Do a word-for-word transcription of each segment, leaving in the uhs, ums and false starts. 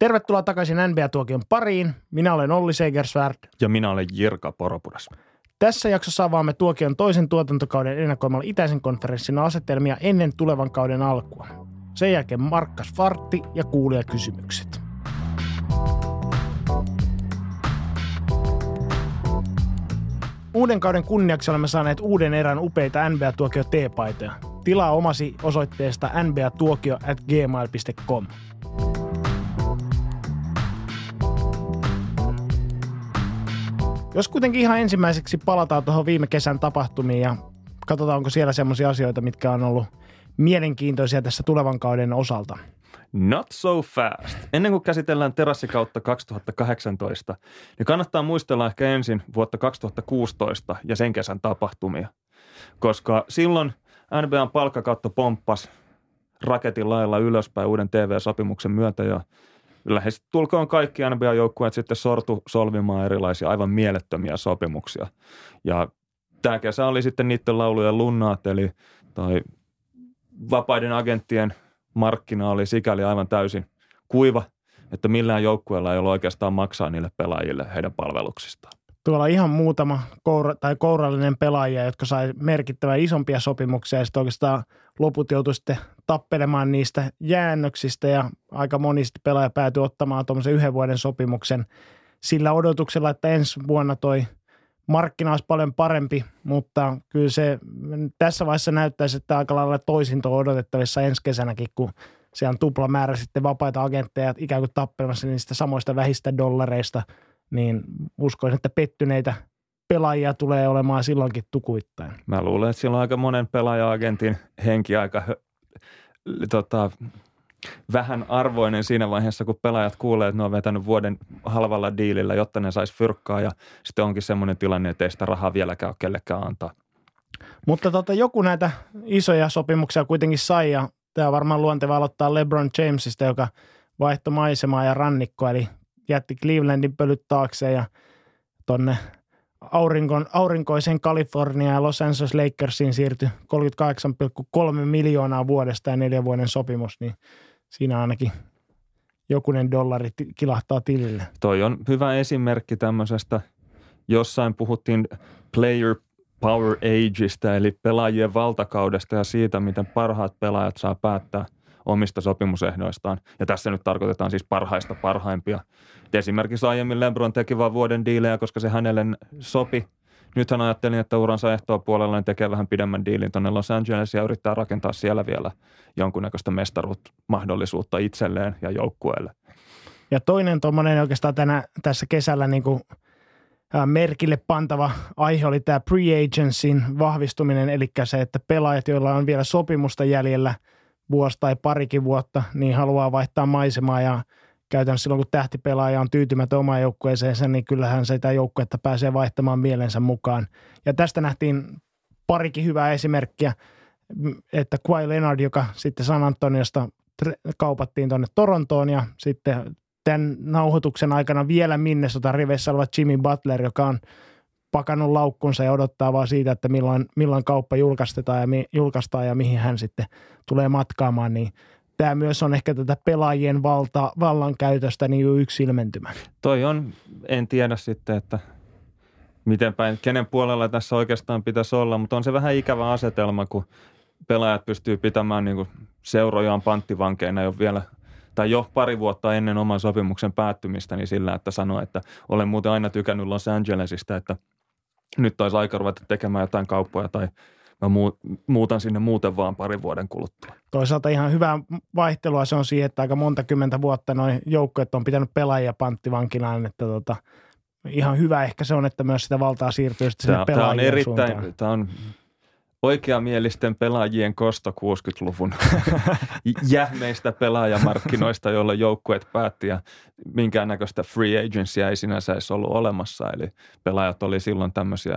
Tervetuloa takaisin N B A-tuokion pariin. Minä olen Olli Segersvärd. Ja minä olen Jirka Poropudas. Tässä jaksossa avaamme tuokion toisen tuotantokauden ennakoimalla itäisen konferenssin asetelmia ennen tulevan kauden alkua. Sen jälkeen Markkas Fartti ja kuulijakysymykset. Uuden kauden kunniaksi olemme saaneet uuden erän upeita N B A-tuokio T-paitoja. Tilaa omasi osoitteesta n b a tuokio at gmail dot com. Jos kuitenkin ihan ensimmäiseksi palataan tuohon viime kesän tapahtumiin ja katsotaan, onko siellä sellaisia asioita, mitkä on ollut mielenkiintoisia tässä tulevan kauden osalta. Not so fast. Ennen kuin käsitellään terassikautta kaksituhattakahdeksantoista, niin kannattaa muistella ehkä ensin vuotta kaksituhattakuusitoista ja sen kesän tapahtumia. Koska silloin N B A:n palkkakatto pomppasi raketin lailla ylöspäin uuden T V-sopimuksen myötä ja lähes tulkoon kaikki N B A-joukkueet sitten sortu solvimaan erilaisia aivan mielettömiä sopimuksia. Ja tämä kesä oli sitten niiden laulujen lunnaat, eli tai vapaiden agenttien markkina oli sikäli aivan täysin kuiva, että millään joukkueella ei ollut oikeastaan maksaa niille pelaajille heidän palveluksistaan. Tuolla on ihan muutama koura, tai kourallinen pelaajia, jotka sai merkittävän isompia sopimuksia ja sitten oikeastaan loput joutui sitten tappelemaan niistä jäännöksistä ja aika moni sitten pelaaja päätyi ottamaan tuommoisen yhden vuoden sopimuksen sillä odotuksella, että ensi vuonna toi markkina olisi paljon parempi, mutta kyllä se tässä vaiheessa näyttäisi, että aika lailla toisinto on odotettavissa ensi kesänäkin, kun se on tupla määrä sitten vapaita agentteja ikään kuin tappelemassa niistä samoista vähistä dollareista, niin uskoisin, että pettyneitä pelaajia tulee olemaan silloinkin tukuittain. Mä luulen, että silloin aika monen pelaaja-agentin henki aika tota, vähän arvoinen siinä vaiheessa, kun pelaajat kuulee, että ne on vetänyt vuoden halvalla diilillä, jotta ne saisi fyrkkaa ja sitten onkin semmoinen tilanne, että ei sitä rahaa vieläkään ole kellekään antaa. Mutta tota, joku näitä isoja sopimuksia kuitenkin sai ja tämä on varmaan luonteva aloittaa LeBron Jamesista, joka vaihtoi maisemaa ja rannikkoa, eli jätti Clevelandin pölyt taakse ja tonne aurinkon, aurinkoisen Kaliforniaan ja Los Angeles Lakersiin siirtyi kolmekymmentäkahdeksan pilkku kolme miljoonaa vuodesta ja neljän vuoden sopimus, niin siinä ainakin jokunen dollari kilahtaa tilille. Toi on hyvä esimerkki tämmöisestä, jossain puhuttiin player power ageista, eli pelaajien valtakaudesta ja siitä, miten parhaat pelaajat saa päättää omista sopimusehdoistaan. Ja tässä nyt tarkoitetaan siis parhaista parhaimpia. Et esimerkiksi aiemmin LeBron teki vain vuoden diilejä, koska se hänelle sopi. Nythän ajattelin, että uransa ehtoa puolella niin tekee vähän pidemmän diilin tuonne Los Angelesiin ja yrittää rakentaa siellä vielä jonkunnäköistä mestaruusmahdollisuutta itselleen ja joukkueelle. Ja toinen tuommoinen oikeastaan tänä, tässä kesällä niin kuin merkille pantava aihe oli tämä pre-agencyn vahvistuminen, eli se, että pelaajat, joilla on vielä sopimusta jäljellä vuosi tai parikin vuotta, niin haluaa vaihtaa maisemaa ja käytännössä silloin, kun tähtipelaaja on tyytymätön omaan joukkueeseensa, niin kyllähän sitä joukkuetta pääsee vaihtamaan mielensä mukaan. Ja tästä nähtiin parikin hyvää esimerkkiä, että Kawhi Leonard, joka sitten San Antoniosta kaupattiin tuonne Torontoon ja sitten tämän nauhoituksen aikana vielä Minnesotan riveissä oleva Jimmy Butler, joka on pakannut laukkunsa ja odottaa vaan siitä, että milloin, milloin kauppa julkaistetaan ja, mi, julkaistaan ja mihin hän sitten tulee matkaamaan, niin tämä myös on ehkä tätä pelaajien valta, vallankäytöstä niin yksi ilmentymä. Toi on, en tiedä sitten, että miten päin, kenen puolella tässä oikeastaan pitäisi olla, mutta on se vähän ikävä asetelma, kun pelaajat pystyy pitämään niin kuin seurojaan panttivankeina jo vielä tai jo pari vuotta ennen oman sopimuksen päättymistä, niin sillä, että sanoo, että olen muuten aina tykännyt Los Angelesista, että nyt olisi aika ruveta tekemään jotain kauppoja tai mä muutan sinne muuten vaan parin vuoden kuluttua. Toisaalta ihan hyvää vaihtelua se on siihen, että aika monta kymmentä vuotta noin joukkueet on pitänyt pelaajia panttivankinaan, että tota, ihan hyvä ehkä se on, että myös sitä valtaa siirtyy sitten sinne pelaajien Tämä on erittäin, suuntaan. Tämä on oikeamielisten pelaajien kosto kuusikymmentäluvun jähmeistä pelaajamarkkinoista, joilla joukkueet päätti ja minkäännäköistä free agencyä ei sinänsä edes ollut olemassa. Eli pelaajat oli silloin tämmöisiä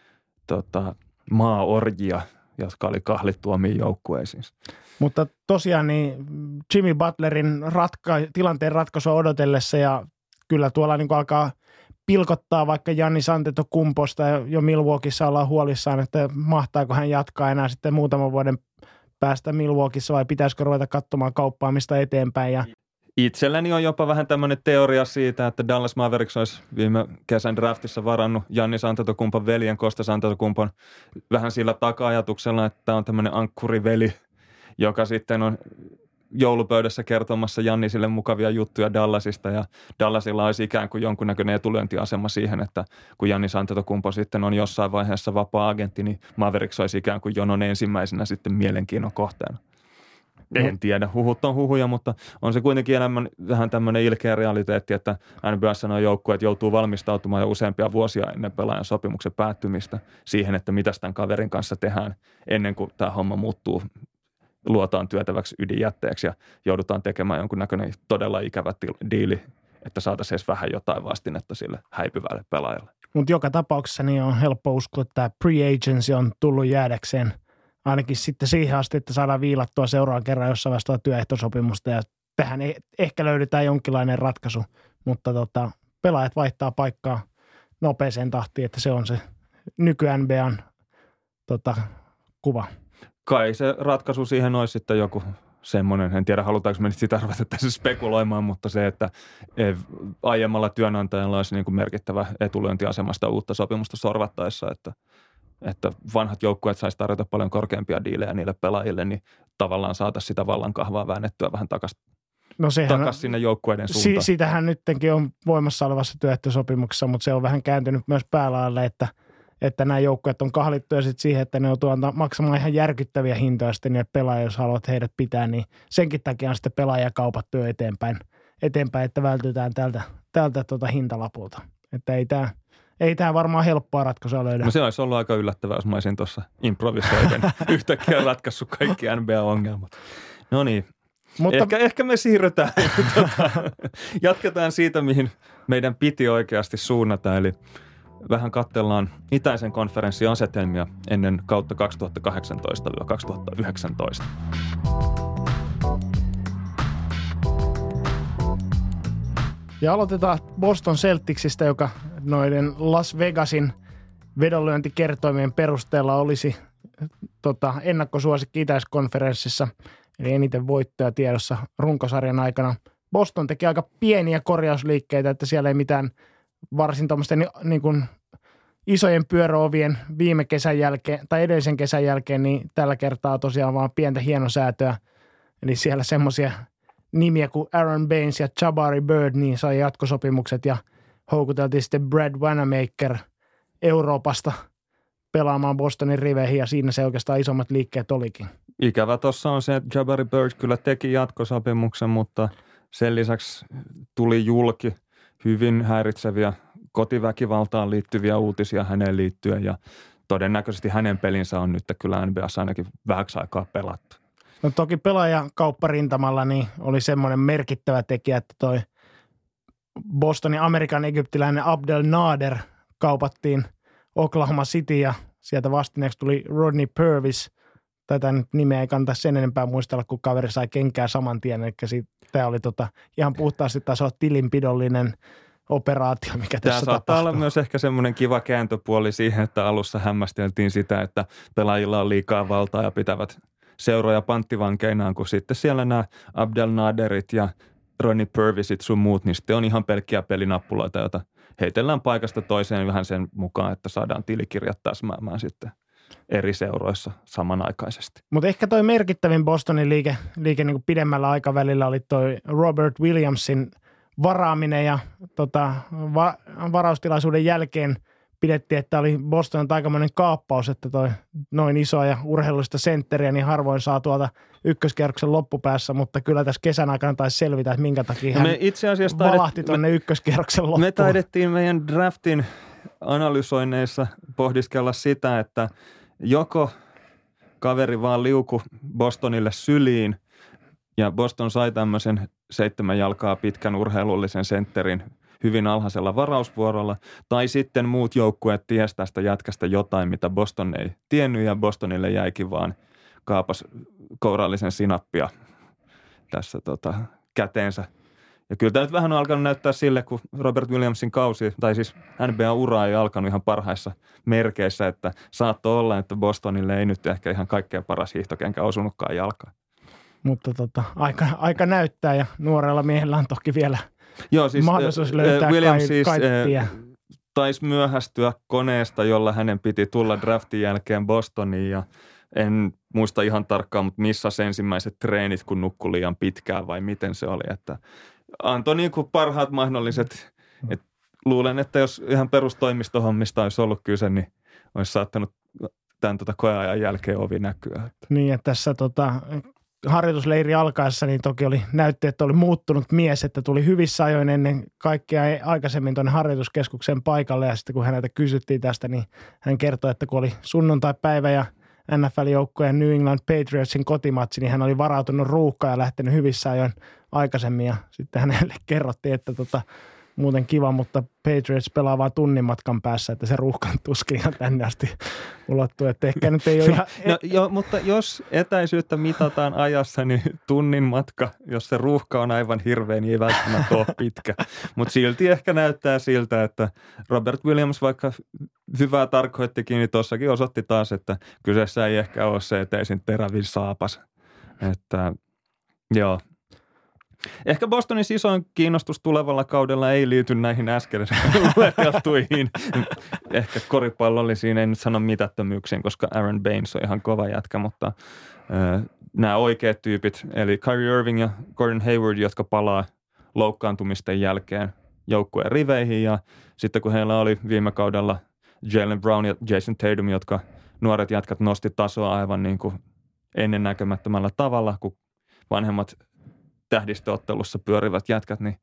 tota, maaorjia, jotka oli kahlittu omiin joukkueisiin. Mutta tosiaan niin Jimmy Butlerin ratka- tilanteen ratkaisua odotellessa ja kyllä tuolla niin kuin alkaa pilkottaa vaikka Giannis Antetokounmposta ja jo Milwaukeessa ollaan huolissaan, että mahtaako hän jatkaa enää sitten muutaman vuoden päästä Milwaukeessa vai pitäisikö ruveta katsomaan kauppaamista eteenpäin. Ja Itselläni on jopa vähän tämmöinen teoria siitä, että Dallas Mavericks olisi viime kesän draftissa varannut Giannis Antetokounmpan veljen Kostas Antetokounmpan vähän sillä taka-ajatuksella, että tämä on tämmöinen ankkuriveli, joka sitten on joulupöydässä kertomassa Giannisille mukavia juttuja Dallasista ja Dallasilla olisi ikään kuin jonkunnäköinen etulyöntiasema siihen, että kun Giannis Antetokounmpo sitten on jossain vaiheessa vapaa-agentti, niin Mavericks olisi ikään kuin jonon ensimmäisenä sitten mielenkiinnon kohteena. En no. tiedä, huhut on huhuja, mutta on se kuitenkin enemmän vähän tämmöinen ilkeä realiteetti, että N B A:ssa nuo joukkueet joutuu valmistautumaan jo useampia vuosia ennen pelaajan sopimuksen päättymistä siihen, että mitä tämän kaverin kanssa tehdään ennen kuin tämä homma muuttuu luotaan työtäväksi ydinjätteeksi ja joudutaan tekemään jonkunnäköinen todella ikävä diili, että saataisiin edes vähän jotain vastinetta sille häipyvälle pelaajalle. Mutta joka tapauksessa niin on helppo uskoa, että tämä pre-agency on tullut jäädäkseen ainakin sitten siihen asti, että saadaan viilattua seuraavan kerran jossain vaiheessa työehtosopimusta ja tähän ehkä löydetään jonkinlainen ratkaisu, mutta tota, pelaajat vaihtaa paikkaa nopeeseen tahtiin, että se on se nyky-N B A:n tota, kuva. Kai se ratkaisu siihen olisi sitten joku semmoinen, en tiedä halutaanko me nyt sitä ruveta tässä spekuloimaan, mutta se, että aiemmalla työnantajalla olisi niin kuin merkittävä etulyöntiasemasta uutta sopimusta sorvattaessa, että, että vanhat joukkueet saisi tarjota paljon korkeampia diilejä niille pelaajille, niin tavallaan saataisiin sitä vallankahvaa väännettyä vähän takaisin no takas sinne joukkueiden suuntaan. Si- sitähän nyttenkin on voimassa olevassa työehtosopimuksessa, mutta se on vähän kääntynyt myös päälaille, että että nämä joukkueet on kahlittuja sitten siihen, että ne joutuu antaa maksamaan ihan järkyttäviä hintoja sitten niille pelaajille, jos haluat heidät pitää, niin senkin takia on sitten pelaajia kaupattu jo eteenpäin, eteenpäin että vältytään tältä, tältä tuota hintalapulta. Että ei tämä ei tämä varmaan helppoa ratkaisua löydä. No se olisi ollut aika yllättävää, jos mä olisin tuossa improvisoiden yhtäkkiä ratkaissut kaikki N B A-ongelmat. No niin, mutta ehkä, ehkä me siirrytään. tuota, jatketaan siitä, mihin meidän piti oikeasti suunnata, eli vähän katsellaan itäisen konferenssin asetelmia ennen kautta kaksituhattakahdeksantoista kaksituhattayhdeksäntoista. Ja aloitetaan Boston Celticsistä, joka noiden Las Vegasin vedonlyöntikertoimien perusteella olisi tota, ennakkosuosikki itäiskonferenssissa, eli eniten voittoja tiedossa runkosarjan aikana. Boston teki aika pieniä korjausliikkeitä, että siellä ei mitään varsin tuommoisten niin kuin isojen pyöröovien viime kesän jälkeen tai edellisen kesän jälkeen, niin tällä kertaa tosiaan vaan pientä hienosäätöä. Eli siellä semmoisia nimiä kuin Aaron Baines ja Jabari Bird, niin sai jatkosopimukset ja houkuteltiin sitten Brad Wanamaker Euroopasta pelaamaan Bostonin riveihin ja siinä se oikeastaan isommat liikkeet olikin. Ikävä tuossa on se, että Jabari Bird kyllä teki jatkosopimuksen, mutta sen lisäksi tuli julki hyvin häiritseviä kotiväkivaltaan liittyviä uutisia häneen liittyen ja todennäköisesti hänen pelinsä on nyt kyllä N B A:ssa ainakin vähäksi aikaa pelattu. No toki pelaajakaupparintamalla niin oli semmoinen merkittävä tekijä, että toi Bostonin Amerikan egyptiläinen Abdel Nader kaupattiin Oklahoma City ja sieltä vastineeksi tuli Rodney Purvis. Tätä nyt nimeä ei kannata sen enempää muistella, kun kaveri sai kenkää saman tien. Eli tämä oli tota, ihan puhtaasti taas olla tilinpidollinen operaatio, mikä Tämä tässä saattaa tapahtuu. olla myös ehkä semmoinen kiva kääntöpuoli siihen, että alussa hämmästeltiin sitä, että pelaajilla on liikaa valtaa ja pitävät seuroja panttivankeinaan, kun sitten siellä nämä Abdel Naderit ja Ronnie Purvisit sun muut, niin sitten on ihan pelkkiä pelinappuloita, joita heitellään paikasta toiseen vähän sen mukaan, että saadaan tilikirjat täsmäämään sitten eri seuroissa samanaikaisesti. Mutta ehkä toi merkittävin Bostonin liike, liike niin kuin pidemmällä aikavälillä oli toi Robert Williamsin varaaminen ja tota, va, varaustilaisuuden jälkeen pidettiin, että oli Bostonin aikamoinen kaappaus, että toi noin isoa ja urheilullista sentteriä niin harvoin saa tuolta ykköskierroksen loppupäässä, mutta kyllä tässä kesän aikana taisi selvitä, että minkä takia hän me itse asiassa valahti tuonne ykköskierroksen loppuun. Me taidettiin meidän draftin analysoinneissa pohdiskella sitä, että joko kaveri vaan liuku Bostonille syliin ja Boston sai tämmöisen seitsemän jalkaa pitkän urheilullisen sentterin hyvin alhaisella varausvuorolla, tai sitten muut joukkueet ties tästä jätkästä jotain, mitä Boston ei tiennyt, ja Bostonille jäikin vaan kaapas kourallisen sinappia tässä tota, käteensä. Ja kyllä tämä nyt vähän on alkanut näyttää sille, kun Robert Williamsin kausi, tai siis N B A-ura ei alkanut ihan parhaissa merkeissä, että saattoi olla, että Bostonille ei nyt ehkä ihan kaikkein paras hiihtokenkä osunutkaan jalkaan. Mutta tota, aika, aika näyttää ja nuorella miehellä on toki vielä Joo, siis, mahdollisuus löytää Williams kai, siis, kaittia. taisi myöhästyä koneesta, jolla hänen piti tulla draftin jälkeen Bostoniin ja en muista ihan tarkkaan, mutta missasi ensimmäiset treenit, kun nukkui liian pitkään vai miten se oli, että antoi niin kuin parhaat mahdolliset, et luulen, että jos ihan perustoimistohommista olisi ollut kyse, niin olisi saattanut tämän tota koeajan jälkeen ovi näkyä. Niin, että tässä tota, harjoitusleiri alkaessa niin toki oli näytti, että oli muuttunut mies, että tuli hyvissä ajoin ennen kaikkea aikaisemmin tuonne harjoituskeskuksen paikalle ja sitten kun häneltä kysyttiin tästä, niin hän kertoi, että kun oli sunnuntai-päivä ja N F L-joukkueen New England Patriotsin kotimatsi, niin hän oli varautunut ruuhkaan ja lähtenyt hyvissä ajoin aikaisemmin ja sitten hänelle kerrottiin, että tota, muuten kiva, mutta Patriots pelaa vaan tunnin matkan päässä, että se ruuhkan tuskin ihan tänne asti ulottuu, että ehkä nyt ei ole ihan... No, jo, mutta jos etäisyyttä mitataan ajassa, niin tunnin matka, jos se ruuhka on aivan hirveä, niin ei välttämättä ole pitkä. Mutta silti ehkä näyttää siltä, että Robert Williams, vaikka hyvää tarkoittikin, niin tuossakin osoitti taas, että kyseessä ei ehkä ole se eteisin terävin saapas. Että joo. Ehkä Bostonin isoin kiinnostus tulevalla kaudella ei liity näihin äsken lueteltuihin. Ehkä koripallo oli siinä, ei nyt sano mitättömyyksiin, koska Aaron Baines on ihan kova jätkä, mutta äh, nämä oikeat tyypit, eli Kyrie Irving ja Gordon Hayward, jotka palaa loukkaantumisten jälkeen joukkueen riveihin ja sitten kun heillä oli viime kaudella Jaylen Brown ja Jason Tatum, jotka nuoret jätkät nosti tasoa aivan niin kuin ennennäkemättömällä tavalla, kun vanhemmat tähdistöottelussa pyörivät jätkät, niin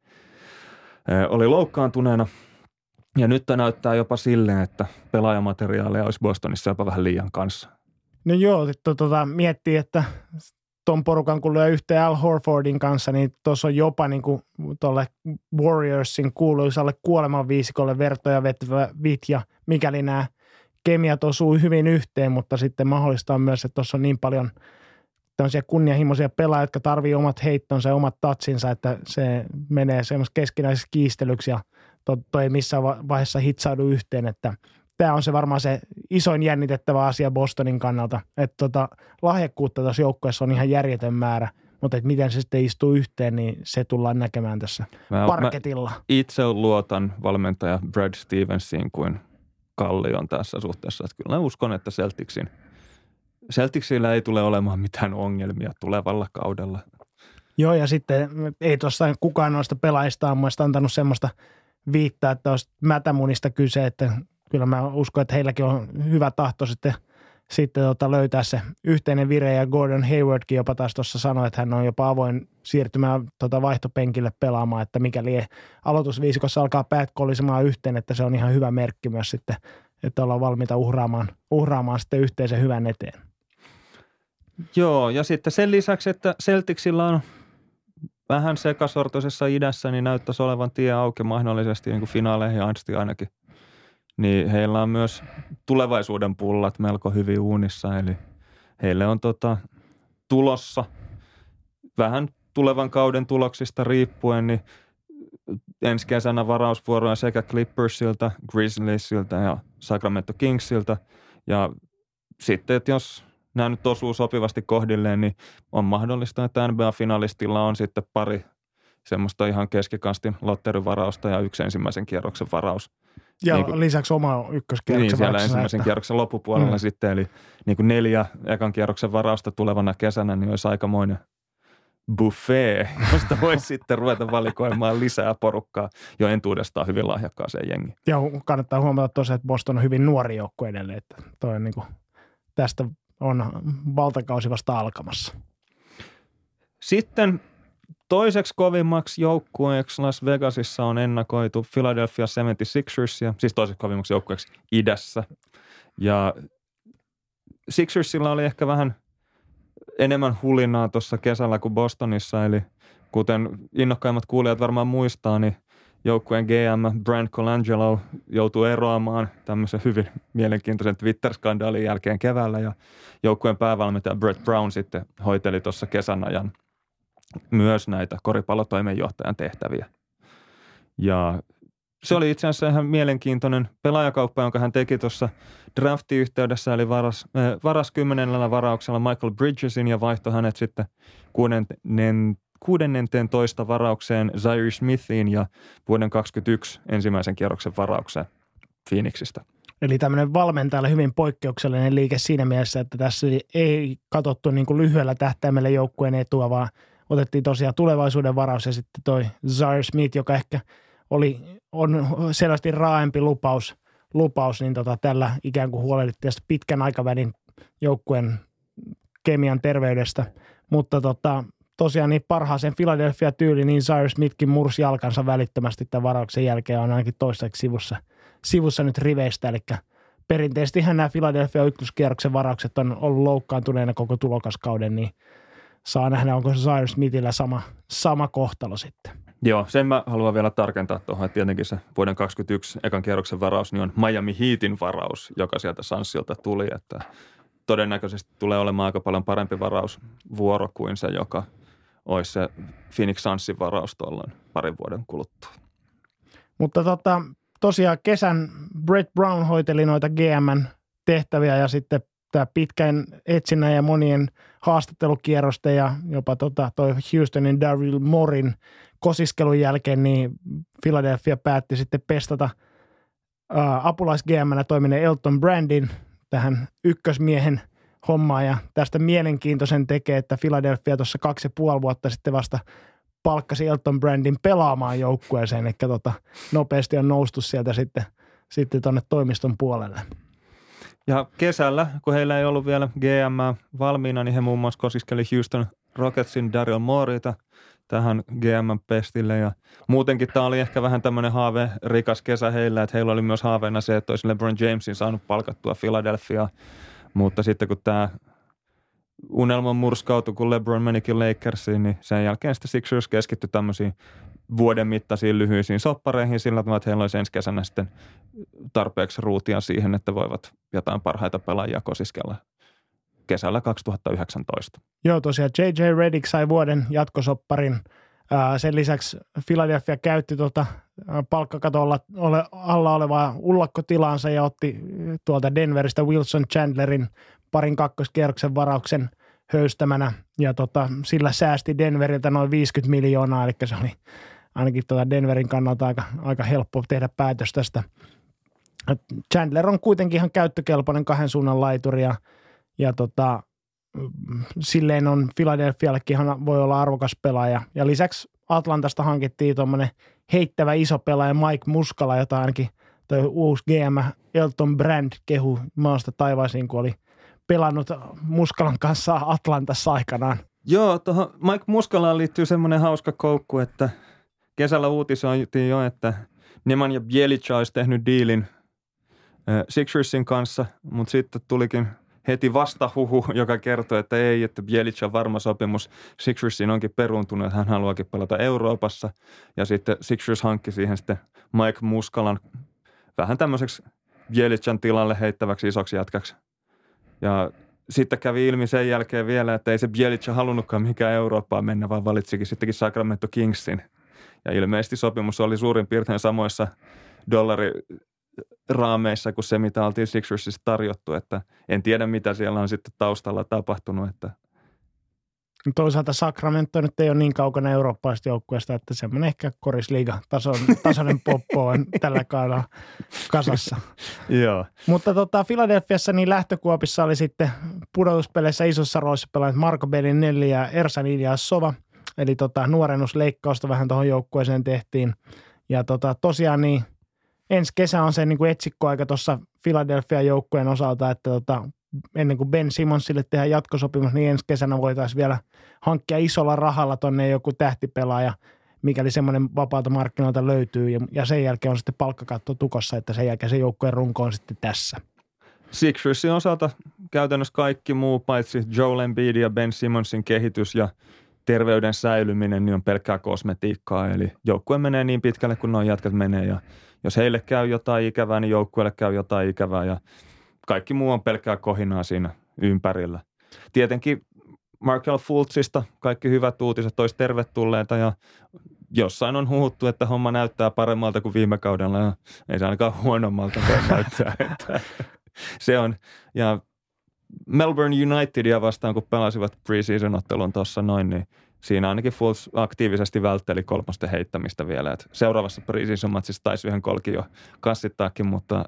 oli loukkaantuneena. Ja nyt näyttää jopa silleen, että pelaajamateriaalia olisi Bostonissa jopa vähän liian kanssa. No joo, tota, miettii, että ton porukan kun lyö yhteen Al Horfordin kanssa, niin tuossa on jopa niin kuin tuolle Warriorsin kuuluisalle kuolemanviisikolle vertoja vetävä vitja, mikäli nämä kemiat osuu hyvin yhteen, mutta sitten mahdollista on myös, että tuossa on niin paljon tämmöisiä kunnianhimoisia pelaajia, jotka tarvii omat heittonsa ja omat tatsinsa, että se menee semmoista keskinäisessä kiistelyksi ja to, toi ei missään vaiheessa hitsaudu yhteen, että tämä on se varmaan se isoin jännitettävä asia Bostonin kannalta, että tota, lahjakkuutta tuossa joukkueessa on ihan järjetön määrä, mutta että miten se sitten istuu yhteen, niin se tullaan näkemään tässä mä, parketilla. Mä itse luotan valmentaja Brad Stevensiin kuin Kallion tässä suhteessa, että kyllä uskon, että Celticsin Celticsillä ei tule olemaan mitään ongelmia tulevalla kaudella. Joo, ja sitten ei tuossa kukaan noista pelaajista on mielestäni antanut semmoista viittaa, että olisi mätämunista kyse, että kyllä mä uskon, että heilläkin on hyvä tahto sitten, sitten tota löytää se yhteinen vire, ja Gordon Haywardkin jopa taas tuossa sanoi, että hän on jopa avoin siirtymään tota vaihtopenkille pelaamaan, että mikäli aloitusviisikossa alkaa päät kolisemaan yhteen, että se on ihan hyvä merkki myös sitten, että ollaan valmiita uhraamaan, uhraamaan sitten yhteisen hyvän eteen. Joo, ja sitten sen lisäksi, että Celticsillä on vähän sekasortoisessa idässä, niin näyttäisi olevan tie auki mahdollisesti niin kuin finaaleihin asti ainakin. Niin heillä on myös tulevaisuuden pullat melko hyvin uunissa, eli heille on tota, tulossa vähän tulevan kauden tuloksista riippuen, niin ensi kesänä varausvuoroja sekä Clippersilta, Grizzliesilta ja Sacramento Kingsilta. Ja sitten, että jos nämä nyt osuu sopivasti kohdilleen, niin on mahdollista, että N B A-finalistilla on sitten pari semmoista ihan keskikastin lotterivarausta ja yksi ensimmäisen kierroksen varaus. Ja niin kuin, lisäksi oma ykköskierroksen niin, siellä ensimmäisen että... kierroksen loppupuolella mm. sitten, eli niin kuin neljä ekan kierroksen varausta tulevana kesänä, niin olisi aikamoinen buffet, josta voisi sitten ruveta valikoimaan lisää porukkaa jo entuudestaan hyvin lahjakkaaseen jengiin. Ja kannattaa huomata tosiaan, että Boston on hyvin nuori joukko edelleen, että toi on niin kuin, tästä on valtakausi vasta alkamassa. Sitten toiseksi kovimmaksi joukkueeksi Las Vegasissa on ennakoitu Philadelphia seitsemänkymmentäkuusi, siis toiseksi kovimmaksi joukkueeksi idässä. Ja Sixersilla oli ehkä vähän enemmän hulinaa tuossa kesällä kuin Bostonissa, eli kuten innokkaimmat kuulijat varmaan muistaa, niin joukkueen G M Brand Colangelo joutui eroamaan tämmöisen hyvin mielenkiintoisen Twitter-skandaalin jälkeen keväällä, ja joukkueen päävalmentaja Brett Brown sitten hoiteli tuossa kesän ajan myös näitä koripallotoimenjohtajan tehtäviä. Ja Se oli itse asiassa ihan mielenkiintoinen pelaajakauppa, jonka hän teki tuossa draftiyhteydessä, eli varas, äh, varas kymmenellä varauksella Michael Bridgesin ja vaihtoi hänet sitten kuudennen, kuudennentoista varaukseen Zaire Smithiin ja vuoden kaksikymmentäyksi ensimmäisen kierroksen varaukseen Phoenixistä. Eli tämmöinen valmentajalle hyvin poikkeuksellinen liike siinä mielessä, että tässä ei katsottu niin kuin lyhyellä tähtäimellä joukkueen etua, vaan otettiin tosiaan tulevaisuuden varaus ja sitten toi Zaire Smith, joka ehkä oli, on selvästi raaempi lupaus, lupaus niin tota, tällä ikään kuin huolehdittiin tästä pitkän aikavälin joukkueen kemian terveydestä. Mutta tota, tosiaan niin parhaaseen Philadelphia-tyyli, niin Zaire Smithkin mursi jalkansa välittömästi tämän varauksen jälkeen, on ainakin toistaiseksi sivussa, sivussa nyt riveistä. Eli perinteisestihän nämä Philadelphia ykköskierroksen varaukset on ollut loukkaantuneena koko tulokaskauden, niin saa nähdä, onko se Zaire Smithillä sama, sama kohtalo sitten. Joo, sen mä haluan vielä tarkentaa tuohon, että tietenkin se vuoden kaksikymmentäyksi ekan kierroksen varaus niin on Miami Heatin varaus, joka sieltä Sunsilta tuli, että todennäköisesti tulee olemaan aika paljon parempi varausvuoro kuin se, joka olisi se Phoenix Sunsin varaus tuolloin parin vuoden kuluttua. Mutta tota, tosiaan kesän Brett Brown hoiteli noita G M:n tehtäviä ja sitten tämä pitkän etsinnän ja monien haastattelukierrosten ja jopa tota, toi Houstonin Daryl Morin kosiskelun jälkeen, niin Philadelphia päätti sitten pestata ää, apulais-G M:nä toimineen Elton Brandin tähän ykkösmiehen hommaan ja tästä mielenkiintoisen tekee, että Philadelphia tuossa kaksi ja puoli vuotta sitten vasta palkkasi Elton Brandin pelaamaan joukkueeseen, eli tota, nopeasti on noustu sieltä sitten, sitten tuonne toimiston puolelle. Ja kesällä, kun heillä ei ollut vielä G M valmiina, niin he muun muassa kosiskeli Houston Rocketsin Daryl Moreyta tähän G M-pestille. Ja muutenkin tämä oli ehkä vähän tämmöinen haaverikas kesä heillä, että heillä oli myös haaveena se, että olisi LeBron Jamesin saanut palkattua Philadelphia. Mutta sitten kun tämä unelma murskautui, kun LeBron menikin Lakersiin, niin sen jälkeen sitten Sixers keskittyi tämmöisiin vuoden mittaisiin lyhyisiin soppareihin sillä tavalla, että heillä olisi ensi kesänä sitten tarpeeksi ruutia siihen, että voivat jotain parhaita pelaajia kosiskella kesällä kaksituhattayhdeksäntoista. Joo, tosiaan J J Redick sai vuoden jatkosopparin. Sen lisäksi Philadelphia käytti tuota palkkakatolla alla olevaa ullakkotilaansa ja otti tuolta Denveristä Wilson Chandlerin parin kakkoskierroksen varauksen höystämänä ja tota, sillä säästi Denveriltä noin viisikymmentä miljoonaa, eli se oli ainakin tuota Denverin kannalta aika, aika helppo tehdä päätös tästä. Chandler on kuitenkin ihan käyttökelpoinen kahden suunnan laituri ja, ja tota, silleen on Philadelphiallekin ihan voi olla arvokas pelaaja. Ja lisäksi Atlantasta hankittiin tuommoinen heittävä iso pelaaja Mike Muscala, jota ainakin toi uusi G M Elton Brand kehu maasta taivaisiin, kun oli pelannut Muscalan kanssa Atlantassa aikanaan. Joo, tuohon Mike Muscalaan liittyy semmoinen hauska koukku, että kesällä uutisoitiin jo, että Nemanja Bjelica olisi tehnyt diilin äh, Sixersin kanssa, mutta sitten tulikin heti vastahuhu, joka kertoi, että ei, että Bjelican varma sopimus Sixersin onkin peruuntunut, että hän haluakin pelata Euroopassa. Ja sitten Sixers hankki siihen sitten Mike Muscalan vähän tämmöiseksi Bjelican tilalle heittäväksi isoksi jätkäksi. Ja sitten kävi ilmi sen jälkeen vielä, että ei se Bjelica halunnutkaan mikään Eurooppaan mennä, vaan valitsikin sittenkin Sacramento Kingsin. Ja ilmeisesti sopimus oli suurin piirtein samoissa dollariraameissa kuin se, mitä oltiin Sixersissa tarjottu. Että en tiedä, mitä siellä on sitten taustalla tapahtunut. Että toisaalta Sacramento nyt ei ole niin kaukana eurooppalaisesta joukkueesta, että semmoinen ehkä korisliiga-tasoinen poppo on tällä kaudella kasassa. Joo. Mutta tota, Philadelphiassa niin lähtökuopissa oli sitten pudotuspeleissä isossa roolissa pelaajat Marco Bellinelli ja Ersan Ilyasova. Eli tota, nuorennusleikkausta vähän tuohon joukkueeseen tehtiin. Ja tota, tosiaan niin ensi kesä on se niin kuin etsikkoaika tuossa Philadelphia-joukkueen osalta, että tota, ennen kuin Ben Simmonsille tehdään jatkosopimus, niin ensi kesänä voitaisiin vielä hankkia isolla rahalla tonne joku tähtipelaaja, mikäli semmoinen vapaalta markkinoilta löytyy. Ja, ja sen jälkeen on sitten palkkakatto tukossa, että sen jälkeen se joukkueen runko on sitten tässä. Sixersin osalta käytännössä kaikki muu, paitsi Joel Embiid ja Ben Simmonsin kehitys ja terveyden säilyminen, niin on pelkkää kosmetiikkaa. Eli joukkue menee niin pitkälle, kun nuo jätkät menee. Ja jos heille käy jotain ikävää, niin joukkueelle käy jotain ikävää. Ja kaikki muu on pelkkää kohinaa siinä ympärillä. Tietenkin Markel Fultzista kaikki hyvät uutiset olisi tervetulleita ja jossain on huhuttu, että homma näyttää paremmalta kuin viime kaudella ja ei se ainakaan huonommalta voi näyttää. Että se on, ja Melbourne Unitedia vastaan, kun pelasivat preseason-ottelun tuossa noin, niin siinä ainakin Fultz aktiivisesti vältteli kolmosten heittämistä vielä. Et seuraavassa preseason-matsissa taisi yhden kolkin jo kassittaakin, mutta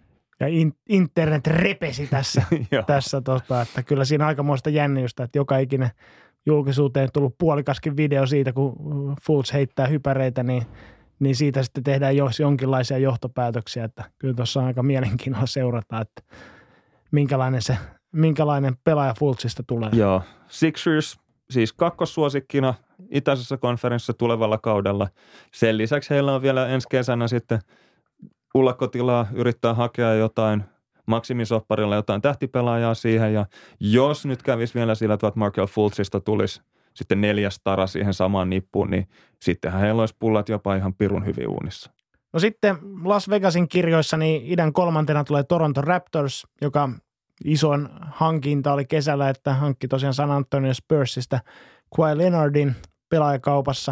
ja in, internet repesi tässä, tässä tota, että kyllä siinä aikamoista jännitystä, että joka ikinen julkisuuteen tullut puolikaskin video siitä, kun Fultz heittää hypäreitä, niin, niin siitä sitten tehdään jos jonkinlaisia johtopäätöksiä, että kyllä tuossa on aika mielenkiinnolla seurata, että minkälainen se, minkälainen pelaaja Fultzista tulee. Joo, Sixers siis kakkossuosikkina itäisessä konferenssissa tulevalla kaudella. Sen lisäksi heillä on vielä ensi kesänä sitten ullakkotilaa yrittää hakea jotain maksimisopparilla jotain tähtipelaajaa siihen ja jos nyt kävisi vielä sillä, että Markelle Fultzista tulisi sitten neljäs tara siihen samaan nippuun, niin sittenhän heillä olisi pullat jopa ihan pirun hyvin uunissa. No sitten Las Vegasin kirjoissa niin idän kolmantena tulee Toronto Raptors, joka isoin hankinta oli kesällä, että hankki tosiaan San Antonio Spursista Kawhi Leonardin pelaajakaupassa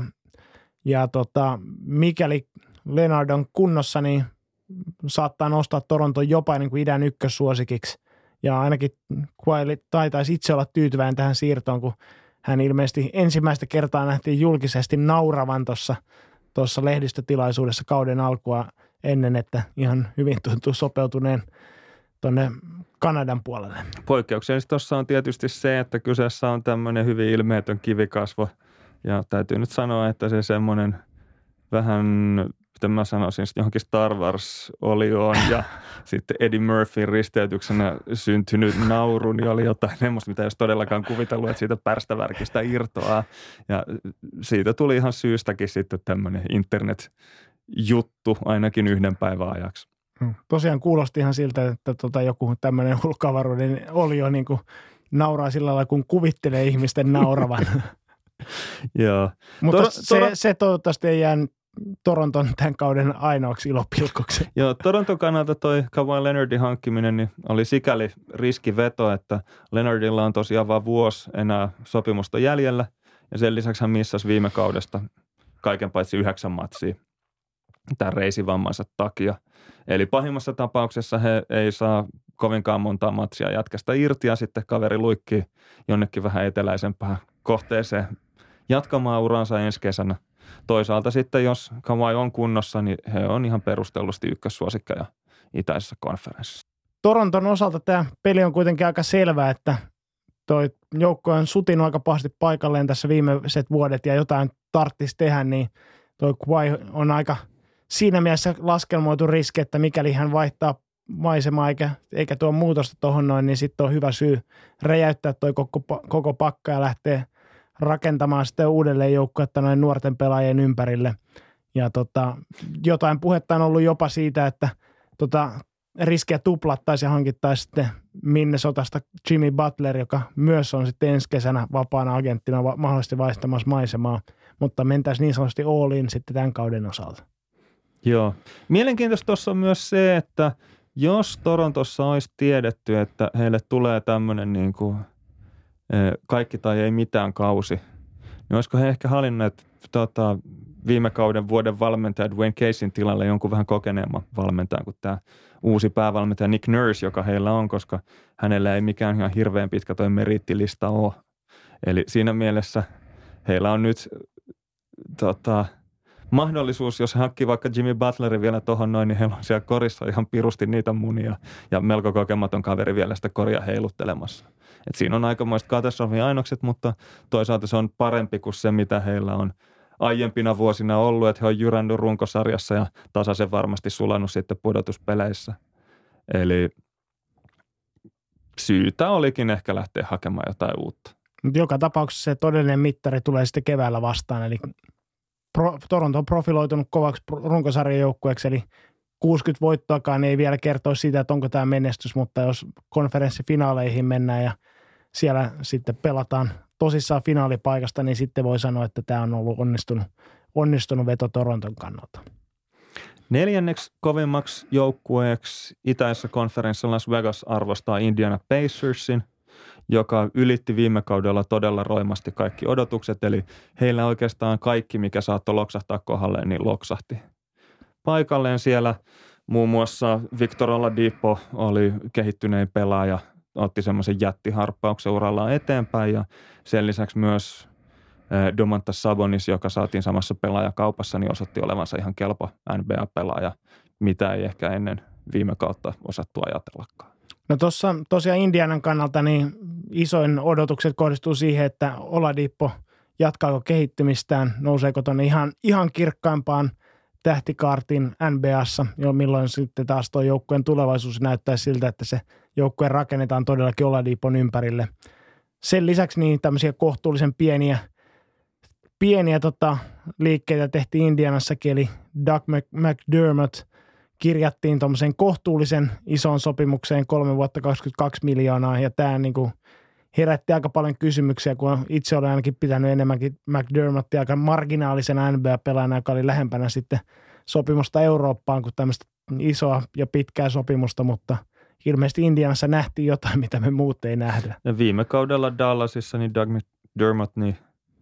ja tota, mikäli Leonard on kunnossa, niin saattaa nostaa Toronton jopa niin kuin idän ykkössuosikiksi. Ja ainakin Kawhi taitaisi itse olla tyytyväinen tähän siirtoon, kun hän ilmeisesti ensimmäistä kertaa nähtiin julkisesti nauravan tuossa tuossa lehdistötilaisuudessa kauden alkua ennen, että ihan hyvin tuntuu sopeutuneen tuonne Kanadan puolelle. Poikkeuksellisesti tuossa on tietysti se, että kyseessä on tämmöinen hyvin ilmeetön kivikasvo. Ja täytyy nyt sanoa, että se semmoinen vähän, miten mä sanoisin, johonkin Star Wars-olioon ja sitten Eddie Murphyn risteytyksenä syntynyt nauru, niin oli jotain semmoista, mitä ei olisi todellakaan kuvitellut, että siitä pärstävärkistä irtoaa. Ja siitä tuli ihan syystäkin sitten tämmöinen internet-juttu ainakin yhden päivän ajaksi. Tosiaan kuulosti ihan siltä, että tota joku tämmöinen ulkoavaruuden olio niin kuin nauraa sillä lailla, kun kuvittelee ihmisten nauravan. Joo. Mutta Tor- se, Tor- se toivottavasti ei jää Toronton tämän kauden ainoaksi ilopilkoksi. Joo, Toronton kannalta toi Kawhi Leonardin hankkiminen niin oli sikäli riskiveto, että Leonardilla on tosiaan vain vuosi enää sopimusta jäljellä ja sen lisäksi hän missasi viime kaudesta kaiken paitsi yhdeksän matsia tämän reisivammansa takia. Eli pahimmassa tapauksessa he ei saa kovinkaan montaa matsia jätkästä irti ja sitten kaveri luikkii jonnekin vähän eteläisempään kohteeseen jatkamaan uransa ensi kesänä. Toisaalta sitten, jos Kawhi on kunnossa, niin he on ihan perustellusti ykkössuosikkeja itäisessä konferenssissa. Toronton osalta tämä peli on kuitenkin aika selvä, että toi joukko on sutinut aika pahasti paikalleen tässä viimeiset vuodet ja jotain tarttisi tehdä, niin toi Kawhi on aika siinä mielessä laskelmoitu riski, että mikäli hän vaihtaa maisemaa eikä, eikä tuo muutosta tuohon noin, niin sitten on hyvä syy räjäyttää toi koko, koko pakka ja lähteä rakentamaan sitten uudelleen joukkuetta noin nuorten pelaajien ympärille. Ja tota, jotain puhetta on ollut jopa siitä, että tota, riskiä tuplattaisiin ja hankittaisiin sitten Minnesotasta Jimmy Butler, joka myös on sitten ensi kesänä vapaana agenttina va- mahdollisesti vaihtamassa maisemaa, mutta mentäisiin niin sanotusti all in sitten tämän kauden osalta. Joo. Mielenkiintoista tuossa on myös se, että jos Torontossa olisi tiedetty, että heille tulee tämmöinen niin kuin kaikki tai ei mitään kausi, niin olisiko he ehkä halinneet tota, viime kauden vuoden valmentaja Dwayne Caseyn tilalle jonkun vähän kokeneemman valmentajan kuin tämä uusi päävalmentaja Nick Nurse, joka heillä on, koska hänellä ei mikään ihan hirveän pitkä toi merittilista ole. Eli siinä mielessä heillä on nyt tota, mahdollisuus, jos hankkii vaikka Jimmy Butlerin vielä tuohon noin, niin heillä on siellä korissa ihan pirusti niitä munia ja melko kokematon kaveri vielä sitä koria heiluttelemassa. Et siinä on aikamoiset katastrofin ainokset, mutta toisaalta se on parempi kuin se, mitä heillä on aiempina vuosina ollut, että he on jyrännyt runkosarjassa ja tasaisen varmasti sulannut sitten pudotuspeleissä. Eli syytä olikin ehkä lähteä hakemaan jotain uutta. Joka tapauksessa se todellinen mittari tulee sitten keväällä vastaan, eli Pro, Toronto on profiloitunut kovaksi runkosarjajoukkueeksi, eli kuusikymmentä voittoakaan ei vielä kertoisi siitä, että onko tämä menestys, mutta jos konferenssifinaaleihin mennään ja siellä sitten pelataan tosissaan finaalipaikasta, niin sitten voi sanoa, että tämä on ollut onnistunut, onnistunut veto Toronton kannalta. Neljänneksi kovimmaksi joukkueeksi itäisessä konferenssissa Las Vegas arvostaa Indiana Pacersin, joka ylitti viime kaudella todella roimasti kaikki odotukset. Eli heillä oikeastaan kaikki, mikä saattoi loksahtaa kohdalleen, niin loksahti. Paikalleen siellä muun muassa Victor Oladipo oli kehittynein pelaaja, otti semmoisen jättiharppauksen urallaan eteenpäin ja sen lisäksi myös Domantas Sabonis, joka saatiin samassa pelaajakaupassa, niin osoitti olevansa ihan kelpo N B A-pelaaja, mitä ei ehkä ennen viime kautta osattu ajatellakaan. No tuossa tosiaan Indianan kannalta niin isoin odotukset kohdistuu siihen, että Oladipo jatkaako kehittymistään, nouseeko tuonne ihan, ihan kirkkaimpaan tähtikaartin N B A:ssa, milloin sitten taas tuo joukkueen tulevaisuus näyttää siltä, että se joukkue rakennetaan todellakin Oladipon ympärille. Sen lisäksi niin tämmöisiä kohtuullisen pieniä, pieniä tota, liikkeitä tehtiin Indianassakin, eli Doug McDermott kirjattiin tuommoisen kohtuullisen ison sopimukseen kolme vuotta kaksikymmentäkaksi miljoonaa, ja tämä niin kuin herätti aika paljon kysymyksiä, kun itse olen ainakin pitänyt enemmänkin McDermottia aika marginaalisena N B A-pelaajana, joka oli lähempänä sitten sopimusta Eurooppaan kuin tämmöistä isoa ja pitkää sopimusta, mutta ilmeisesti Indianassa nähtiin jotain, mitä me muut ei nähdä. Ja viime kaudella Dallasissa niin Doug McDermott niin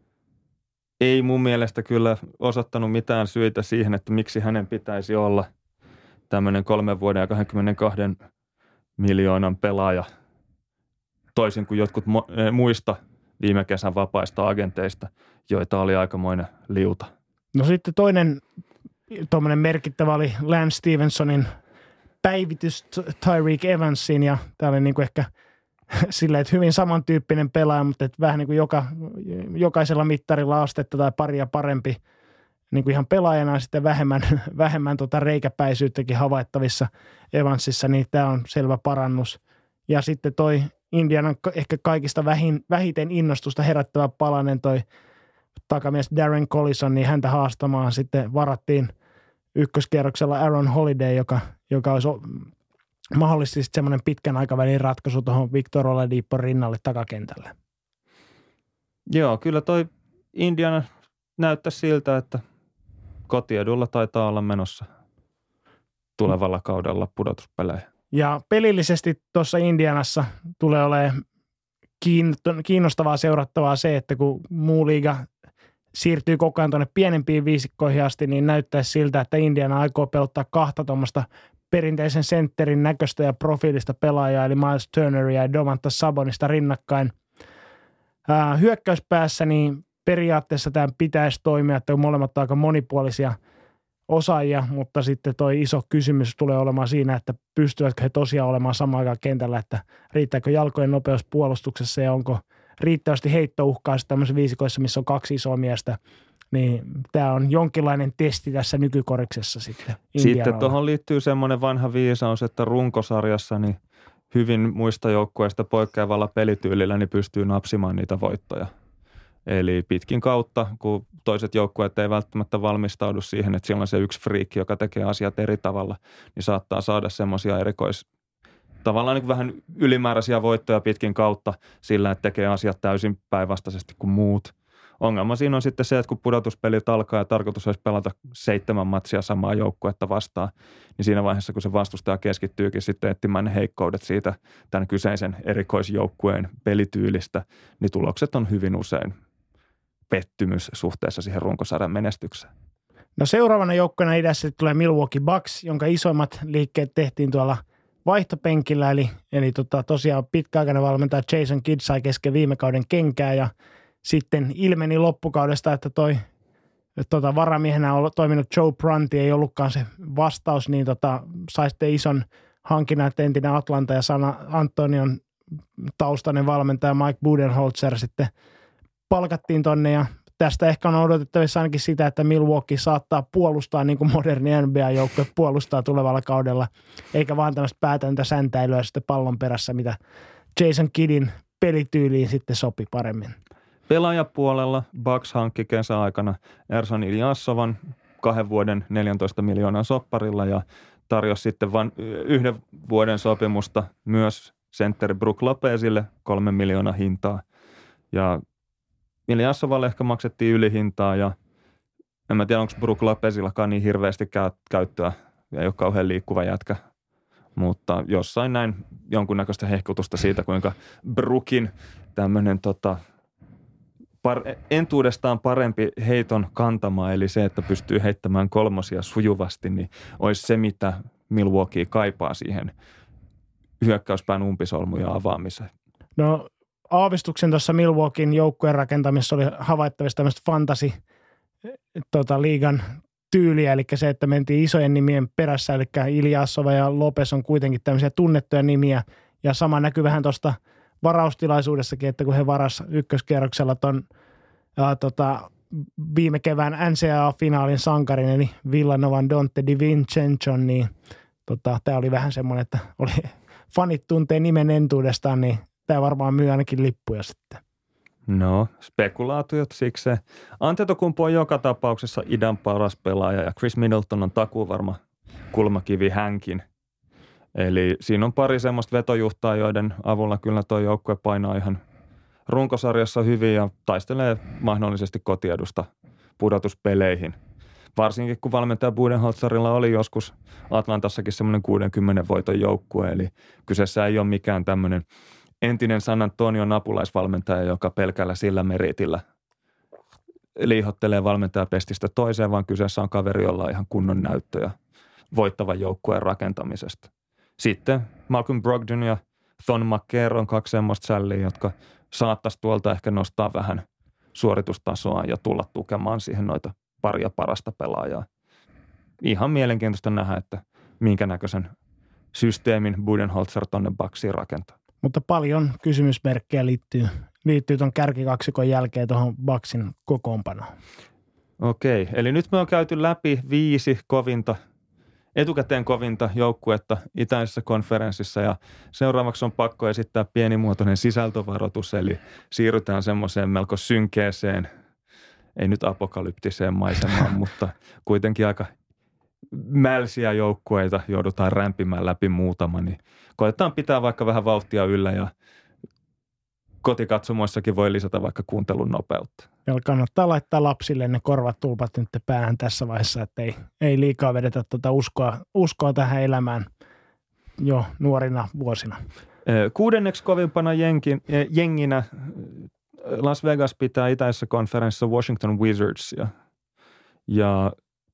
ei mun mielestä kyllä osoittanut mitään syitä siihen, että miksi hänen pitäisi olla tämmöinen kolmen vuoden ja kaksikymmentäkaksi miljoonan pelaaja, toisin kuin jotkut muista viime kesän vapaista agenteista, joita oli aikamoinen liuta. No sitten toinen tuommoinen merkittävä oli Lance Stevensonin päivitys Tyreek Evansiin, ja tämä oli niin kuin ehkä silleen, että hyvin samantyyppinen pelaaja, mutta että vähän niin kuin joka, jokaisella mittarilla astetta tai paria parempi niin kuin ihan pelaajana, sitten vähemmän, vähemmän tota reikäpäisyyttäkin havaittavissa Evansissa, niin tämä on selvä parannus. Ja sitten toi Indianan ehkä kaikista vähin, vähiten innostusta herättävä palanen, toi takamies Darren Collison, niin häntä haastamaan sitten varattiin ykköskierroksella Aaron Holiday, joka, joka olisi mahdollisesti semmoinen pitkän aikavälin ratkaisu tuohon Victor Oladipon rinnalle takakentälle. Joo, kyllä toi Indiana näyttää siltä, että kotiedulla taitaa olla menossa tulevalla kaudella pudotuspeleihin. Ja pelillisesti tuossa Indianassa tulee olemaan kiinnostavaa seurattavaa se, että kun muu liiga siirtyy koko ajan tuonne pienempiin viisikkoihin asti, niin näyttäisi siltä, että Indiana aikoo peluttaa kahta tuommoista perinteisen sentterin näköistä ja profiilista pelaajaa, eli Miles Turneria ja Domantas Sabonista rinnakkain. Ää, hyökkäyspäässä niin periaatteessa tämä pitäisi toimia, että molemmat on aika monipuolisia osaajia, mutta sitten toi iso kysymys tulee olemaan siinä, että pystyvätkö he tosiaan olemaan samaan aikaan kentällä, että riittääkö jalkojen nopeus puolustuksessa ja onko riittävästi heittouhkaa tämmöisissä viisikoissa, missä on kaksi isoa miestä, niin tämä on jonkinlainen testi tässä nykykoriksessa sitten. Sitten tuohon liittyy semmoinen vanha viisaus, että runkosarjassa niin hyvin muista joukkueista poikkeavalla pelityylillä niin pystyy napsimaan niitä voittoja. Eli pitkin kautta, kun toiset joukkueet ei välttämättä valmistaudu siihen, että silloin se yksi friikki, joka tekee asiat eri tavalla, niin saattaa saada semmoisia erikois, tavallaan niin vähän ylimääräisiä voittoja pitkin kautta sillä, että tekee asiat täysin päinvastaisesti kuin muut. Ongelma siinä on sitten se, että kun pudotuspelit alkaa ja tarkoitus olisi pelata seitsemän matsia samaa joukkuetta vastaan, niin siinä vaiheessa, kun se vastustaja keskittyykin sitten etsimään ne heikkoudet siitä tämän kyseisen erikoisjoukkueen pelityylistä, niin tulokset on hyvin usein pettymys suhteessa siihen runkosarjan menestykseen. No seuraavana joukkueena idässä tulee Milwaukee Bucks, jonka isoimmat liikkeet tehtiin tuolla vaihtopenkillä, eli, eli tota, tosiaan pitkäaikainen valmentaja Jason Kidd sai kesken viime kauden kenkää, ja sitten ilmeni loppukaudesta, että toi tota, varamiehenä on toiminut Joe Prunty ei ollutkaan se vastaus, niin tota, sai sitten ison hankinnan, että entinen Atlanta ja San Antonion taustainen valmentaja Mike Budenholzer sitten palkattiin tonne, ja tästä ehkä on odotettavissa ainakin sitä, että Milwaukee saattaa puolustaa niin kuin moderni N B A-joukkue puolustaa tulevalla kaudella, eikä vaan tämmöistä päätäntä säntäilyä sitten pallon perässä, mitä Jason Kiddin pelityyliin sitten sopi paremmin. Pelaajapuolella Bucks hankki kesäaikana Ersan Iljasovan kahden vuoden neljäntoista miljoonan sopparilla ja tarjosi sitten vain yhden vuoden sopimusta myös sentteri Brook Lopezille kolmen miljoonan hintaa. Ja Iljasovalle ehkä maksettiin ylihintaa ja en tiedä, onko Brook Lopezillakaan niin hirveästi käyttöä ja ei ole kauhean liikkuva jätkä Mutta jossain näin jonkunnäköistä hehkutusta siitä, kuinka Brookin tämmöinen tota, par- entuudestaan parempi heiton kantama, eli se, että pystyy heittämään kolmosia sujuvasti, niin olisi se, mitä Milwaukee kaipaa siihen hyökkäyspään umpisolmuja avaamiseen. No aavistuksen tuossa Milwaukeein joukkueen rakentamisessa oli havaittavissa tämmöistä fantasy tota, liigan tyyliä, eli se, että mentiin isojen nimien perässä, eli Iljasova ja Lopes on kuitenkin tämmöisiä tunnettuja nimiä, ja sama näkyy vähän tuosta varaustilaisuudessakin, että kun he varas ykköskierroksella ton ää, tota, viime kevään N C A A-finaalin sankarin, eli Villanovan Donte DiVincenzo, niin tota, tämä oli vähän semmoinen, että oli fanit tuntee nimen entuudestaan, niin tämä varmaan myy ainakin lippuja sitten. No, spekulaatiot siksi. Antetokounmpo on joka tapauksessa idän paras pelaaja ja Chris Middleton on takuuvarma kulmakivi hänkin. Eli siinä on pari semmoista vetojuhtaa, joiden avulla kyllä tuo joukkue painaa ihan runkosarjassa hyvin ja taistelee mahdollisesti kotiedusta pudotuspeleihin. Varsinkin kun valmentaja Budenholzerilla oli joskus Atlantassakin semmoinen kuudenkymmenen voiton joukkue, eli kyseessä ei ole mikään tämmöinen entinen San Antonion apulaisvalmentaja, joka pelkällä sillä meritillä liihottelee valmentajapestistä toiseen, vaan kyseessä on kaveri, jolla on ihan kunnon näyttöjä voittavan joukkueen rakentamisesta. Sitten Malcolm Brogdon ja Thon Maker on kaksi semmoista sälliä, jotka saattaisi tuolta ehkä nostaa vähän suoritustasoa ja tulla tukemaan siihen noita paria parasta pelaajaa. Ihan mielenkiintoista nähdä, että minkä näköisen systeemin Budenholzer tonne Bucksiin rakentaa. Mutta paljon kysymysmerkkejä liittyy, liittyy tuon kärkikaksikon jälkeen tuohon Bucksin kokoonpanoon. Okei, eli nyt me on käyty läpi viisi kovinta, etukäteen kovinta joukkuetta itäisessä konferenssissa ja seuraavaksi on pakko esittää pienimuotoinen sisältövaroitus, eli siirrytään semmoiseen melko synkeeseen, ei nyt apokalyptiseen maisemaan, mutta kuitenkin aika mälsiä joukkueita joudutaan rämpimään läpi muutama, niin koetetaan pitää vaikka vähän vauhtia yllä ja kotikatsomoissakin voi lisätä vaikka kuuntelun nopeutta. Ja kannattaa laittaa lapsille ne korvat tulpat nyt päähän tässä vaiheessa, että ei, ei liikaa vedetä tuota uskoa, uskoa tähän elämään jo nuorina vuosina. Kuudenneksi kovimpana jenkin, jenginä Las Vegas pitää itäisessä konferenssissa Washington Wizardsia ja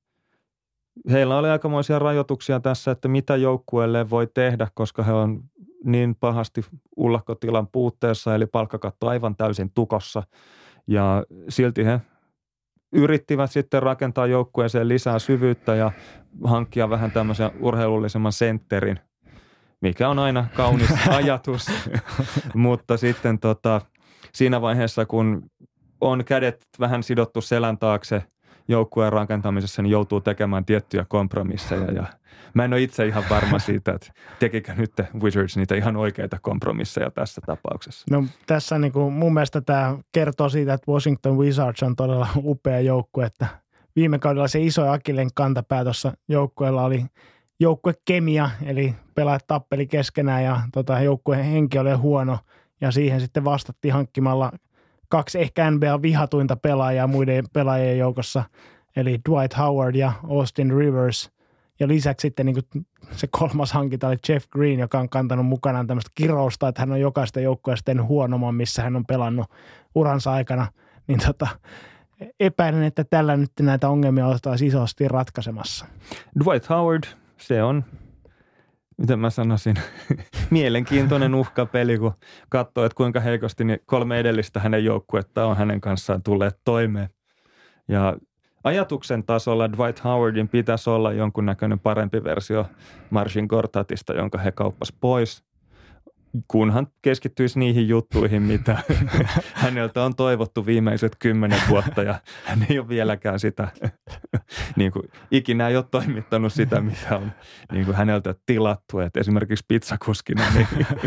heillä oli aikamoisia rajoituksia tässä, että mitä joukkueelle voi tehdä, koska he on niin pahasti ullakkotilan puutteessa, eli palkkakatto aivan täysin tukossa. Ja silti he yrittivät sitten rakentaa joukkueeseen lisää syvyyttä ja hankkia vähän tämmöisen urheilullisemman sentterin, mikä on aina kaunis ajatus. Mutta sitten tota, siinä vaiheessa, kun on kädet vähän sidottu selän taakse joukkueen rakentamisessa, niin joutuu tekemään tiettyjä kompromisseja ja mä en ole itse ihan varma siitä, että tekikö nyt Wizards niitä ihan oikeita kompromisseja tässä tapauksessa. No tässä niin kuin mun mielestä tämä kertoo siitä, että Washington Wizards on todella upea joukkue, että viime kaudella se iso akilleen kantapää tuossa joukkueella oli joukkuekemia, eli pelaajat tappeli keskenään ja tota, joukkueen henki oli huono ja siihen sitten vastattiin hankkimalla kaksi ehkä N B A-vihatuinta pelaajaa muiden pelaajien joukossa, eli Dwight Howard ja Austin Rivers. Ja lisäksi sitten niin kuin se kolmas hankinta oli Jeff Green, joka on kantanut mukanaan tämmöistä kirousta, että hän on jokaista joukkueesta tehnyt huonomman, missä hän on pelannut uransa aikana. Niin tota, epäilen, että tällä nyt näitä ongelmia oltaisiin isosti ratkaisemassa. Dwight Howard, se on, miten mä sanoisin, mielenkiintoinen uhkapeli, kun katsoo, että kuinka heikosti niin kolme edellistä hänen joukkuetta on hänen kanssaan tulleet toimeen. Ja ajatuksen tasolla Dwight Howardin pitäisi olla jonkunnäköinen parempi versio Marcin Gortatista, jonka he kauppasi pois, kunhan keskittyisi niihin juttuihin, mitä häneltä on toivottu viimeiset kymmenen vuotta ja hän ei ole vieläkään sitä, niin kuin, ikinä ei ole toimittanut sitä, mitä on niin kuin häneltä tilattu. Et esimerkiksi pizzakuskina niin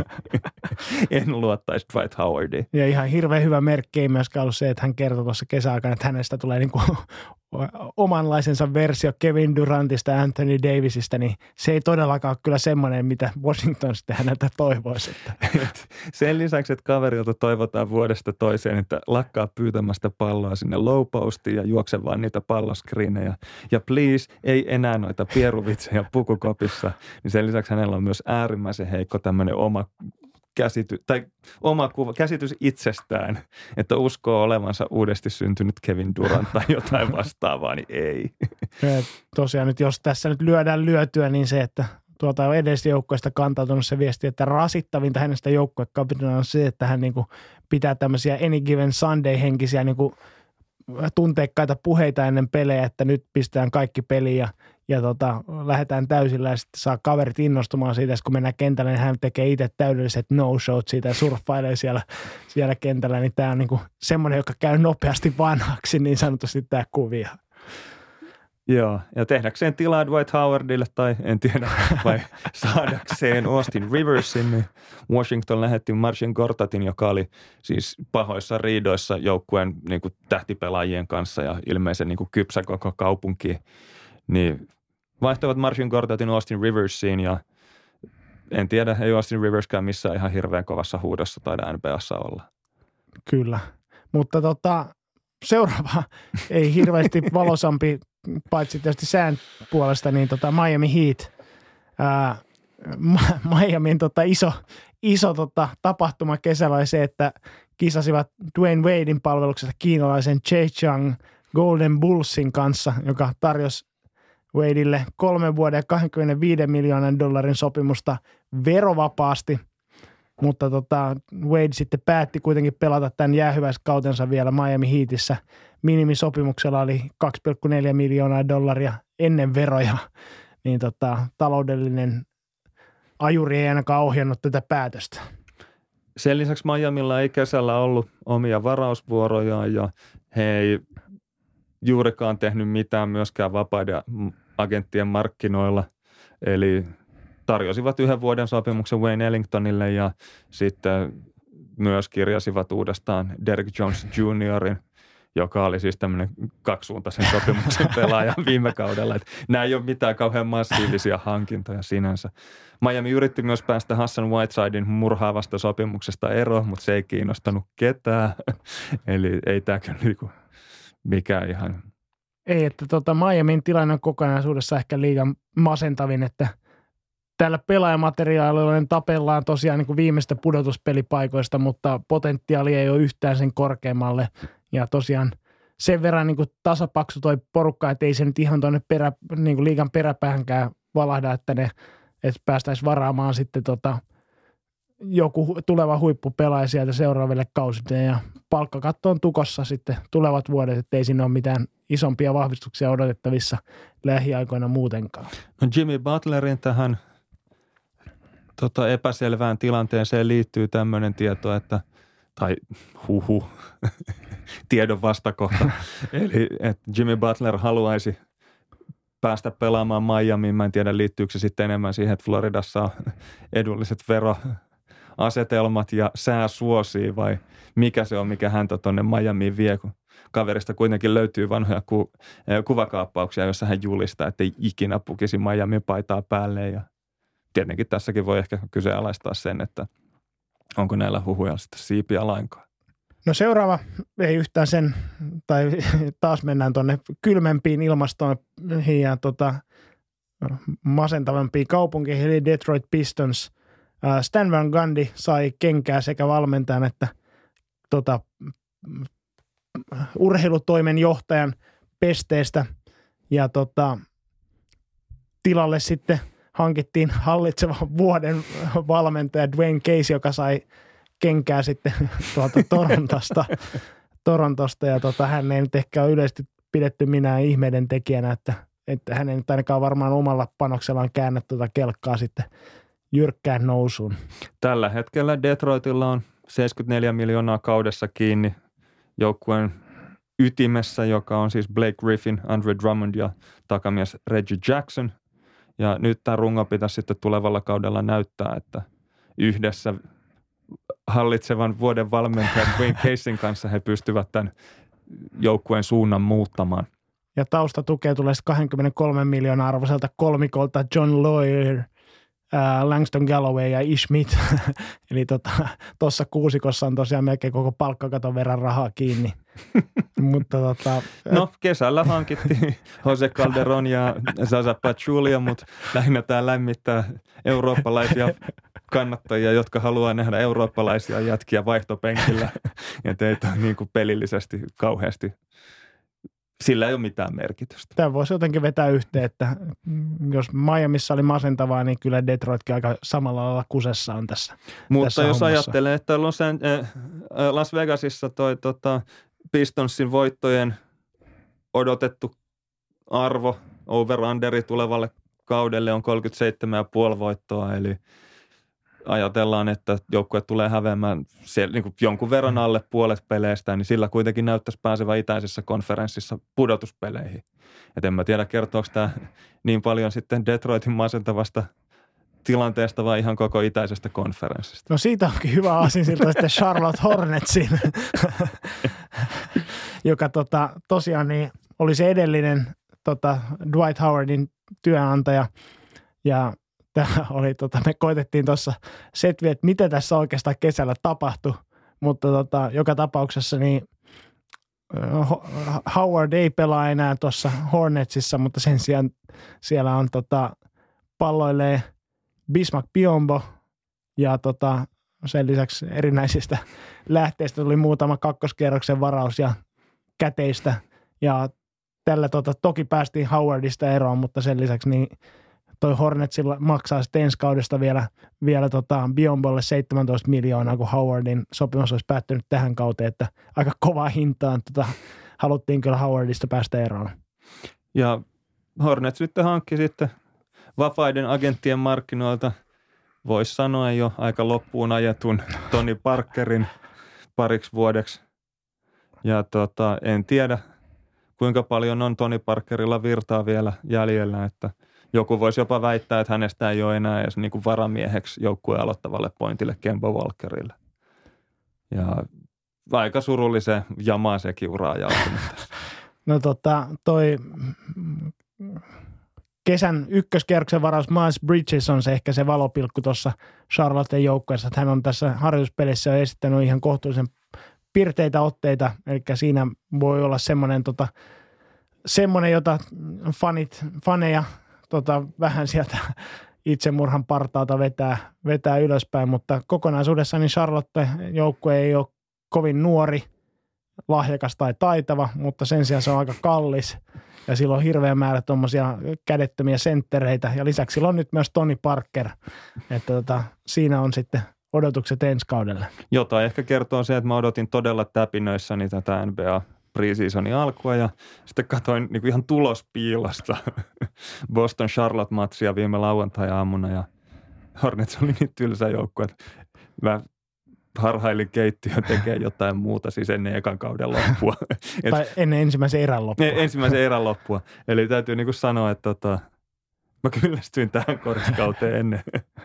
en luottaisi Dwight Howardiin. Ja ihan hirveän hyvä merkki ei myöskään ollut se, että hän kertoi tuossa kesäaikana, että hänestä tulee niin kuin omanlaisensa versio Kevin Durantista ja Anthony Davisista, niin se ei todellakaan ole kyllä semmoinen, mitä Washington sitten häneltä toivoisi. Että. Sen lisäksi, että kaverilta toivotaan vuodesta toiseen, että lakkaa pyytämästä palloa sinne low postiin ja juokse vaan niitä palloskriinejä. Ja please, ei enää noita pieruvitsejä pukukopissa. Niin sen lisäksi hänellä on myös äärimmäisen heikko tämmöinen oma käsitys, tai oma kuva, käsitys itsestään, että uskoo olevansa uudesti syntynyt Kevin Durant tai jotain vastaavaa, niin ei. Ja tosiaan nyt, jos tässä nyt lyödään lyötyä, niin se, että tuolta on edellisestä joukkueesta kantautunut se viesti, että rasittavinta hänestä joukkuekapitana on se, että hän niin kuin pitää tämmöisiä Any Given Sunday-henkisiä niin kuin tunteikkaita puheita ennen pelejä, että nyt pistetään kaikki peliin ja, ja tota, lähdetään täysillä ja sitten saa kaverit innostumaan siitä, kun mennään kentälle, niin hän tekee itse täydelliset no-showt siitä ja surffailee siellä, siellä kentällä, niin tämä on niinku semmoinen, joka käy nopeasti vanhaksi, niin sanotusti tämä kuvia. Joo, ja tehdäkseen tilaa Dwight Howardille tai en tiedä, vai saadakseen Austin Riversin, niin Washington lähetti Marcin Gortatin, joka oli siis pahoissa riidoissa joukkueen niin kuin tähtipelaajien kanssa ja ilmeisen niin kuin kypsä koko kaupunki, niin vaihtoivat Marcin Gortatin Austin Riversiin ja en tiedä, ei Austin Riverskään missään ihan hirveän kovassa huudossa taida N B A:ssa olla. Kyllä, mutta tota, seuraava ei hirveästi valosampi, paitsi tietysti sään puolesta, niin tota Miami Heat. Ää, Miamin tota iso, iso tota tapahtuma kesällä oli se, että kisasivat Dwayne Wadein palveluksessa kiinalaisen Zhejiang Golden Bullsin kanssa, joka tarjosi Wadeille kolmen vuoden ja kaksikymmentäviisi miljoonan dollarin sopimusta verovapaasti. Mutta tota, Wade sitten päätti kuitenkin pelata tämän jäähyväiskautensa vielä Miami Heatissä. Minimisopimuksella oli kaksi pilkku neljä miljoonaa dollaria ennen veroja, niin tota, taloudellinen ajuri ei ainakaan ohjannut tätä päätöstä. Sen lisäksi Miamilla ei kesällä ollut omia varausvuorojaan ja he ei juurikaan tehnyt mitään myöskään vapaiden agenttien markkinoilla, eli tarjosivat yhden vuoden sopimuksen Wayne Ellingtonille ja sitten myös kirjasivat uudestaan Derrick Jones juniorin, joka oli siis tämmöinen kaksisuuntaisen sopimuksen pelaaja viime kaudella. Että nämä ei ole mitään kauhean massiivisia hankintoja sinänsä. Miami yritti myös päästä Hassan Whitesidein murhaavasta sopimuksesta eroon, mutta se ei kiinnostanut ketään. Eli ei tämä kyllä niinku mikään ihan. Ei, että tota Miamin tilanne on kokonaisuudessa ehkä liigan masentavin, että tällä pelaajamateriaalilla tapellaan tosiaan niin kuin viimeistä pudotuspelipaikoista, mutta potentiaali ei ole yhtään sen korkeammalle. Ja tosiaan sen verran niin kuin tasapaksu toi porukka, että ei se nyt ihan tuonne perä, niin kuin liigan peräpäänkään valahda, että ne että päästäisiin varaamaan sitten tota, joku tuleva huippupelaaja sieltä seuraaville kausille. Ja palkkakatto on tukossa sitten tulevat vuodet, että ei siinä ole mitään isompia vahvistuksia odotettavissa lähiaikoina muutenkaan. No Jimmy Butlerin tähän tota, epäselvään tilanteeseen liittyy tämmöinen tieto, että tai huhu, tiedon vastakohta. Eli että Jimmy Butler haluaisi päästä pelaamaan Miamiin. Mä en tiedä, liittyykö se sitten enemmän siihen, että Floridassa on edulliset veroasetelmat ja sää suosii vai mikä se on, mikä häntä tuonne Miamiin vie, kun kaverista kuitenkin löytyy vanhoja ku, kuvakaappauksia, joissa hän julistaa, että ei ikinä pukisi Miamin paitaa päälle. Ja tietenkin tässäkin voi ehkä kyseenalaistaa sen, että onko näillä huhuilla sitten siipiä lainkaan. No seuraava ei yhtään sen, tai taas mennään tuonne kylmempiin ilmastoihin ja tota, masentavampiin kaupunkeihin, eli Detroit Pistons. Stan Van Gundy sai kenkää sekä valmentajan että tota, urheilutoimen johtajan pesteestä ja tota, tilalle sitten hankittiin hallitseva vuoden valmentaja Dwayne Casey, joka sai kenkää sitten tuolta Torontosta, Torontosta ja tota, hän ei nyt ehkä ole yleisesti pidetty minään ihmeiden tekijänä, että, että hän ei nyt ainakaan varmaan omalla panoksellaan käännä tuota kelkkaa sitten jyrkkään nousuun. Tällä hetkellä Detroitilla on seitsemänkymmentäneljä miljoonaa kaudessa kiinni joukkueen ytimessä, joka on siis Blake Griffin, Andre Drummond ja takamies Reggie Jackson. Ja nyt tämä rungo pitäisi sitten tulevalla kaudella näyttää, että yhdessä hallitsevan vuoden valmentajan Dwayne Caseyn kanssa he pystyvät tämän joukkueen suunnan muuttamaan. ja taustatukea tulee sitten kaksikymmentäkolme miljoonaa arvoiselta kolmikolta John Lawyer, ää, Langston Galloway ja Ish Smith. Eli tuossa tota, kuusikossa on tosiaan melkein koko palkkakaton verran rahaa kiinni. Mutta tota, no kesällä hankittiin Jose Calderon ja Zaza Pachulia, mutta lähinnä tämä lämmittää eurooppalaisia kannattajia, jotka haluaa nähdä eurooppalaisia jätkiä vaihtopenkillä. Ja teitä on niin kuin pelillisesti kauheasti. Sillä ei ole mitään merkitystä. Tämä voisi jotenkin vetää yhteen, että jos Miamiissa oli masentavaa, niin kyllä Detroitkin aika samalla lailla kusessa on tässä. Mutta tässä jos hommassa. ajattelee, että Los, äh, Las Vegasissa toi tota, Pistonsin voittojen odotettu arvo over-underi tulevalle kaudelle on kolmekymmentäseitsemän pilkku viisi voittoa, eli ajatellaan, että joukkue tulee häveämään siellä, niin kuin jonkun verran alle puolet peleistä, niin sillä kuitenkin näyttäisi pääsevä itäisessä konferenssissa pudotuspeleihin. Et en mä tiedä, kertooko tämä niin paljon sitten Detroitin masentavasta tilanteesta vai ihan koko itäisestä konferenssista. No siitä onkin hyvä aasinsilta sitten Charlotte Hornetsin, joka tota, tosiaan niin oli se edellinen tota, Dwight Howardin työnantaja ja tämä oli, tota, me koitettiin tuossa setviä, että mitä tässä oikeastaan kesällä tapahtui, mutta tota, joka tapauksessa niin Howard ei pelaa enää tuossa Hornetsissa, mutta sen sijaan siellä on tota, palloilee Bismack Biyombo ja tota, sen lisäksi erinäisistä lähteistä tuli muutama kakkoskierroksen varaus ja käteistä ja tällä tota, toki päästiin Howardista eroon, mutta sen lisäksi niin toi Hornetsilla maksaa sitten ensi kaudesta vielä, vielä tota Biyombolle seitsemäntoista miljoonaa, kun Howardin sopimus olisi päättynyt tähän kauteen, että aika kovaa hintaan tota, haluttiin kyllä Howardista päästä eroon. Ja Hornets sitten hankki sitten vapaiden agenttien markkinoilta, voisi sanoa jo aika loppuun ajetun Tony Parkerin pariksi vuodeksi. Ja tota, en tiedä, kuinka paljon on Tony Parkerilla virtaa vielä jäljellä, että joku voisi jopa väittää, että hänestä ei ole enää edes niin kuin varamieheksi joukkueen aloittavalle pointille Kemba Walkerille. Ja aika surullisen jamaa sekin uraa jautunut tässä. No tota, toi kesän ykköskierroksen varaus Miles Bridges on se ehkä se valopilkku tuossa Charlotten joukkueessa. Hän on tässä harjoituspelissä jo esittänyt ihan kohtuullisen pirteitä otteita, eli siinä voi olla semmoinen, tota, semmoinen jota fanit, faneja tota, vähän sieltä itsemurhan partaalta vetää, vetää ylöspäin, mutta kokonaisuudessaan niin Charlotte-joukkue ei ole kovin nuori, lahjakas tai taitava, mutta sen sijaan se on aika kallis ja sillä on hirveä määrä tuommoisia kädettömiä senttereitä ja lisäksi sillä on nyt myös Tony Parker, että tota, siinä on sitten odotukset ensi kaudelle. Jota ehkä kertoo se, että mä odotin todella täpinöissäni tätä N B A preseasonin alkua ja sitten katsoin niin kuin ihan tulospiilosta Boston Charlotte-matsia viime lauantai-aamuna ja Hornets oli niin tylsä joukkue, että mä harhailin keittiöön tekee jotain muuta siis ennen ekan kauden loppua. Tai ennen ensimmäisen erän loppua. Ensimmäisen erän loppua. Eli täytyy niin kuin sanoa, että tota, mä kyllästyin tähän koriskauteen ennen,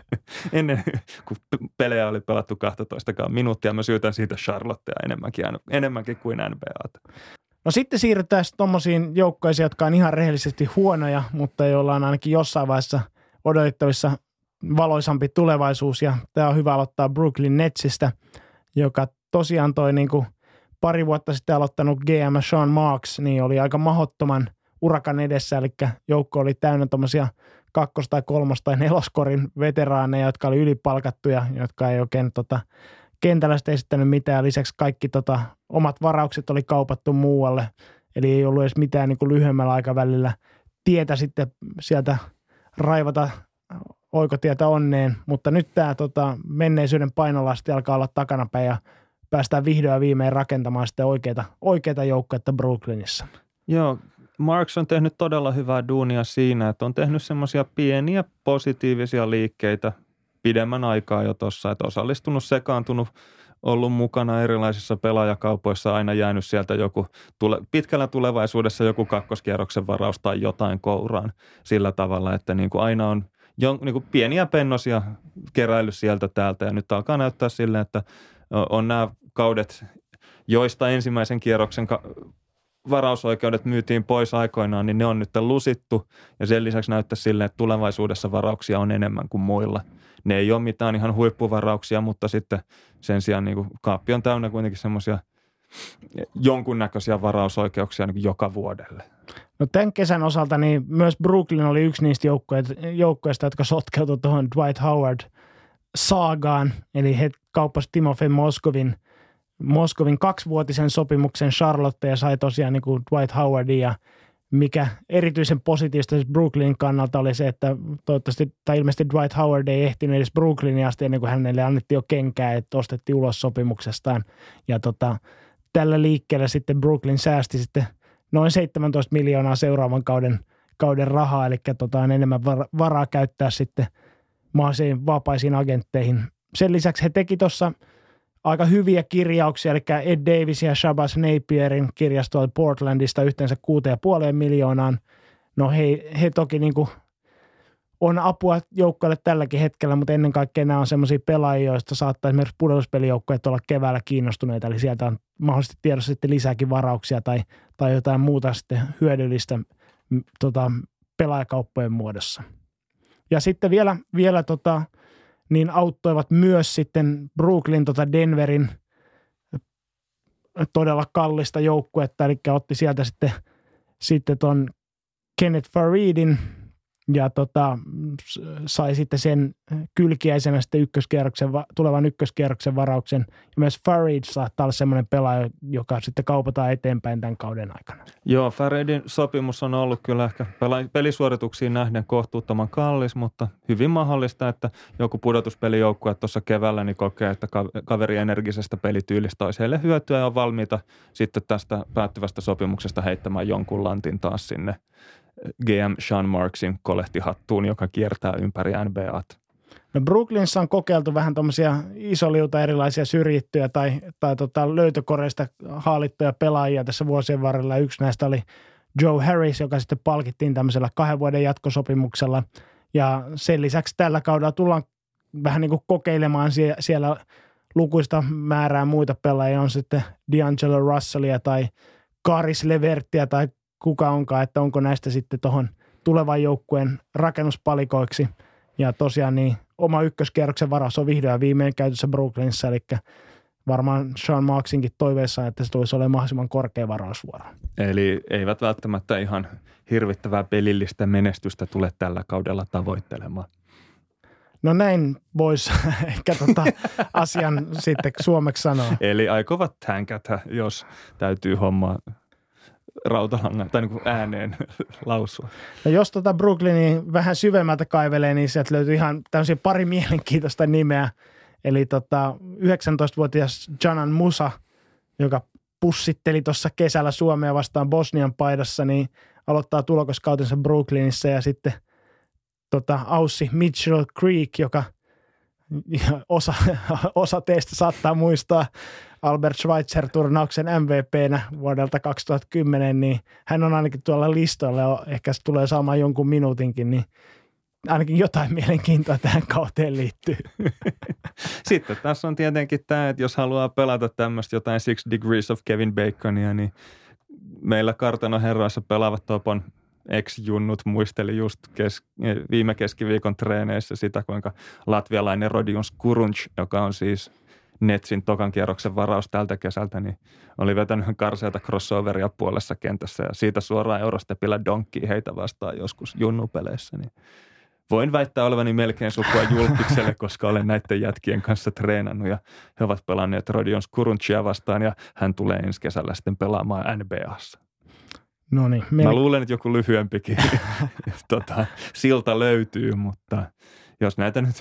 ennen kun pelejä oli pelattu kaksitoista minuuttia. Mä syytän siitä Charlottea enemmänkin, enemmänkin kuin N B A:ta. No sitten siirrytään tuommoisiin joukkoisiin, jotka on ihan rehellisesti huonoja, mutta joilla on ainakin jossain vaiheessa odotettavissa valoisampi tulevaisuus. Ja tämä on hyvä aloittaa Brooklyn Netsistä, joka tosiaan toi niin kuin pari vuotta sitten aloittanut G M Sean Marks, niin oli aika mahdottoman urakan edessä, eli joukko oli täynnä tuommoisia kakkos- tai kolmos- tai neloskorin veteraaneja, jotka oli ylipalkattuja, jotka ei oikein tota, kentällä sitten esittänyt mitään. Lisäksi kaikki tota, omat varaukset oli kaupattu muualle, eli ei ollut edes mitään niin kuin lyhyemmällä aikavälillä tietä sitten sieltä raivata oikotietä onneen, mutta nyt tämä tota, menneisyyden painolasti alkaa olla takanapäin ja päästään vihdoin ja viimein rakentamaan sitten oikeita, oikeita joukkuetta Brooklynissa. Joo, Marks on tehnyt todella hyvää duunia siinä, että on tehnyt semmoisia pieniä positiivisia liikkeitä pidemmän aikaa jo tuossa, että osallistunut, sekaantunut, ollut mukana erilaisissa pelaajakaupoissa, aina jäänyt sieltä joku, tule, pitkällä tulevaisuudessa joku kakkoskierroksen varaus tai jotain kouraan sillä tavalla, että niin kuin aina on jo, niin kuin pieniä pennosia keräillyt sieltä täältä ja nyt alkaa näyttää silleen, että on nämä kaudet, joista ensimmäisen kierroksen varausoikeudet myytiin pois aikoinaan, niin ne on nyt lusittu ja sen lisäksi näyttää silleen, että tulevaisuudessa varauksia on enemmän kuin muilla. Ne ei ole mitään ihan huippuvarauksia, mutta sitten sen sijaan niin kuin kaappi on täynnä kuitenkin semmoisia jonkunnäköisiä varausoikeuksia niin kuin joka vuodelle. No tämän kesän osalta niin myös Brooklyn oli yksi niistä joukkueista, jotka sotkeutui tuohon Dwight Howard-saagaan. Eli he kauppasivat Timofey Moskovin, Moskovin kaksivuotisen sopimuksen Charlotte ja sai tosiaan niin kuin Dwight Howardin. Ja mikä erityisen positiivista Brooklynin kannalta oli se, että toivottavasti tai ilmeisesti Dwight Howard ei ehtinyt edes Brooklynin asti ennen kuin hänelle annettiin jo kenkää, että ostettiin ulos sopimuksestaan. Ja tota, tällä liikkeellä sitten Brooklyn säästi sitten noin seitsemäntoista miljoonaa seuraavan kauden, kauden rahaa, eli tota on enemmän varaa käyttää sitten mahdollisiin vapaisiin agentteihin. Sen lisäksi he teki tuossa aika hyviä kirjauksia, eli Ed Davis ja Shabazz Napierin kirjasto Portlandista yhteensä kuusi pilkku viisi miljoonaan. No he, he toki niin kuin on apua joukkoille tälläkin hetkellä, mutta ennen kaikkea nämä on semmoisia pelaajia, joista saattaa esimerkiksi pudotuspelijoukkoja olla keväällä kiinnostuneita, eli sieltä on mahdollisesti tiedossa sitten lisääkin varauksia tai, tai jotain muuta sitten hyödyllistä tota, pelaajakauppojen muodossa. Ja sitten vielä, vielä tota, niin auttoivat myös sitten Brooklyn tota Denverin todella kallista joukkuetta, eli otti sieltä sitten, sitten ton Kenneth Faridin, ja tota, sai sitten sen kylkiäisenä sitten ykköskierroksen, tulevan ykköskierroksen varauksen. Ja myös Farid saattaa olla semmoinen pelaaja, joka sitten kaupataan eteenpäin tämän kauden aikana. Joo, Faridin sopimus on ollut kyllä ehkä pelisuorituksiin nähden kohtuuttoman kallis, mutta hyvin mahdollista, että joku pudotuspelijoukkue tuossa keväällä niin kokee, että kaveri energisestä pelityylistä olisi heille hyötyä ja on valmiita sitten tästä päättyvästä sopimuksesta heittämään jonkun lantin taas sinne G M Sean Marksin kolehtihattuun, joka kiertää ympäri N B A:ta. No Brooklynissa on kokeiltu vähän tuommoisia isoliuta erilaisia syrjittyjä tai, tai tota löytökoreista haalittuja pelaajia tässä vuosien varrella. Yksi näistä oli Joe Harris, joka sitten palkittiin tämmöisellä kahden vuoden jatkosopimuksella. Ja sen lisäksi tällä kaudella tullaan vähän niin kuin kokeilemaan sie- siellä lukuista määrää muita pelaajia. On sitten D'Angelo Russellia tai Caris LeVerttiä tai kuka onkaan, että onko näistä sitten tuohon tulevan joukkueen rakennuspalikoiksi. Ja tosiaan niin oma ykköskierroksen varaus on vihdoin ja viimein käytössä Brooklynissa, eli varmaan Sean Marksinkin toiveessa, että se tulisi olemaan mahdollisimman korkea varausvuoro. Eli eivät välttämättä ihan hirvittävää pelillistä menestystä tule tällä kaudella tavoittelemaan. No näin voisi ehkä tota asian sitten suomeksi sanoa. Eli aikovat tänkätä, jos täytyy hommaa rautalangan tai niin kuin ääneen lausua. No jos tota Brooklynin vähän syvemmältä kaivelee, niin sieltä löytyy ihan tämmöisiä pari mielenkiintoista nimeä. Eli tota yhdeksäntoistavuotias Janan Musa, joka pussitteli tuossa kesällä Suomea vastaan Bosnian paidassa, niin aloittaa tulokaskautensa Brooklynissa ja sitten tota Aussi Mitchell Creek, joka osa, osa teistä saattaa muistaa Albert Schweitzer-turnauksen M V P:nä vuodelta kaksituhattakymmenen, niin hän on ainakin tuolla listoilla ja ehkä se tulee saamaan jonkun minuutinkin, niin ainakin jotain mielenkiintoa tähän kauteen liittyy. Sitten tässä on tietenkin tämä, että jos haluaa pelata tämmöistä jotain Six Degrees of Kevin Baconia, niin meillä Kartano herroissa pelaavat Topon ex-junnut muisteli just kes, viime keskiviikon treeneissä sitä, kuinka latvialainen Rodion Skurunc, joka on siis Netsin tokan kierroksen varaus tältä kesältä, niin oli vetänyt karseata crossoveria puolessa kentässä ja siitä suoraan Eurostepillä donkkiin heitä vastaan joskus junnupeleissä. Niin voin väittää olevani melkein sukua julkikselle, koska olen näiden jätkien kanssa treenannut ja he ovat pelanneet Rodion Skuruncia vastaan ja hän tulee ensi kesällä sitten pelaamaan N B A:ssa. No niin, mel- Mä luulen, että joku lyhyempikin tota, silta löytyy, mutta jos näitä nyt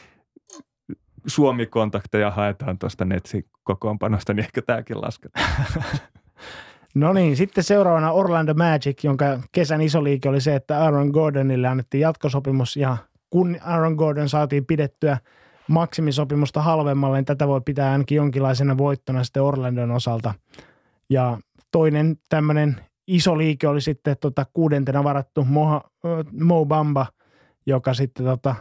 Suomi-kontakteja haetaan tuosta Netsin kokoonpanosta, niin ehkä tämäkin lasketaan. No niin, sitten seuraavana Orlando Magic, jonka kesän iso liike oli se, että Aaron Gordonille annettiin jatkosopimus ja kun Aaron Gordon saatiin pidettyä maksimisopimusta halvemmalle, niin tätä voi pitää ainakin jonkinlaisena voittona sitten Orlandon osalta. Ja toinen tämmöinen iso liike oli sitten tota kuudentena varattu Mo, Mo Bamba, joka sitten tota,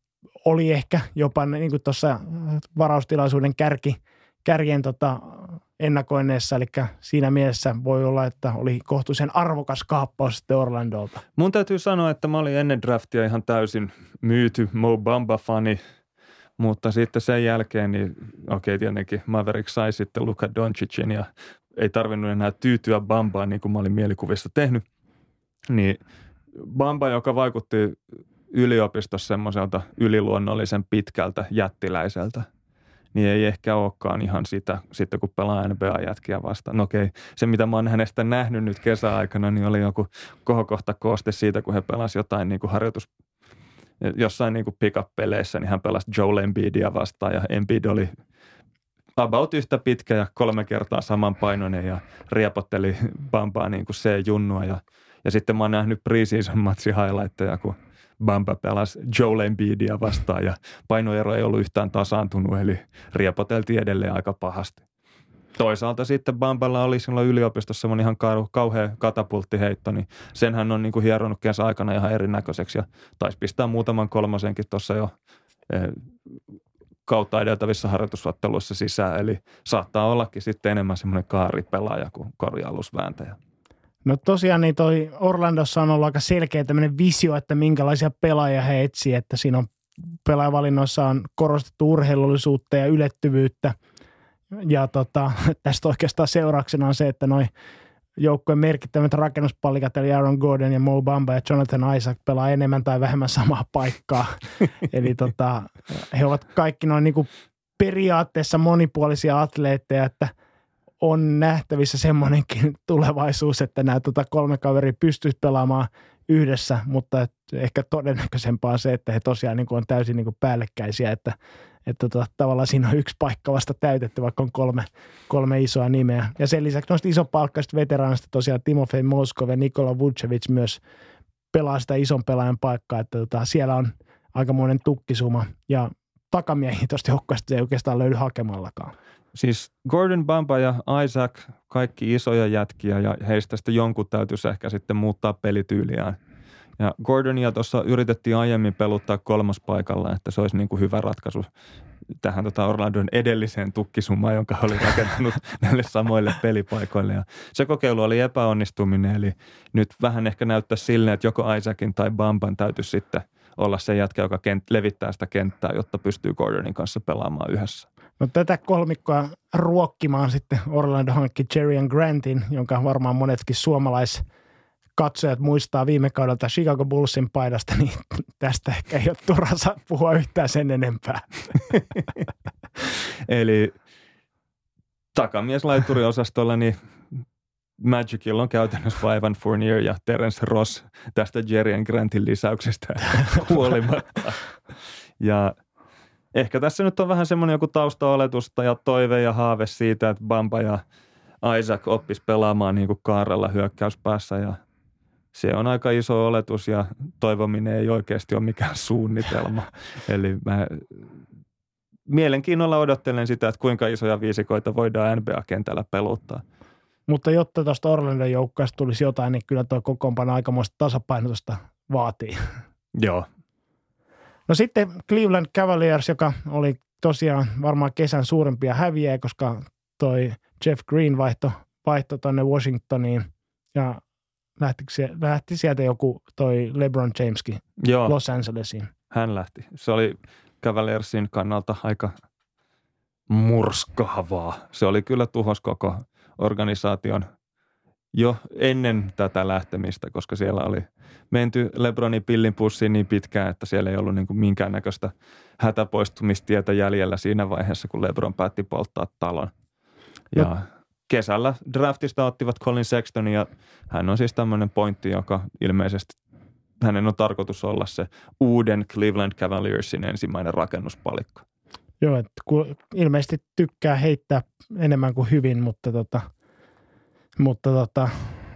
oli ehkä jopa niin kuin tuossa varaustilaisuuden kärki, kärjen tota, ennakoinneissa, eli siinä mielessä voi olla, että oli kohtuullisen arvokas kaappaus sitten Orlandolta. Mun täytyy sanoa, että mä olin ennen draftia ihan täysin myyty Mo Bamba-fani, mutta sitten sen jälkeen, niin okei okay, tietenkin Mavericks sai sitten Luka Doncicin ja ei tarvinnut enää tyytyä Bambaan niin kuin mä olin mielikuvissa tehnyt. Niin Bamba, joka vaikutti yliopistossa semmoiselta yliluonnollisen pitkältä jättiläiseltä, niin ei ehkä olekaan ihan sitä, sitten kun pelaa N B A-jätkiä vastaan. No okei, se mitä mä oon hänestä nähnyt nyt kesäaikana, niin oli joku kohokohta kooste siitä, kun he pelasivat jotain niin kuin harjoitus, jossain niin kuin pick-up-peleissä, niin hän pelasi Joel Embiidia vastaan ja Embiid oli about yhtä pitkä ja kolme kertaa samanpainoinen ja riepotteli Bambaa niin kuin C-junnua ja, ja sitten mä oon nähnyt preseason matsi highlightteja, kun Bamba pelasi Joel Embiidia vastaan ja painoero ei ollut yhtään tasaantunut, eli riepoteltiin edelleen aika pahasti. Toisaalta sitten Bamballa oli silloin yliopistossa semmoinen ihan kauhea katapulttiheitto, niin sen hän on niin kuin hieronut kesä aikana ihan erinäköiseksi ja taisi pistää muutaman kolmosenkin tuossa jo eh, kautta edeltävissä harjoitusotteluissa sisään, eli saattaa ollakin sitten enemmän semmoinen kaaripelaaja kuin korjaalusvääntäjä. No tosiaan niin toi Orlandossa on ollut aika selkeä tämmöinen visio, että minkälaisia pelaajia he etsii, että siinä on pelaajavalinnoissa on korostettu urheilullisuutta ja ylettyvyyttä. Ja tota, tästä oikeastaan seurauksena on se, että noi joukkueen merkittävät rakennuspallikat, eli Aaron Gordon ja Mo Bamba ja Jonathan Isaac pelaa enemmän tai vähemmän samaa paikkaa. Eli tota, he ovat kaikki noin niinku periaatteessa monipuolisia atleetteja, että on nähtävissä semmoinenkin tulevaisuus, että nämä tota kolme kaveria pystyisi pelaamaan yhdessä, mutta ehkä todennäköisempää on se, että he tosiaan niin kuin on täysin niin kuin päällekkäisiä, että, että tota, tavallaan siinä on yksi paikka vasta täytetty, vaikka on kolme, kolme isoa nimeä. Ja sen lisäksi noista isopalkkaisista veteraanista tosiaan Timofey Moskov ja Nikola Vucevic myös pelaa sitä ison pelaajan paikkaa, että tota, siellä on aikamoinen tukkisuma ja takamiehiä tuosta joukkueesta ei oikeastaan löydy hakemallakaan. Siis Gordon, Bamba ja Isaac, kaikki isoja jätkiä ja heistä sitten jonkun täytyisi ehkä sitten muuttaa pelityyliään. Ja Gordonia tuossa yritettiin aiemmin peluttaa kolmospaikalla, että se olisi niin kuin hyvä ratkaisu tähän tota Orlandon edelliseen tukkisummaan, jonka oli rakentanut näille samoille pelipaikoille. Ja se kokeilu oli epäonnistuminen, eli nyt vähän ehkä näyttää silleen, että joko Isaacin tai Bamban täytyisi sitten olla se jätkä, joka kent- levittää sitä kenttää, jotta pystyy Gordonin kanssa pelaamaan yhdessä. No tätä kolmikkoa ruokkimaan sitten Orlando hankki Jerian Grantin, jonka varmaan monetkin suomalaiskatsojat muistaa viime kaudelta Chicago Bullsin paidasta, niin tästä ehkä ei ole turha puhua yhtään sen enempää. Eli takamieslaituriosastolla niin Magicilla on käytännössä Ivan Fournier ja Terence Ross tästä Jerian Grantin lisäyksestä huolimatta. Ja ehkä tässä nyt on vähän semmoinen joku taustaoletusta ja toive ja haave siitä, että Bamba ja Isaac oppis pelaamaan niin kuin kaarella hyökkäyspäässä ja se on aika iso oletus ja toivominen ei oikeasti ole mikään suunnitelma. Eli mä mielenkiinnolla odottelen sitä, että kuinka isoja viisikoita voidaan N B A-kentällä peluttaa. Mutta jotta tuosta Orlandon joukkueesta tulisi jotain, niin kyllä tuo kokoonpano aikamoista tasapainotusta vaatii. Joo. No sitten Cleveland Cavaliers, joka oli tosiaan varmaan kesän suurimpia häviäjiä, koska toi Jeff Green vaihto, vaihto tuonne Washingtoniin ja lähti, lähti sieltä joku toi LeBron Jameskin Joo. Los Angelesiin. Hän lähti. Se oli Cavaliersin kannalta aika murskaavaa. Se oli kyllä tuhos koko organisaation jo ennen tätä lähtemistä, koska siellä oli menty LeBronin pillin pussiin niin pitkään, että siellä ei ollut niin kuin minkäännäköistä hätäpoistumistietä jäljellä siinä vaiheessa, kun LeBron päätti polttaa talon. Ja no. Kesällä draftista ottivat Colin Sextonin ja hän on siis tämmöinen pointti, joka ilmeisesti hänen on tarkoitus olla se uuden Cleveland Cavaliersin ensimmäinen rakennuspalikka. Joo, että ilmeisesti tykkää heittää enemmän kuin hyvin, mutta tota, mutta tota,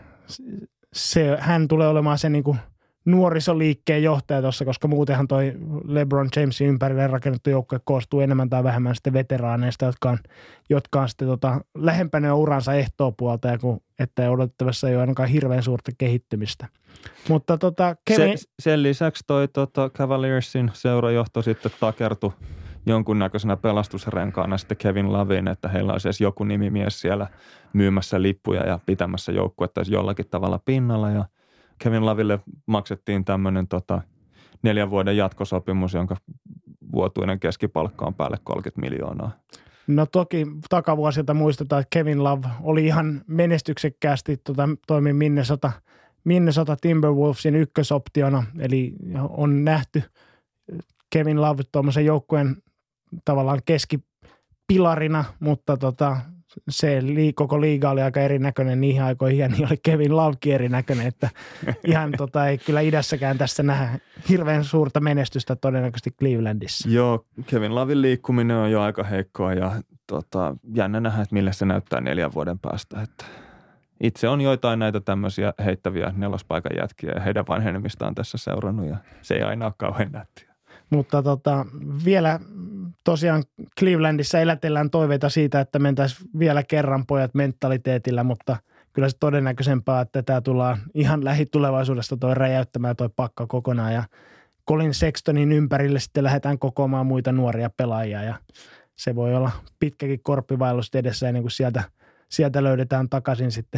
se, hän tulee olemaan se niin kuin nuorisoliikkeen johtaja tuossa, koska muutenhan toi LeBron Jamesin ympärille rakennettu joukkue koostuu enemmän tai vähemmän sitten veteraaneista, jotka on, jotka on sitten tota, lähempänä uransa ehtoopuolta ja kun, että ei odotettavassa ei ole ainakaan hirveän suurta kehittymistä. Mutta tota, Kevin... sen, sen lisäksi toi tota, Cavaliersin seurajohto sitten takertui jonkunnäköisenä pelastusrenkaana sitten Kevin Lovin, että heillä olisi edes joku nimimies siellä myymässä lippuja ja pitämässä joukkuetta jollakin tavalla pinnalla. Ja Kevin Loville maksettiin tämmöinen tota, neljän vuoden jatkosopimus, jonka vuotuinen keskipalkka on päälle kolmekymmentä miljoonaa. No toki takavuosilta muistetaan, että Kevin Love oli ihan menestyksekkäästi tota, toimi Minnesota, Minnesota Timberwolvesin ykkösoptiona, eli on nähty Kevin Love tuommoisen joukkueen tavallaan keskipilarina, mutta tota, se li, koko liiga oli aika erinäköinen niihin aikoihin ja niin oli Kevin Lovekin erinäköinen, että ihan tota, ei kyllä idässäkään tässä nähdä hirveän suurta menestystä todennäköisesti Clevelandissa. Joo, Kevin Loven liikkuminen on jo aika heikkoa ja tota, jännä nähdä, että millä se näyttää neljän vuoden päästä. Että itse on joitain näitä tämmöisiä heittäviä nelospaikan jätkiä ja heidän vanhenemistaan tässä seurannut ja se ei aina ole kauhean nättiä. Mutta tota, vielä tosiaan Clevelandissa elätellään toiveita siitä, että mentäisiin vielä kerran pojat mentaliteetillä, mutta kyllä se todennäköisempää, että tämä tullaan ihan lähitulevaisuudesta toi räjäyttämään toi pakka kokonaan ja Colin Sextonin ympärille sitten lähdetään kokoamaan muita nuoria pelaajia ja se voi olla pitkäkin korppivaellus edessä ennen kuin sieltä, sieltä löydetään takaisin sitten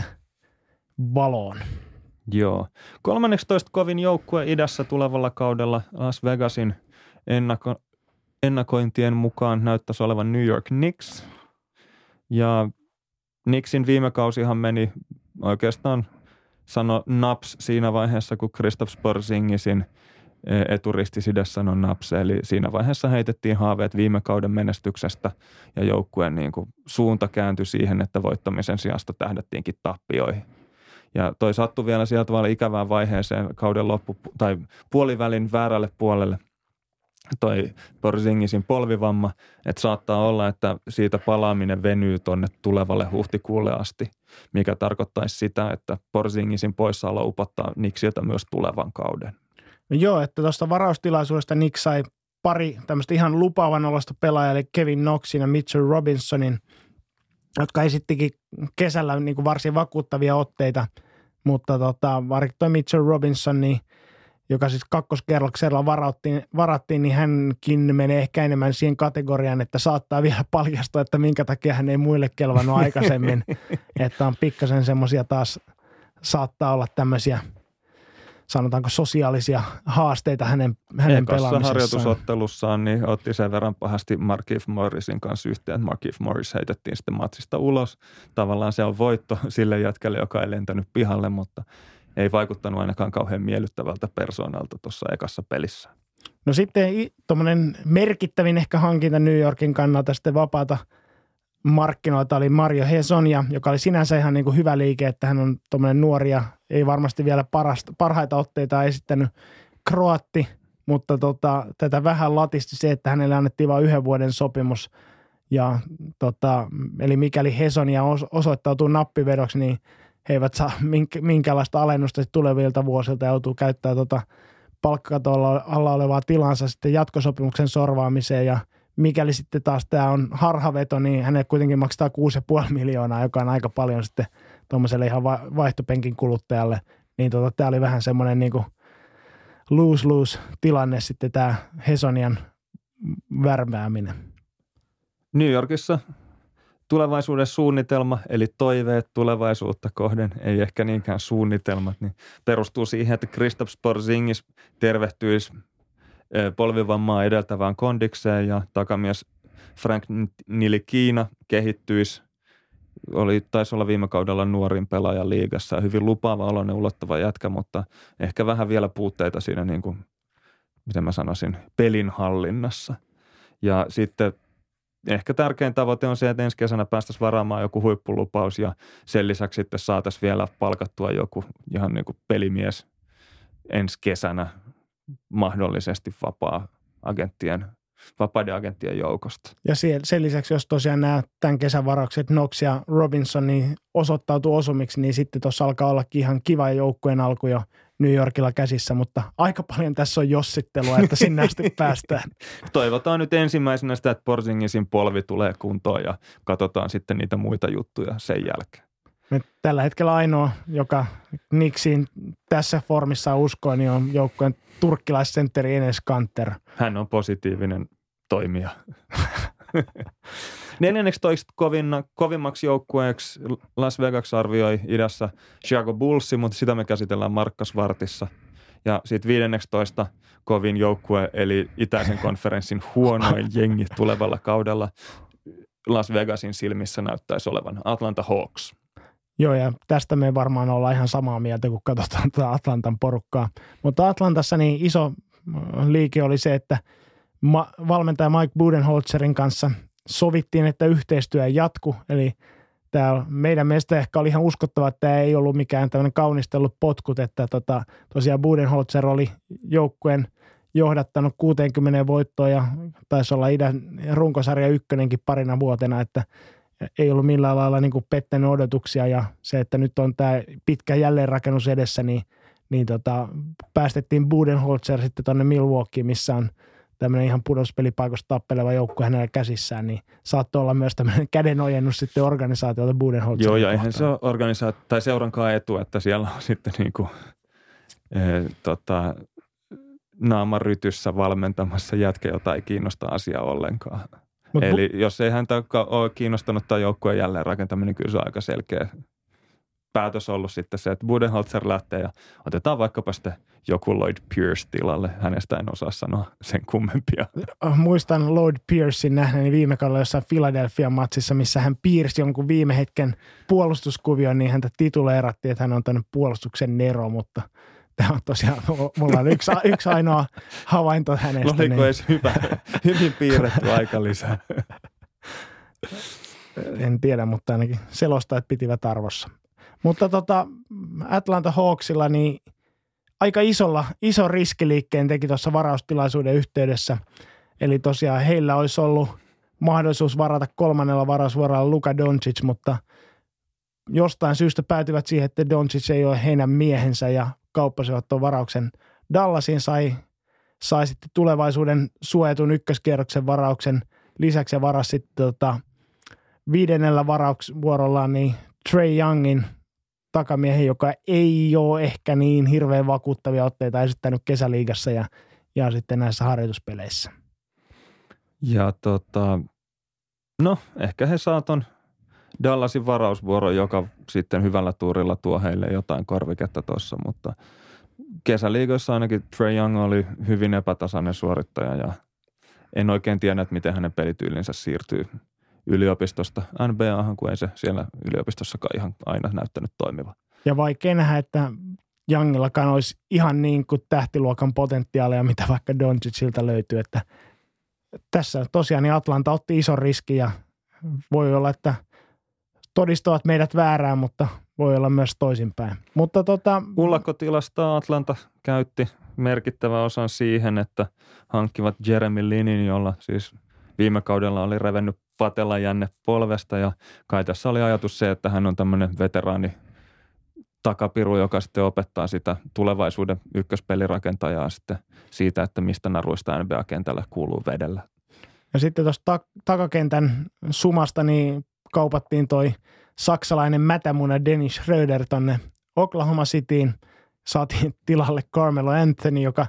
valoon. Joo. kolmanneksitoista kovin joukkue idässä tulevalla kaudella Las Vegasin ennako, ennakointien mukaan näyttäisi olevan New York Knicks. Ja Knicksin viime kausihan meni oikeastaan sano naps siinä vaiheessa, kun Kristaps Porzingisin eturistisides sanoi naps. Eli siinä vaiheessa heitettiin haaveet viime kauden menestyksestä ja joukkueen niin kuin suunta kääntyi siihen, että voittamisen sijasta tähdättiinkin tappioihin. Ja toi sattui vielä sieltä tavalla ikävään vaiheeseen kauden loppu- tai puolivälin väärälle puolelle toi Porzingisin polvivamma, että saattaa olla, että siitä palaaminen venyy tonne tulevalle huhtikuulle asti, mikä tarkoittaisi sitä, että Porzingisin poissaolo upottaa Knicksiltä myös tulevan kauden. No joo, että tuosta varaustilaisuudesta Knicks sai pari tämmöistä ihan lupaavan olosta pelaajaa, eli Kevin Knoxin ja Mitchell Robinsonin, jotka esittikin kesällä niin kuin varsin vakuuttavia otteita, mutta tota, varsinkin toi Mitchell Robinson, niin, joka siis kakkoskerroksella varattiin, varattiin, niin hänkin menee ehkä enemmän siihen kategoriaan, että saattaa vielä paljastua, että minkä takia hän ei muille kelvannut aikaisemmin, että on pikkasen semmoisia taas saattaa olla tämmöisiä, sanotaanko sosiaalisia haasteita hänen, hänen pelaamisessaan. Harjoitusottelussaan niin otti sen verran pahasti Markieff Morrisin kanssa yhteen, että Markieff Morris heitettiin sitten matsista ulos. Tavallaan se on voitto sille jätkälle, joka ei lentänyt pihalle, mutta ei vaikuttanut ainakaan kauhean miellyttävältä persoonalta tuossa ekassa pelissä. No sitten tuommoinen merkittävin ehkä hankinta New Yorkin kannalta sitten vapaata markkinoilta oli Mario Hezonja, joka oli sinänsä ihan niin kuin hyvä liike, että hän on tuommoinen nuori ja ei varmasti vielä parasta, parhaita otteita esittänyt kroatti, mutta tota, tätä vähän latisti se, että hänelle annettiin vain yhden vuoden sopimus. Ja tota, eli mikäli Hezonja osoittautuu nappivedoksi, niin he eivät saa minkäänlaista alennusta tulevilta vuosilta ja joutuu käyttämään tota palkkakatolla alla olevaa tilansa sitten jatkosopimuksen sorvaamiseen ja mikäli sitten taas tämä on harhaveto, niin hänelle kuitenkin maksetaan kuusi pilkku viisi miljoonaa, joka on aika paljon sitten tuommoiselle ihan vaihtopenkin kuluttajalle. Niin tota, tämä oli vähän semmoinen niin kuin lose-lose tilanne sitten tämä Hezonjan värvääminen. New Yorkissa tulevaisuuden suunnitelma, eli toiveet tulevaisuutta kohden, ei ehkä niinkään suunnitelmat, niin perustuu siihen, että Kristaps Porzingis tervehtyisi polvivammaa edeltävään kondikseen ja takamies Frank Ntilikina kehittyisi. Oli, taisi olla viime kaudella nuorin pelaaja liigassa. Hyvin lupaava oloinen ulottava jätkä, mutta ehkä vähän vielä puutteita siinä, niin kuin, miten mä sanoisin, pelin hallinnassa. Ja sitten ehkä tärkein tavoite on se, että ensi kesänä päästäisiin varaamaan joku huippulupaus ja sen lisäksi sitten saataisiin vielä palkattua joku ihan niin kuin pelimies ensi kesänä mahdollisesti vapaa agenttien, vapaiden agenttien joukosta. Ja sen lisäksi, jos tosiaan nämä tämän kesän varaukset Knox ja Robinson niin osoittautuu osumiksi, niin sitten tuossa alkaa ollakin ihan kiva joukkueen alku jo New Yorkilla käsissä, mutta aika paljon tässä on jossittelua, että sinne asti päästään. Toivotaan nyt ensimmäisenä sitä, että Porzingisin polvi tulee kuntoon ja katsotaan sitten niitä muita juttuja sen jälkeen. Tällä hetkellä ainoa, joka Knicksiin tässä formissa uskoo, niin on joukkueen turkkilaisentteri Enes Kanter. Hän on positiivinen toimia. neljänneksitoista kovin, kovimmaksi joukkueeksi Las Vegas arvioi idässä Chicago Bullsi, mutta sitä me käsitellään Markkasvartissa. Ja sitten viidenneksitoista kovin joukkue, eli itäisen konferenssin huonoin jengi tulevalla kaudella Las Vegasin silmissä näyttäisi olevan Atlanta Hawks. Joo, ja tästä me varmaan ollaan ihan samaa mieltä, kun katsotaan tätä Atlantan porukkaa. Mutta Atlantassa niin iso liike oli se, että ma- valmentaja Mike Budenholzerin kanssa sovittiin, että yhteistyö jatku. Eli tämä meidän mielestä ehkä oli ihan uskottava, että tämä ei ollut mikään tämmöinen kaunistellut potkut, että tota, tosiaan Budenholzer oli joukkueen johdattanut kuuteenkymmeneen voittoon ja taisi olla idän runkosarja ykkönenkin parina vuotena, että ei ollut millään lailla niin kuin pettänyt odotuksia ja se, että nyt on tämä pitkä jälleenrakennus edessä, niin, niin tota, päästettiin Budenholzer sitten tuonne Milwaukeeen, missä on tämmöinen ihan pudotuspelipaikoista tappeleva joukko hänellä käsissään, niin saattoi olla myös tämmöinen kädenojennus sitten organisaatiolta Budenholzerin. Joo, ja eihän se ole organisaatio tai seurankaan etu, että siellä on sitten niin kuin, e, tota, naamarytyssä valmentamassa jätkä, jota ei kiinnosta asiaa ollenkaan. Mut Eli bu- jos ei häntä ole kiinnostanut tai joukkueen jälleen rakentaminen, niin kyllä se on aika selkeä päätös ollut sitten se, että Budenholzer lähtee ja otetaan vaikkapa sitten joku Lloyd Pierce tilalle. Hänestä en osaa sanoa sen kummempia. Muistan Lloyd Piercein nähneeni viime kaudella jossain Philadelphia-matsissa, missä hän piirsi jonkun viime hetken puolustuskuvion, niin häntä tituleerattiin, että hän on tämmöinen puolustuksen nero, mutta tämä on tosiaan, mulla on yksi, yksi ainoa havainto hänestä. Oliko niin. edes hyvä, hyvin piirretty aika lisää? En tiedä, mutta ainakin selostajat pitivät arvossa. Mutta tota, Atlanta Hawksilla niin aika isolla, iso riskiliikkeen teki tuossa varaustilaisuuden yhteydessä. Eli tosiaan heillä olisi ollut mahdollisuus varata kolmannella varausvuorolla Luka Doncic, mutta jostain syystä päätyvät siihen, että Doncic ei ole heidän miehensä ja kauppasivat tuon varauksen Dallasin, sai, sai sitten tulevaisuuden suojatun ykköskierroksen varauksen lisäksi ja varasi sitten tota, viidennellä varausvuorollaan niin Trae Youngin takamiehen, joka ei ole ehkä niin hirveän vakuuttavia otteita esittänyt kesäliigassa ja, ja sitten näissä harjoituspeleissä. Ja tota, no ehkä he saa ton Dallasin varausvuoron, joka sitten hyvällä tuurilla tuo heille jotain korviketta tuossa, mutta kesäliigoissa ainakin Trae Young oli hyvin epätasainen suorittaja ja en oikein tiedä, että miten hänen pelityylinsä siirtyy yliopistosta N B A:han, kun ei se siellä yliopistossakaan ihan aina näyttänyt toimiva. Ja vaikea nähdä, että Youngillakaan olisi ihan niin kuin tähtiluokan potentiaalia, mitä vaikka Doncicilta löytyy, että tässä tosiaan niin Atlanta otti ison riskin ja voi olla, että todistavat meidät väärään, mutta voi olla myös toisinpäin. Mutta tota, Ullakkotilasta Atlanta käytti merkittävä osan siihen, että hankkivat Jeremy Linin, jolla siis viime kaudella oli revennyt patella jänne polvesta ja kai tässä oli ajatus se, että hän on tämmöinen veteraani takapiru, joka sitten opettaa sitä tulevaisuuden ykköspelirakentajaa sitten siitä, että mistä naruista N B A-kentällä kuuluu vedellä. Ja sitten tuosta ta- takakentän sumasta niin kaupattiin toi saksalainen mätämuna Dennis Schröder tonne Oklahoma Cityin. Saatiin tilalle Carmelo Anthony, joka,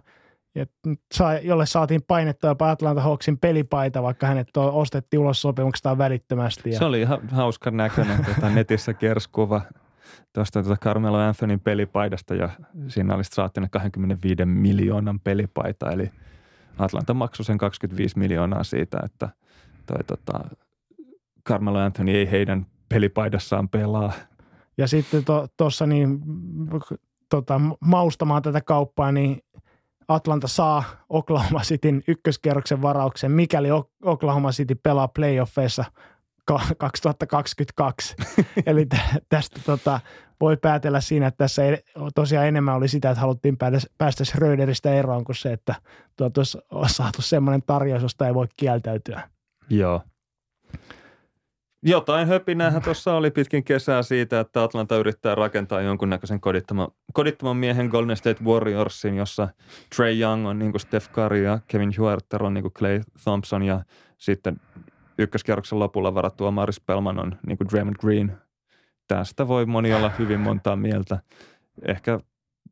jolle saatiin painettua jopa Atlanta Hawksin pelipaita, vaikka hänet ostettiin ulos sopimuksestaan välittömästi. Se oli ihan hauska näköinen tuota, netissä kerskuva tuosta tuota Carmelo Anthonyn pelipaidasta ja siinä olisi saattanut kaksikymmentäviisi miljoonan pelipaita, eli Atlanta maksoi sen kaksikymmentäviisi miljoonaa siitä, että toi tota, Carmelo Anthony ei heidän pelipaidassaan pelaa. Ja sitten tuossa to, niin, tota, maustamaan tätä kauppaa, niin Atlanta saa Oklahoma Cityn ykköskierroksen varauksen, mikäli Oklahoma City pelaa playoffeissa kaksituhattakaksikymmentäkaksi. Eli t- tästä tota, voi päätellä siinä, että tässä ei, tosiaan enemmän oli sitä, että haluttiin päästä, päästä Schröderistä eroon kuin se, että tuota, olisi saatu semmoinen tarjous, josta ei voi kieltäytyä. Joo. Jotain höpinäähän tuossa oli pitkin kesää siitä, että Atlanta yrittää rakentaa jonkunnäköisen kodittoman, kodittoman miehen Golden State Warriorsin, jossa Trae Young on niin kuin Steph Curry ja Kevin Huerter on niin kuin Klay Thompson ja sitten ykköskierroksen lopulla varattu Omari Spellman on niin kuin Draymond Green. Tästä voi moni olla hyvin montaa mieltä. Ehkä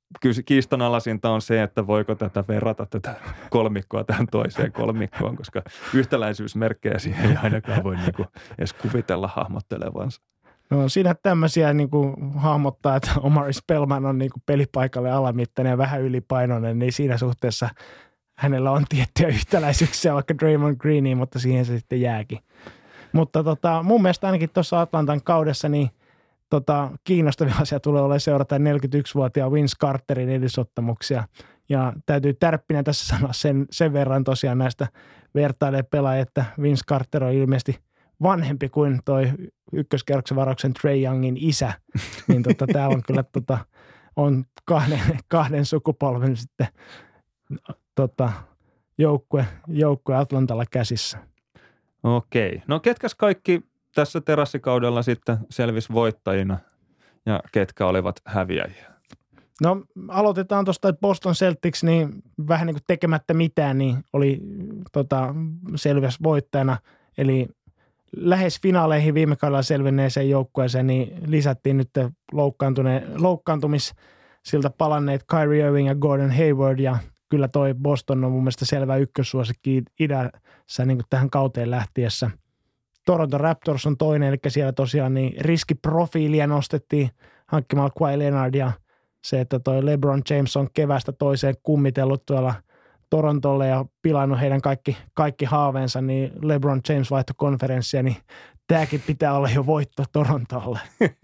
kiistanalaisinta on se, että voiko tätä verrata tätä kolmikkoa tähän toiseen kolmikkoon, koska yhtäläisyysmerkkejä siihen ei ainakaan voi niin kuin edes kuvitella hahmottelevansa. No siinä tämmöisiä niin kuin hahmottaa, että Omari Spellman on niin kuin pelipaikalle alamittainen ja vähän ylipainoinen, niin siinä suhteessa hänellä on tiettyjä yhtäläisyyksiä vaikka Draymond Greeniin, mutta siihen se sitten jääkin. Mutta tota, mun mielestä ainakin tuossa Atlantan kaudessa niin tota, kiinnostavia asia tulee olemaan seurata neljäkymmentäyksivuotiaan Vince Carterin edesottamuksia. Ja täytyy tärppinä tässä sanoa sen, sen verran tosiaan näistä vertailee pelaajia, että Vince Carter on ilmeisesti vanhempi kuin toi ykköskerroksen varauksen Trae Youngin isä. Niin tota, täällä on kyllä tota, on kahden, kahden sukupolven sitten tota, joukkue, joukkue Atlantalla käsissä. Okei. No ketkäs kaikki tässä terassikaudella sitten selvisi voittajina ja ketkä olivat häviäjiä? No aloitetaan tuosta Boston Celtics, niin vähän niin kuin tekemättä mitään, niin oli tota, selväs voittajana. Eli lähes finaaleihin viime kaudella selvinneeseen joukkueeseen niin lisättiin nyt loukkaantumis siltä palanneet Kyrie Irving ja Gordon Hayward, ja kyllä toi Boston on mun mielestä selvä ykkössuosikki idässä niin kuin tähän kauteen lähtiessä. Toronto Raptors on toinen, eli siellä tosiaan niin riskiprofiilia nostettiin hankkimalla Kawhi Leonard, ja se, että toi LeBron James on kevästä toiseen kummitellut tuolla Torontolle ja pilannut heidän kaikki, kaikki haaveensa, niin LeBron James vaihtoi konferenssia, niin tämäkin pitää olla jo voitto Torontolle.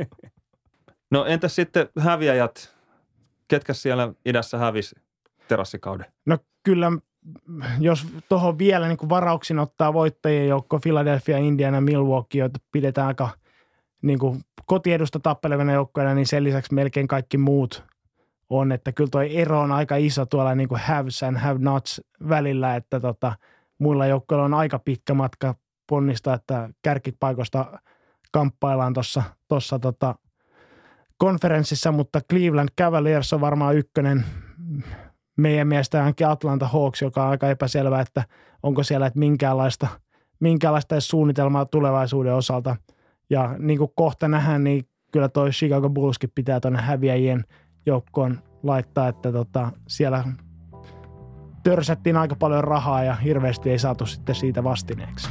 No entäs sitten häviäjät? Ketkä siellä idässä hävisi terassikauden? No kyllä, jos tuohon vielä niin kuin varauksin ottaa voittajien joukko Philadelphia, Indiana, Milwaukee, joita pidetään aika niin kuin kotiedusta tappelevana joukkoina, niin sen lisäksi melkein kaikki muut on, että kyllä toi ero on aika iso tuolla niin kuin haves and have nots välillä, että tota, muilla joukkoilla on aika pitkä matka ponnistaa, että kärkipaikoista kamppaillaan tuossa tossa, tota, konferenssissa, mutta Cleveland Cavaliers on varmaan ykkönen. Meidän mielestä ainakin Atlanta Hawks, joka on aika epäselvää, että onko siellä että minkäänlaista, minkäänlaista suunnitelmaa tulevaisuuden osalta. Ja niin kuin kohta nähdään, niin kyllä toi Chicago Bullskin pitää tuonne häviäjien joukkoon laittaa, että tota, siellä törsättiin aika paljon rahaa ja hirveästi ei saatu sitten siitä vastineeksi.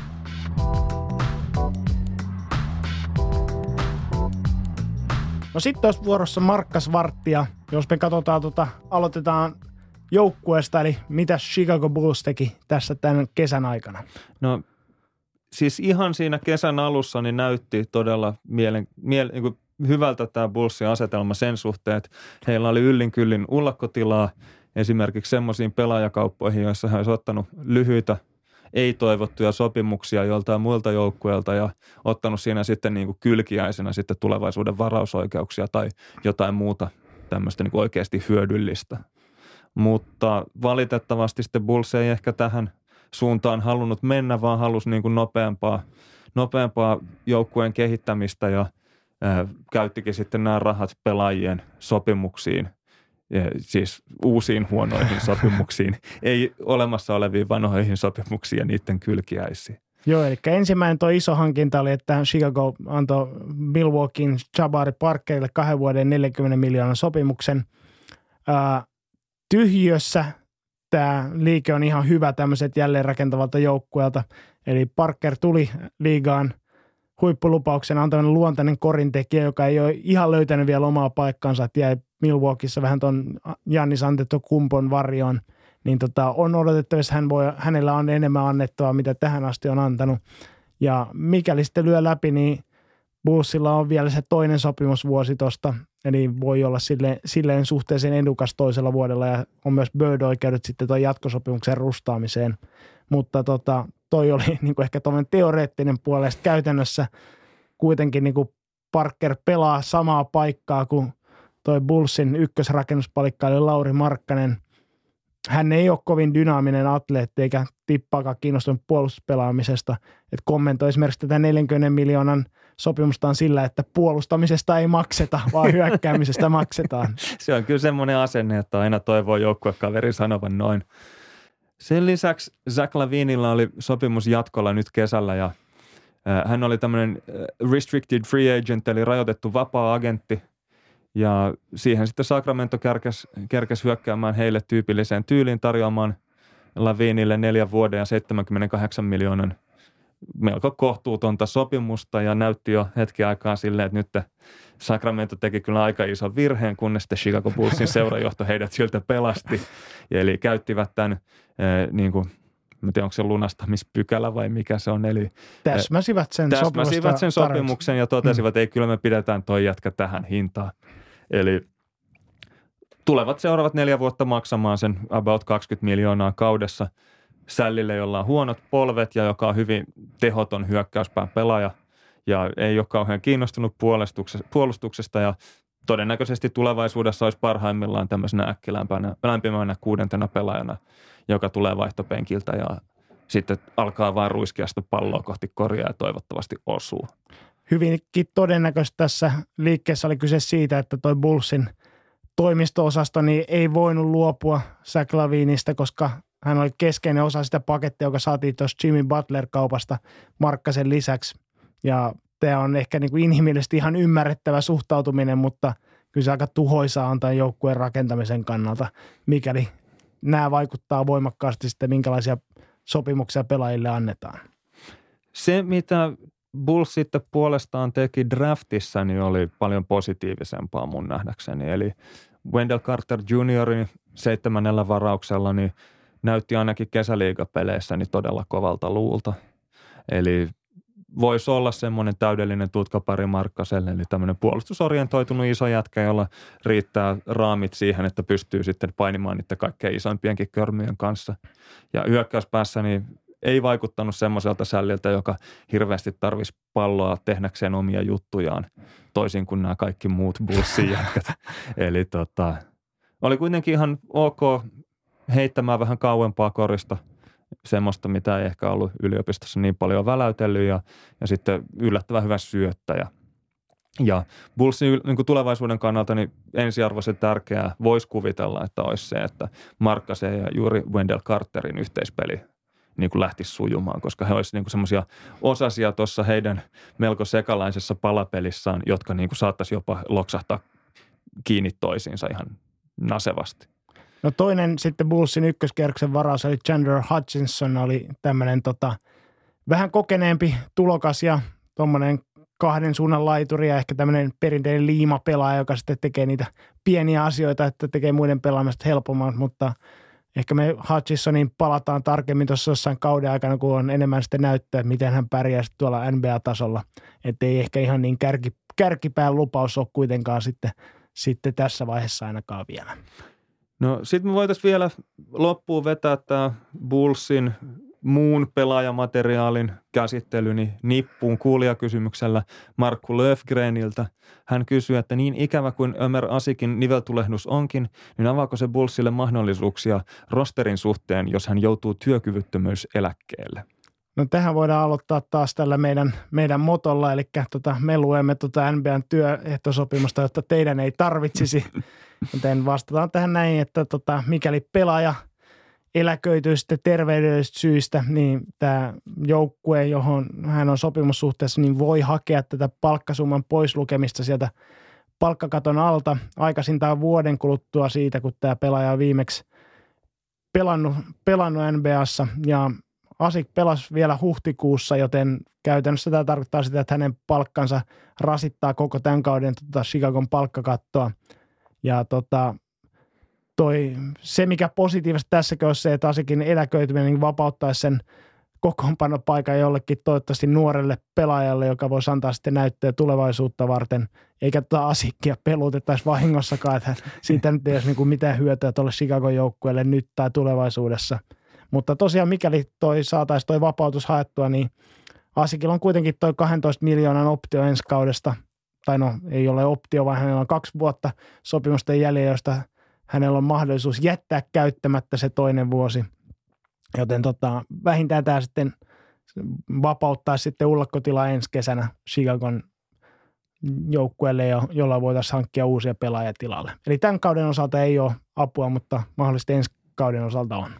No sitten olisi vuorossa Marcus Varttia, jos me katsotaan, tota, aloitetaan joukkueesta, eli mitä Chicago Bulls teki tässä tämän kesän aikana? No siis ihan siinä kesän alussa niin näytti todella mielen, mielen, niin kuin hyvältä tämä Bullsin asetelma sen suhteen, että heillä oli yllin kyllin ullakkotilaa esimerkiksi semmoisiin pelaajakauppoihin, joissa he olisivat ottanut lyhyitä, ei-toivottuja sopimuksia joltain muilta joukkueilta ja ottanut siinä sitten niin kuin kylkiäisenä sitten tulevaisuuden varausoikeuksia tai jotain muuta tämmöistä niin kuin oikeasti hyödyllistä. Mutta valitettavasti sitten Bulls ei ehkä tähän suuntaan halunnut mennä, vaan halusi niin kuin nopeampaa, nopeampaa joukkueen kehittämistä ja ää, käyttikin sitten nämä rahat pelaajien sopimuksiin, ja siis uusiin huonoihin sopimuksiin, ei olemassa oleviin vanhoihin sopimuksiin ja niiden kylkiäisiin. Joo, eli ensimmäinen tuo iso hankinta oli, että Chicago antoi Milwaukeein Jabari Parkerille kahden vuoden neljänkymmenen miljoonan sopimuksen. Ää, tyhjössä tämä liike on ihan hyvä tämmöiset jälleenrakentavalta joukkueelta. Eli Parker tuli liigaan huippulupauksen, on tämmöinen luontainen korintekijä, joka ei ole ihan löytänyt vielä omaa paikkaansa, että jäi Milwaukeeissa vähän tuon Giannis Antetokounmpon varjoon, niin tota, on odotettavissa, hän voi, hänellä on enemmän annettavaa, mitä tähän asti on antanut. Ja mikäli sitten lyö läpi, niin Bullsilla on vielä se toinen sopimusvuosi tuosta, eli voi olla silleen, silleen suhteeseen edukas toisella vuodella, ja on myös Bird-oikeudet sitten tuon jatkosopimuksen rustaamiseen. Mutta tota, toi oli niin kuin ehkä tuollainen teoreettinen puolesta käytännössä kuitenkin niin kuin Parker pelaa samaa paikkaa kuin toi Bullsin ykkösrakennuspalikka eli Lauri Markkanen. Hän ei ole kovin dynaaminen atleetti eikä tippaakaan kiinnostunut puolustuspelaamisesta. Et kommentoi esimerkiksi tätä neljänkymmenen miljoonan sopimustaan sillä, että puolustamisesta ei makseta, vaan hyökkäämisestä maksetaan. Se on kyllä semmoinen asenne, että aina toivoo joukkuekaveri sanovan noin. Sen lisäksi Zach LaVinella oli sopimus jatkolla nyt kesällä ja hän oli tämmöinen restricted free agent eli rajoitettu vapaa-agentti. Ja siihen sitten Sacramento kerkesi, kerkesi hyökkäämään heille tyypilliseen tyyliin tarjoamaan Lavinille neljän vuoden ja seitsemänkymmentäkahdeksan miljoonan melko kohtuutonta sopimusta ja näytti jo hetki aikaa silleen, että nyt Sacramento teki kyllä aika ison virheen, kunnes sitten Chicago Bullsin seurajohto heidät siltä pelasti. Ja eli käyttivät tämän, eh, niin kuin, en tiedä onko se lunastamispykälä vai mikä se on. Eli, täsmäsivät sen, täsmäsivät sen sopimuksen ja totesivat, että ei kyllä me pidetään toi jätkä tähän hintaan. Eli tulevat seuraavat neljä vuotta maksamaan sen about kaksikymmentä miljoonaa kaudessa Sällille, jolla on huonot polvet ja joka on hyvin tehoton hyökkäyspään pelaaja ja ei ole kauhean kiinnostunut puolustuksesta ja todennäköisesti tulevaisuudessa olisi parhaimmillaan tämmöisenä äkkilämpimänä kuudentena pelaajana, joka tulee vaihtopenkiltä ja sitten alkaa vaan ruiskia sitä palloa kohti korjaa ja toivottavasti osuu. Hyvinkin todennäköisesti tässä liikkeessä oli kyse siitä, että toi Bullsin toimisto-osasto niin ei voinut luopua Zach LaVinista, koska hän oli keskeinen osa sitä pakettia, joka saatiin tuossa Jimmy Butler-kaupasta Markkasen lisäksi. Ja tämä on ehkä niin kuin inhimillisesti ihan ymmärrettävä suhtautuminen, mutta kyllä se aika tuhoisaa on tämän joukkueen rakentamisen kannalta, mikäli nämä vaikuttaa voimakkaasti sitten, minkälaisia sopimuksia pelaajille annetaan. Se, mitä Bulls sitten puolestaan teki draftissa, niin oli paljon positiivisempaa mun nähdäkseni. Eli Wendell Carter juniorin seitsemännellä varauksella niin näytti ainakin kesäliigapeleissä niin todella kovalta luulta. Eli voisi olla semmoinen täydellinen tutkapari Markkaselle, eli tämmöinen puolustusorientoitunut iso jätkä, jolla riittää raamit siihen, että pystyy sitten painimaan niiden kaikkein isoimpienkin körmien kanssa. Ja hyökkäyspäässä niin ei vaikuttanut semmoiselta Sälliltä, joka hirveästi tarvisi palloa tehdäkseen omia juttujaan, toisin kuin nämä kaikki muut Bullsin jätkät. Eli tota, oli kuitenkin ihan ok heittämään vähän kauempaa korista, semmoista, mitä ei ehkä ollut yliopistossa niin paljon väläytellyt ja, ja sitten yllättävän hyvä syöttäjä. Ja Bullsin niin kuin tulevaisuuden kannalta niin ensiarvoisen tärkeää voisi kuvitella, että olisi se, että Markkasen ja juuri Wendell Carterin yhteispeli niin kuin lähtisi sujumaan, koska he olisivat niin semmoisia osasia tuossa heidän melko sekalaisessa palapelissaan, jotka niin kuin saattaisi jopa loksahtaa kiinni toisiinsa ihan nasevasti. No toinen sitten Bullsin ykköskierroksen varaus oli Chandler Hutchinson, oli tämmöinen tota, vähän kokeneempi tulokas ja tuommoinen kahden suunnan laituri ja ehkä tämmöinen perinteinen liimapelaaja, joka sitten tekee niitä pieniä asioita, että tekee muiden pelaamista helpomman, mutta ehkä me Hutchinsonin palataan tarkemmin tuossa jossain kauden aikana, kun on enemmän sitten näyttöä, että miten hän pärjää tuolla N B A-tasolla. Että ei ehkä ihan niin kärki, kärkipään lupaus ole kuitenkaan sitten, sitten tässä vaiheessa ainakaan vielä. No sitten me voitaisiin vielä loppuun vetää tämä Bullsin muun pelaajamateriaalin käsittelyni nippuun kuulijakysymyksellä Markku Löfgreniltä. Hän kysyy, että niin ikävä kuin Ömer Asikin niveltulehdus onkin, niin avaako se Bullsille mahdollisuuksia rosterin suhteen, jos hän joutuu työkyvyttömyyseläkkeelle? No tähän voidaan aloittaa taas tällä meidän, meidän motolla, eli tota, me luemme tota N B A:n työehtosopimusta, jotta teidän ei tarvitsisi. Joten vastataan tähän näin, että tota, mikäli pelaaja eläköityy sitten terveydellisistä syistä, niin tämä joukkue, johon hän on sopimussuhteessa, niin voi hakea tätä palkkasumman poislukemista sieltä palkkakaton alta aikaisintaan vuoden kuluttua siitä, kun tämä pelaaja on viimeksi pelannut, pelannut N B A:ssa ja Asik pelasi vielä huhtikuussa, joten käytännössä tämä tarkoittaa sitä, että hänen palkkansa rasittaa koko tämän kauden tota Chicagon palkkakattoa. Ja tota, toi, se, mikä positiivista tässäkin on se, että Asikin eläköityminen niin vapauttaisi sen kokoonpanopaikan jollekin toivottavasti nuorelle pelaajalle, joka voisi antaa sitten näyttöä tulevaisuutta varten, eikä tota Asikkia pelutettaisi vahingossakaan, että siitä nyt ei olisi niin mitään hyötyä tuolle Chicagon joukkueelle nyt tai tulevaisuudessa. Mutta tosiaan mikäli toi saataisiin toi vapautus haettua, niin Asikilla on kuitenkin toi kahdentoista miljoonan optio ensi kaudesta. Tai no ei ole optio, vaan hänellä on kaksi vuotta sopimusten jäljellä, josta hänellä on mahdollisuus jättää käyttämättä se toinen vuosi. Joten tota, vähintään tämä sitten vapauttaa sitten ullakkotilaa ensi kesänä Chicagon joukkueelle, jolla voitaisiin hankkia uusia pelaajia tilalle. Eli tämän kauden osalta ei ole apua, mutta mahdollisesti ensi kauden osalta on.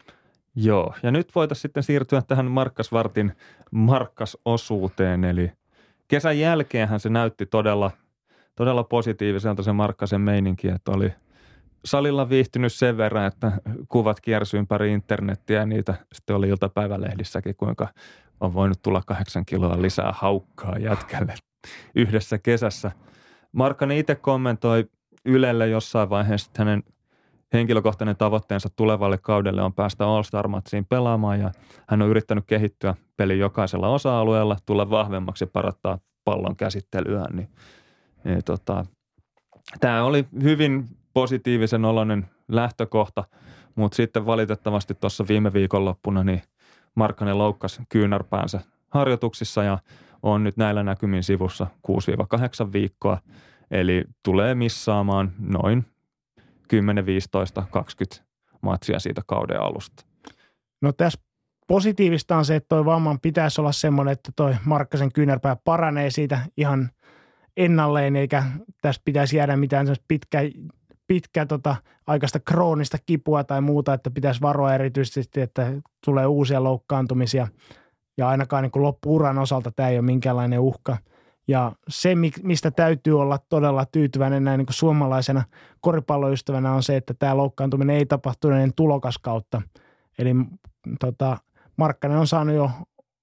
Joo, ja nyt voitaisiin sitten siirtyä tähän Markkasvartin Markkas-osuuteen, eli kesän jälkeenhän se näytti todella, todella positiiviselta se Markkasen meininki, että oli salilla viihtynyt sen verran, että kuvat kiersi ympäri internettiä ja niitä sitten oli iltapäivälehdissäkin, kuinka on voinut tulla kahdeksan kiloa lisää haukkaa jätkälle yhdessä kesässä. Markkanen itse kommentoi Ylelle jossain vaiheessa, että hänen henkilökohtainen tavoitteensa tulevalle kaudelle on päästä All-Star-matsiin pelaamaan ja hän on yrittänyt kehittyä pelin jokaisella osa-alueella, tulla vahvemmaksi ja parantaa pallon käsittelyä. Niin, niin tota, tämä oli hyvin positiivisen oloinen lähtökohta, mutta sitten valitettavasti tuossa viime viikonloppuna niin Markkanen loukkasi kyynärpäänsä harjoituksissa ja on nyt näillä näkymin sivussa kuusi kahdeksan viikkoa, eli tulee missaamaan noin kymmenen, viisitoista, kaksikymmentä matsia siitä kauden alusta. No tässä positiivista on se, että toi vamman pitäisi olla semmoinen, että toi Markkasen kyynärpää paranee siitä ihan ennalleen, eikä tässä pitäisi jäädä mitään pitkä, pitkä tota, aikaista kroonista kipua tai muuta, että pitäisi varoa erityisesti, että tulee uusia loukkaantumisia. Ja ainakaan niin kuin loppu-uran osalta tämä ei ole minkäänlainen uhka. Ja se, mistä täytyy olla todella tyytyväinen näin niin kuin suomalaisena koripalloystävänä on se, että tämä loukkaantuminen ei tapahtunut ennen tulokaskautta. Eli tota, Markkanen on saanut jo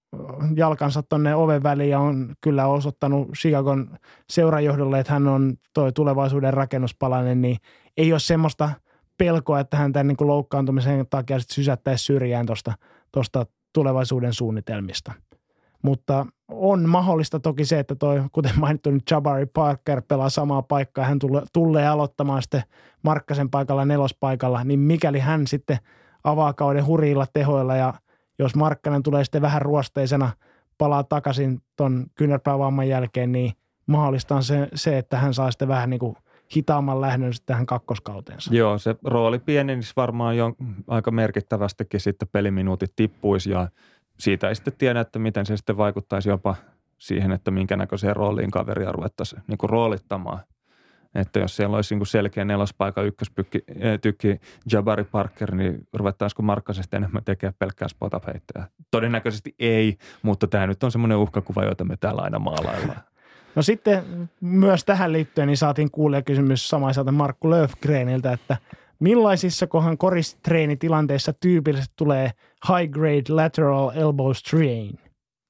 jalkansa tuonne oven väliin ja on kyllä osoittanut Chicagon seurajohdolle, että hän on toi tulevaisuuden rakennuspalainen, niin ei ole semmoista pelkoa, että hän tämän niin kuin loukkaantumisen takia sitten sysättäisi syrjään tuosta tosta tulevaisuuden suunnitelmista. Mutta on mahdollista toki se, että toi, kuten mainittu, nyt Jabari Parker pelaa samaa paikkaa ja hän tulee, tulee aloittamaan sitten Markkasen paikalla nelospaikalla, niin mikäli hän sitten avaa kauden hurjilla tehoilla ja jos Markkanen tulee sitten vähän ruosteisena, palaa takaisin ton kyynärpäävamman jälkeen, niin mahdollista on se, se että hän saa sitten vähän niin kuin hitaamman lähdön sitten tähän kakkoskauteensa. Joo, se rooli pienenisi varmaan jo aika merkittävästikin sitten peliminuutit tippuisi ja siitä ei sitten tiedä, että miten se sitten vaikuttaisi jopa siihen, että minkä näköiseen rooliin kaveria ruvettaisiin niin kuin roolittamaan. Että jos siellä olisi niin kuin selkeä nelospaikan ykköstykki Jabari Parker, niin ruvettaisiko Markkasesta enemmän tekemään pelkkää spot-up-heittäjää? Todennäköisesti ei, mutta tämä nyt on semmoinen uhkakuva, jota me täällä aina maalaillaan. No sitten myös tähän liittyen niin saatiin kuulijakysymys samaiselta Markku Löfgreniltä, että millaisissa kohan koristreenitilanteissa tyypillisesti tulee high grade lateral elbow strain?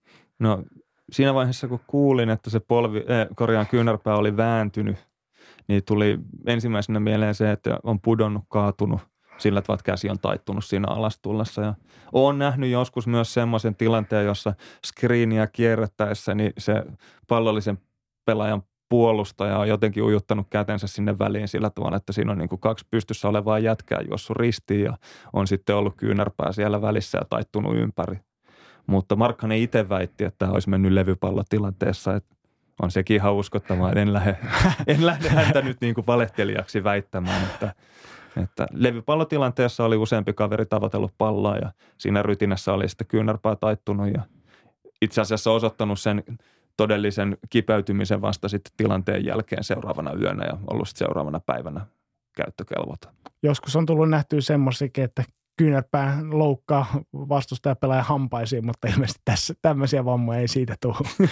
No siinä vaiheessa, kun kuulin, että se polvi, eh, korjaan kyynärpää oli vääntynyt, niin tuli ensimmäisenä mieleen se, että on pudonnut, kaatunut sillä tavalla, että käsi on taittunut siinä alastullessa. Ja olen nähnyt joskus myös semmoisen tilanteen, jossa screeniä kierrettäessä, niin se pallollisen pelaajan puolustaja on jotenkin ujuttanut kätensä sinne väliin sillä tavalla, että siinä on niin kuin kaksi pystyssä olevaa jätkää juossut ristiin ja on sitten ollut kyynärpää siellä välissä ja taittunut ympäri. Mutta Markkanen itse väitti, että tämä olisi mennyt levypallotilanteessa, että on sekin ihan uskottavaa, en lähde, en lähde häntä nyt niin kuin valehtelijaksi väittämään, että, että levypallotilanteessa oli useampi kaveri tavoitellut palloa ja siinä rytinässä oli sitten kyynärpää taittunut ja itse asiassa osoittanut sen todellisen kipeytymisen vasta sitten tilanteen jälkeen seuraavana yönä ja ollut sitten seuraavana päivänä käyttökelvota. Joskus on tullut nähtyä semmoisikin, että kyynärpää loukkaa vastustajapelaajan hampaisiin, mutta ilmeisesti tässä tämmöisiä vammoja ei siitä tule.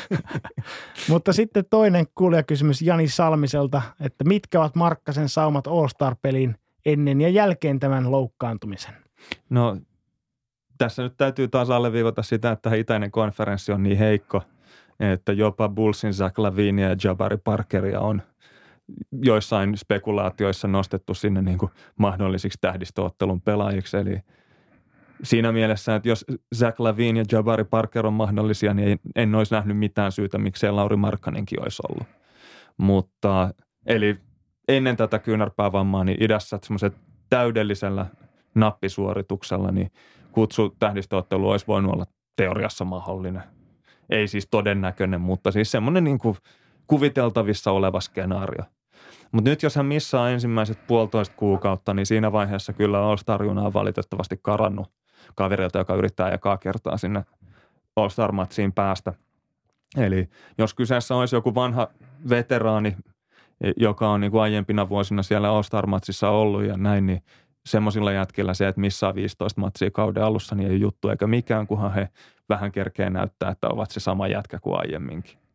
Mutta sitten toinen kuulijakysymys Jani Salmiselta, että mitkä ovat Markkasen saumat All-Star-peliin ennen ja jälkeen tämän loukkaantumisen? No tässä nyt täytyy taas alleviivata sitä, että itäinen konferenssi on niin heikko, että jopa Bullsin Zach Lavinia ja Jabari Parkeria on joissain spekulaatioissa nostettu sinne niin kuin mahdollisiksi tähdistöottelun pelaajiksi. Eli siinä mielessä, että jos Zach Lavine ja Jabari Parker on mahdollisia, niin en olisi nähnyt mitään syytä, miksei Lauri Markkanenkin olisi ollut. Mutta eli ennen tätä kyynärpäävammaa, niin idässä semmoisen täydellisellä nappisuorituksella, niin kutsu tähdistöottelu olisi voinut olla teoriassa mahdollinen. Ei siis todennäköinen, mutta siis semmoinen niin kuin kuviteltavissa oleva skenaario. Mutta nyt jos hän missaa ensimmäiset puolitoista kuukautta, niin siinä vaiheessa kyllä All-Star-juna on valitettavasti karannut kaverilta, joka yrittää ekaa kertaa sinne All-Star-matsiin päästä. Eli jos kyseessä olisi joku vanha veteraani, joka on niin kuin aiempina vuosina siellä All-Star-matsissa ollut ja näin, niin semmoisilla jätkillä se, että missaa viisitoista matsia kauden alussa, niin ei juttu eikä mikään, kunhan he vähän kerkeä näyttää, että ovat se sama jätkä kuin aiemminkin.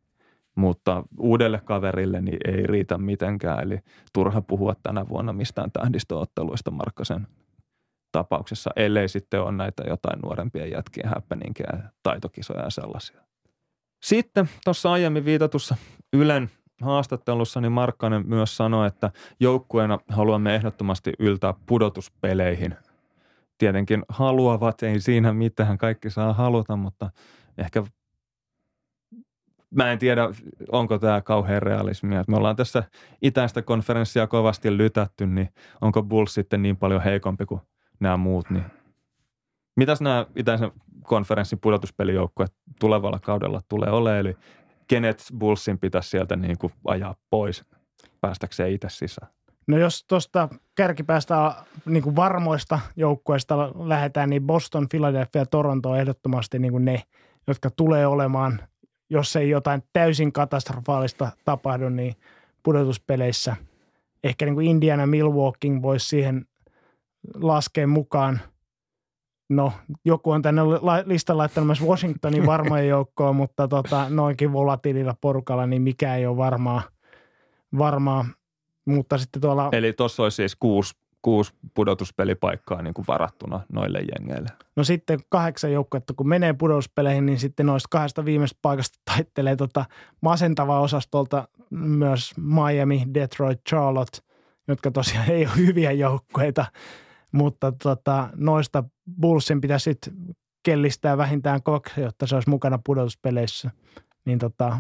mutta uudelle kaverille niin ei riitä mitenkään. Eli turha puhua tänä vuonna mistään tähdistöotteluista Markkasen tapauksessa, ellei sitten ole näitä jotain nuorempia jätkien happeningia, taitokisoja ja sellaisia. Sitten tuossa aiemmin viitatussa Ylen haastattelussa niin Markkanen myös sanoi, että joukkueena haluamme ehdottomasti yltää pudotuspeleihin. Tietenkin haluavat, ei siinä mitään, kaikki saa haluta, mutta ehkä mä en tiedä, onko tämä kauhean realismia. Me ollaan tässä itäistä konferenssia kovasti lytätty, niin onko Bulls sitten niin paljon heikompi kuin nämä muut. Niin. Mitäs nämä itäisen konferenssin pudotuspelijoukkueet tulevalla kaudella tulee olemaan? Eli kenet Bullsin pitäisi sieltä niin kuin ajaa pois päästäkseen itse sisään? No jos tuosta kärkipäästä niin kuin varmoista joukkueista lähdetään, niin Boston, Philadelphia ja Toronto on ehdottomasti niin kuin ne, jotka tulee olemaan, jos ei jotain täysin katastrofaalista tapahdu, niin pudotuspeleissä. Ehkä niin kuin Indiana, Milwaukee voisi siihen laskea mukaan. No, joku on tänne listan laittanut myös Washingtonin varmojen joukkoon, mutta tota, noinkin volatiililla porukalla, niin mikä ei ole varmaa. varmaa. Mutta sitten tuolla... Eli tuossa olisi siis kuusi, kuusi pudotuspelipaikkaa niin kuin varattuna noille jengeille. No sitten kahdeksan joukkuetta, kun menee pudotuspeleihin, niin sitten noista kahdesta viimeistä paikasta taittelee tota masentavaa osastolta myös Miami, Detroit, Charlotte, jotka tosiaan ei ole hyviä joukkueita. Mutta tota, noista Bullsin pitäisi sitten kellistää vähintään kaksi, jotta se olisi mukana pudotuspeleissä. Niin tota,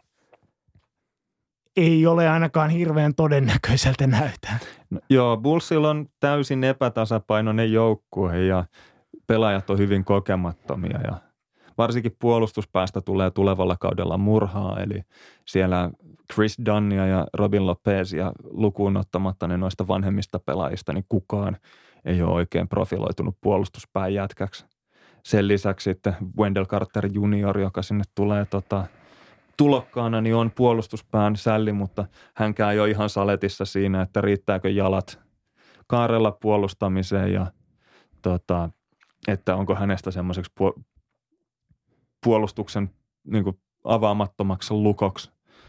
ei ole ainakaan hirveän todennäköiseltä näytä. No, joo, Bullsilla on täysin epätasapainoinen joukkue ja pelaajat on hyvin kokemattomia ja varsinkin puolustuspäästä tulee tulevalla kaudella murhaa, eli siellä Chris Dunnia ja Robin Lopezia lukuun ottamatta ne noista vanhemmista pelaajista, niin kukaan ei ole oikein profiloitunut puolustuspään jätkäksi. Sen lisäksi sitten Wendell Carter junior, joka sinne tulee tota, tulokkaana, niin on puolustuspään sälli, mutta hänkään ei ole ihan saletissa siinä, että riittääkö jalat kaarella puolustamiseen ja tota, että onko hänestä semmoiseksi pu- puolustuksen niin kuin avaamattomaksi lukoksi.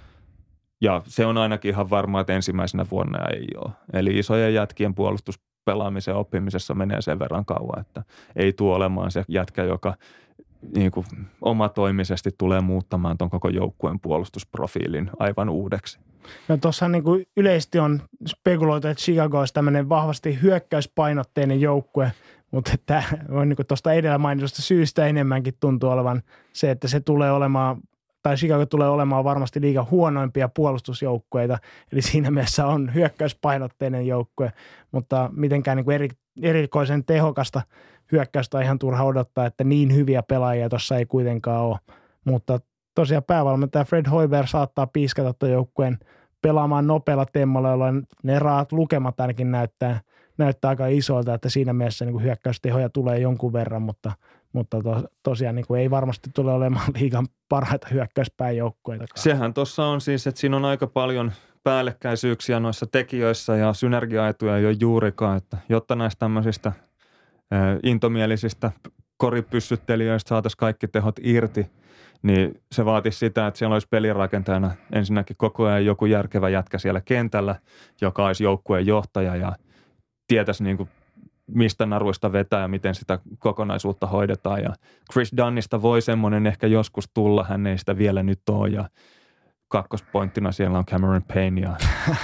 Ja se on ainakin ihan varma, että ensimmäisenä vuonna ei ole. Eli isojen jätkien puolustuspelaamisen oppimisessa menee sen verran kauan, että ei tule olemaan se jätkä, joka niin kuin omatoimisesti tulee muuttamaan ton koko joukkueen puolustusprofiilin aivan uudeksi. No tuossa niin kuin yleisesti on spekuloitu, että Chicago olisi tämmöinen vahvasti hyökkäyspainotteinen joukkue, mutta tämä on niin kuin tuosta edellä mainitusta syystä enemmänkin tuntuu olevan se, että se tulee olemaan, tai Chicago tulee olemaan varmasti liigan huonoimpia puolustusjoukkueita, eli siinä mielessä on hyökkäyspainotteinen joukkue, mutta mitenkään niin kuin eri, erikoisen tehokasta hyökkäystä on ihan turha odottaa, että niin hyviä pelaajia tuossa ei kuitenkaan ole, mutta tosiaan päävalmentaja Fred Hoiberg saattaa piiskata tuon joukkueen pelaamaan nopealla temmolla, jolloin ne raat lukemat ainakin näyttää, näyttää aika isoilta, että siinä mielessä niin kuin hyökkäystehoja tulee jonkun verran, mutta, mutta to, tosiaan niin kuin ei varmasti tule olemaan liigan parhaita hyökkäyspääjoukkueita. Sehän tuossa on siis, että siinä on aika paljon päällekkäisyyksiä noissa tekijöissä ja synergiaetuja ei ole juurikaan, että jotta näistä tämmöisistä äh, intomielisistä koripyssyttelijöistä saataisiin kaikki tehot irti, niin se vaatisi sitä, että siellä olisi pelirakentajana ensinnäkin koko ajan joku järkevä jätkä siellä kentällä, joka olisi joukkueen johtaja ja tietäisi niin kuin mistä naruista vetää ja miten sitä kokonaisuutta hoidetaan. Ja Chris Dunnista voi semmoinen ehkä joskus tulla, hän ei sitä vielä nyt ole ja kakkospointtina siellä on Cameron Payne ja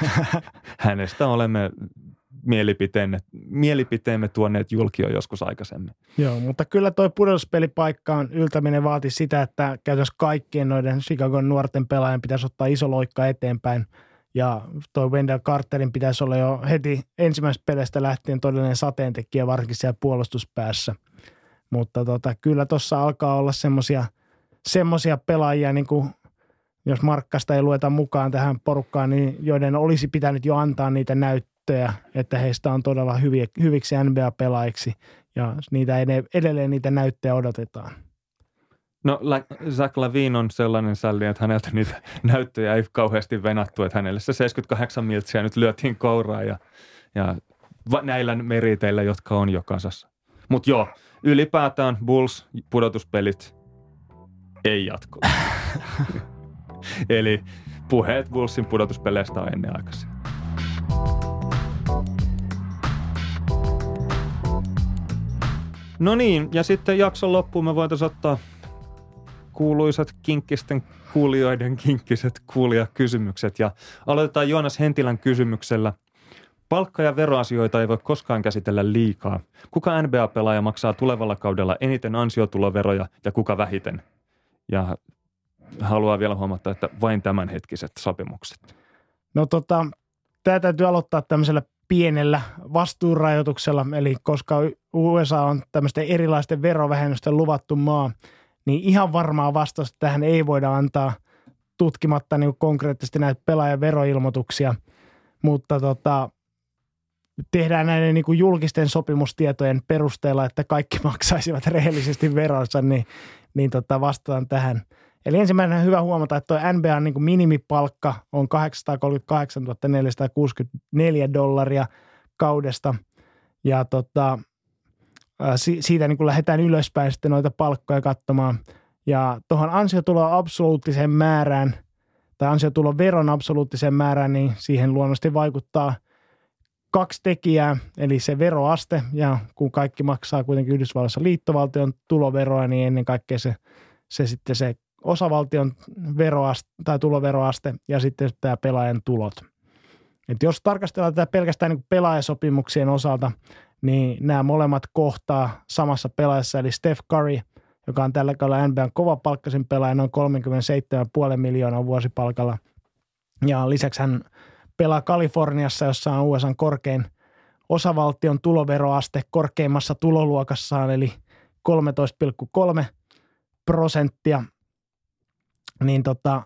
hänestä olemme mielipiteemme, mielipiteemme tuoneet julkioon joskus aikaisemmin. Joo, mutta kyllä toi pudotuspelipaikkaan yltäminen vaati sitä, että käytännössä kaikkien noiden Chicagon nuorten pelaajien pitäisi ottaa iso loikka eteenpäin. Ja toi Wendell Carterin pitäisi olla jo heti ensimmäisestä peleistä lähtien todellinen sateentekijä, varsinkin siellä puolustuspäässä. Mutta tota, kyllä tuossa alkaa olla semmoisia semmoisia pelaajia, niin kuin jos Markkasta ei lueta mukaan tähän porukkaan, niin joiden olisi pitänyt jo antaa niitä näyttöjä, että heistä on todella hyviä, hyviksi N B A-pelaajiksi ja niitä edelleen niitä näyttöjä odotetaan. No Zach LaVine on sellainen sälli, että häneltä niitä näyttöjä ei kauheasti venattu, että hänelle se seitsemänkymmentäkahdeksan miltsiä nyt lyötiin kouraan ja, ja näillä meriteillä, jotka on jo kasassa. Mutta joo, ylipäätään Bulls pudotuspelit ei jatku. Eli puheet Bullsin pudotuspeleistä on ennenaikaisia. No niin, ja sitten jakson loppuun me voitaisiin ottaa kuuluisat kinkkisten kuulijoiden kinkkiset kuulijakysymykset. Ja aloitetaan Joonas Hentilän kysymyksellä. Palkka- ja veroasioita ei voi koskaan käsitellä liikaa. Kuka N B A-pelaaja maksaa tulevalla kaudella eniten ansiotuloveroja ja kuka vähiten? Ja haluaa vielä huomata, että vain tämänhetkiset sopimukset. No tota, tämä täytyy aloittaa tämmöisellä pienellä vastuunrajoituksella, eli koska U S A on tämmöisten erilaisten verovähennysten luvattu maa, niin ihan varmaa vastausta tähän ei voida antaa tutkimatta niin konkreettisesti näitä pelaajan veroilmoituksia, mutta tota, tehdään näiden niin kuin julkisten sopimustietojen perusteella, että kaikki maksaisivat rehellisesti veronsa, niin, niin tota vastataan tähän. Eli ensimmäinen on hyvä huomata, että tuo N B A:n niin kuin minimipalkka on kahdeksansataakolmekymmentäkahdeksan tuhatta neljäsataakuusikymmentäneljä dollaria kaudesta. Ja tota, siitä niin kuin lähdetään ylöspäin sitten noita palkkoja katsomaan. Ja tuohon ansiotulon absoluuttiseen määrään tai ansiotulon veron absoluuttiseen määrään, niin siihen luonnollisesti vaikuttaa kaksi tekijää, eli se veroaste. Ja kun kaikki maksaa kuitenkin Yhdysvalloissa liittovaltion tuloveroa, niin ennen kaikkea se, se sitten se osavaltion veroaste tai tuloveroaste ja sitten tämä pelaajan tulot. Et jos tarkastellaan tätä pelkästään niin pelaajasopimuksien osalta, niin nämä molemmat kohtaa samassa pelaajassa, eli Steph Curry, joka on tällä kaudella N B A:n kovapalkkaisin pelaaja, noin kolmekymmentäseitsemän pilkku viisi miljoonaa vuosipalkalla. Ja lisäksi hän pelaa Kaliforniassa, jossa on U S A:n korkein osavaltion tuloveroaste korkeimmassa tuloluokassaan, eli kolmetoista pilkku kolme prosenttia. Niin tota,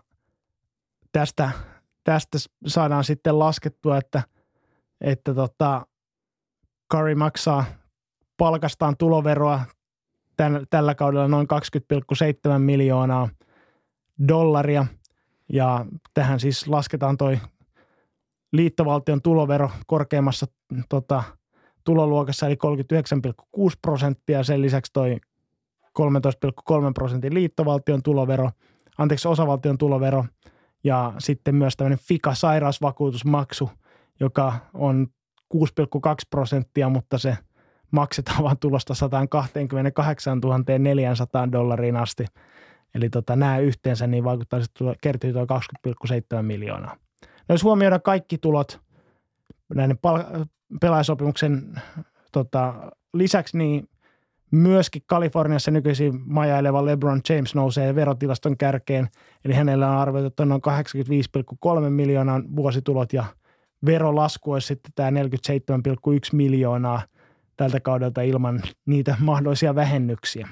tästä, tästä saadaan sitten laskettua, että, että tota, Curry maksaa palkastaan tuloveroa tämän, tällä kaudella noin kaksikymmentä pilkku seitsemän miljoonaa dollaria. Ja tähän siis lasketaan toi liittovaltion tulovero korkeimmassa tota, tuloluokassa, eli kolmekymmentäyhdeksän pilkku kuusi prosenttia. Sen lisäksi toi kolmetoista pilkku kolme prosentin liittovaltion tulovero, anteeksi osavaltion tulovero ja sitten myös tämmöinen F I C A-sairausvakuutusmaksu, joka on kuusi pilkku kaksi prosenttia, mutta se maksetaan vaan tulosta sata kaksikymmentäkahdeksantuhatta neljäsataa dollariin asti. Eli tota, nämä yhteensä niin vaikuttaa, että kertyy tuo kaksikymmentä pilkku seitsemän miljoonaa. No jos huomioidaan kaikki tulot näiden pal- pelaajasopimuksen tota, lisäksi, niin myöskin Kaliforniassa nykyisin majaileva LeBron James nousee verotilaston kärkeen, eli hänellä on arvioitu noin kahdeksankymmentäviisi pilkku kolme miljoonaa vuositulot ja verolasku olisi sitten tämä neljäkymmentäseitsemän pilkku yksi miljoonaa tältä kaudelta ilman niitä mahdollisia vähennyksiä.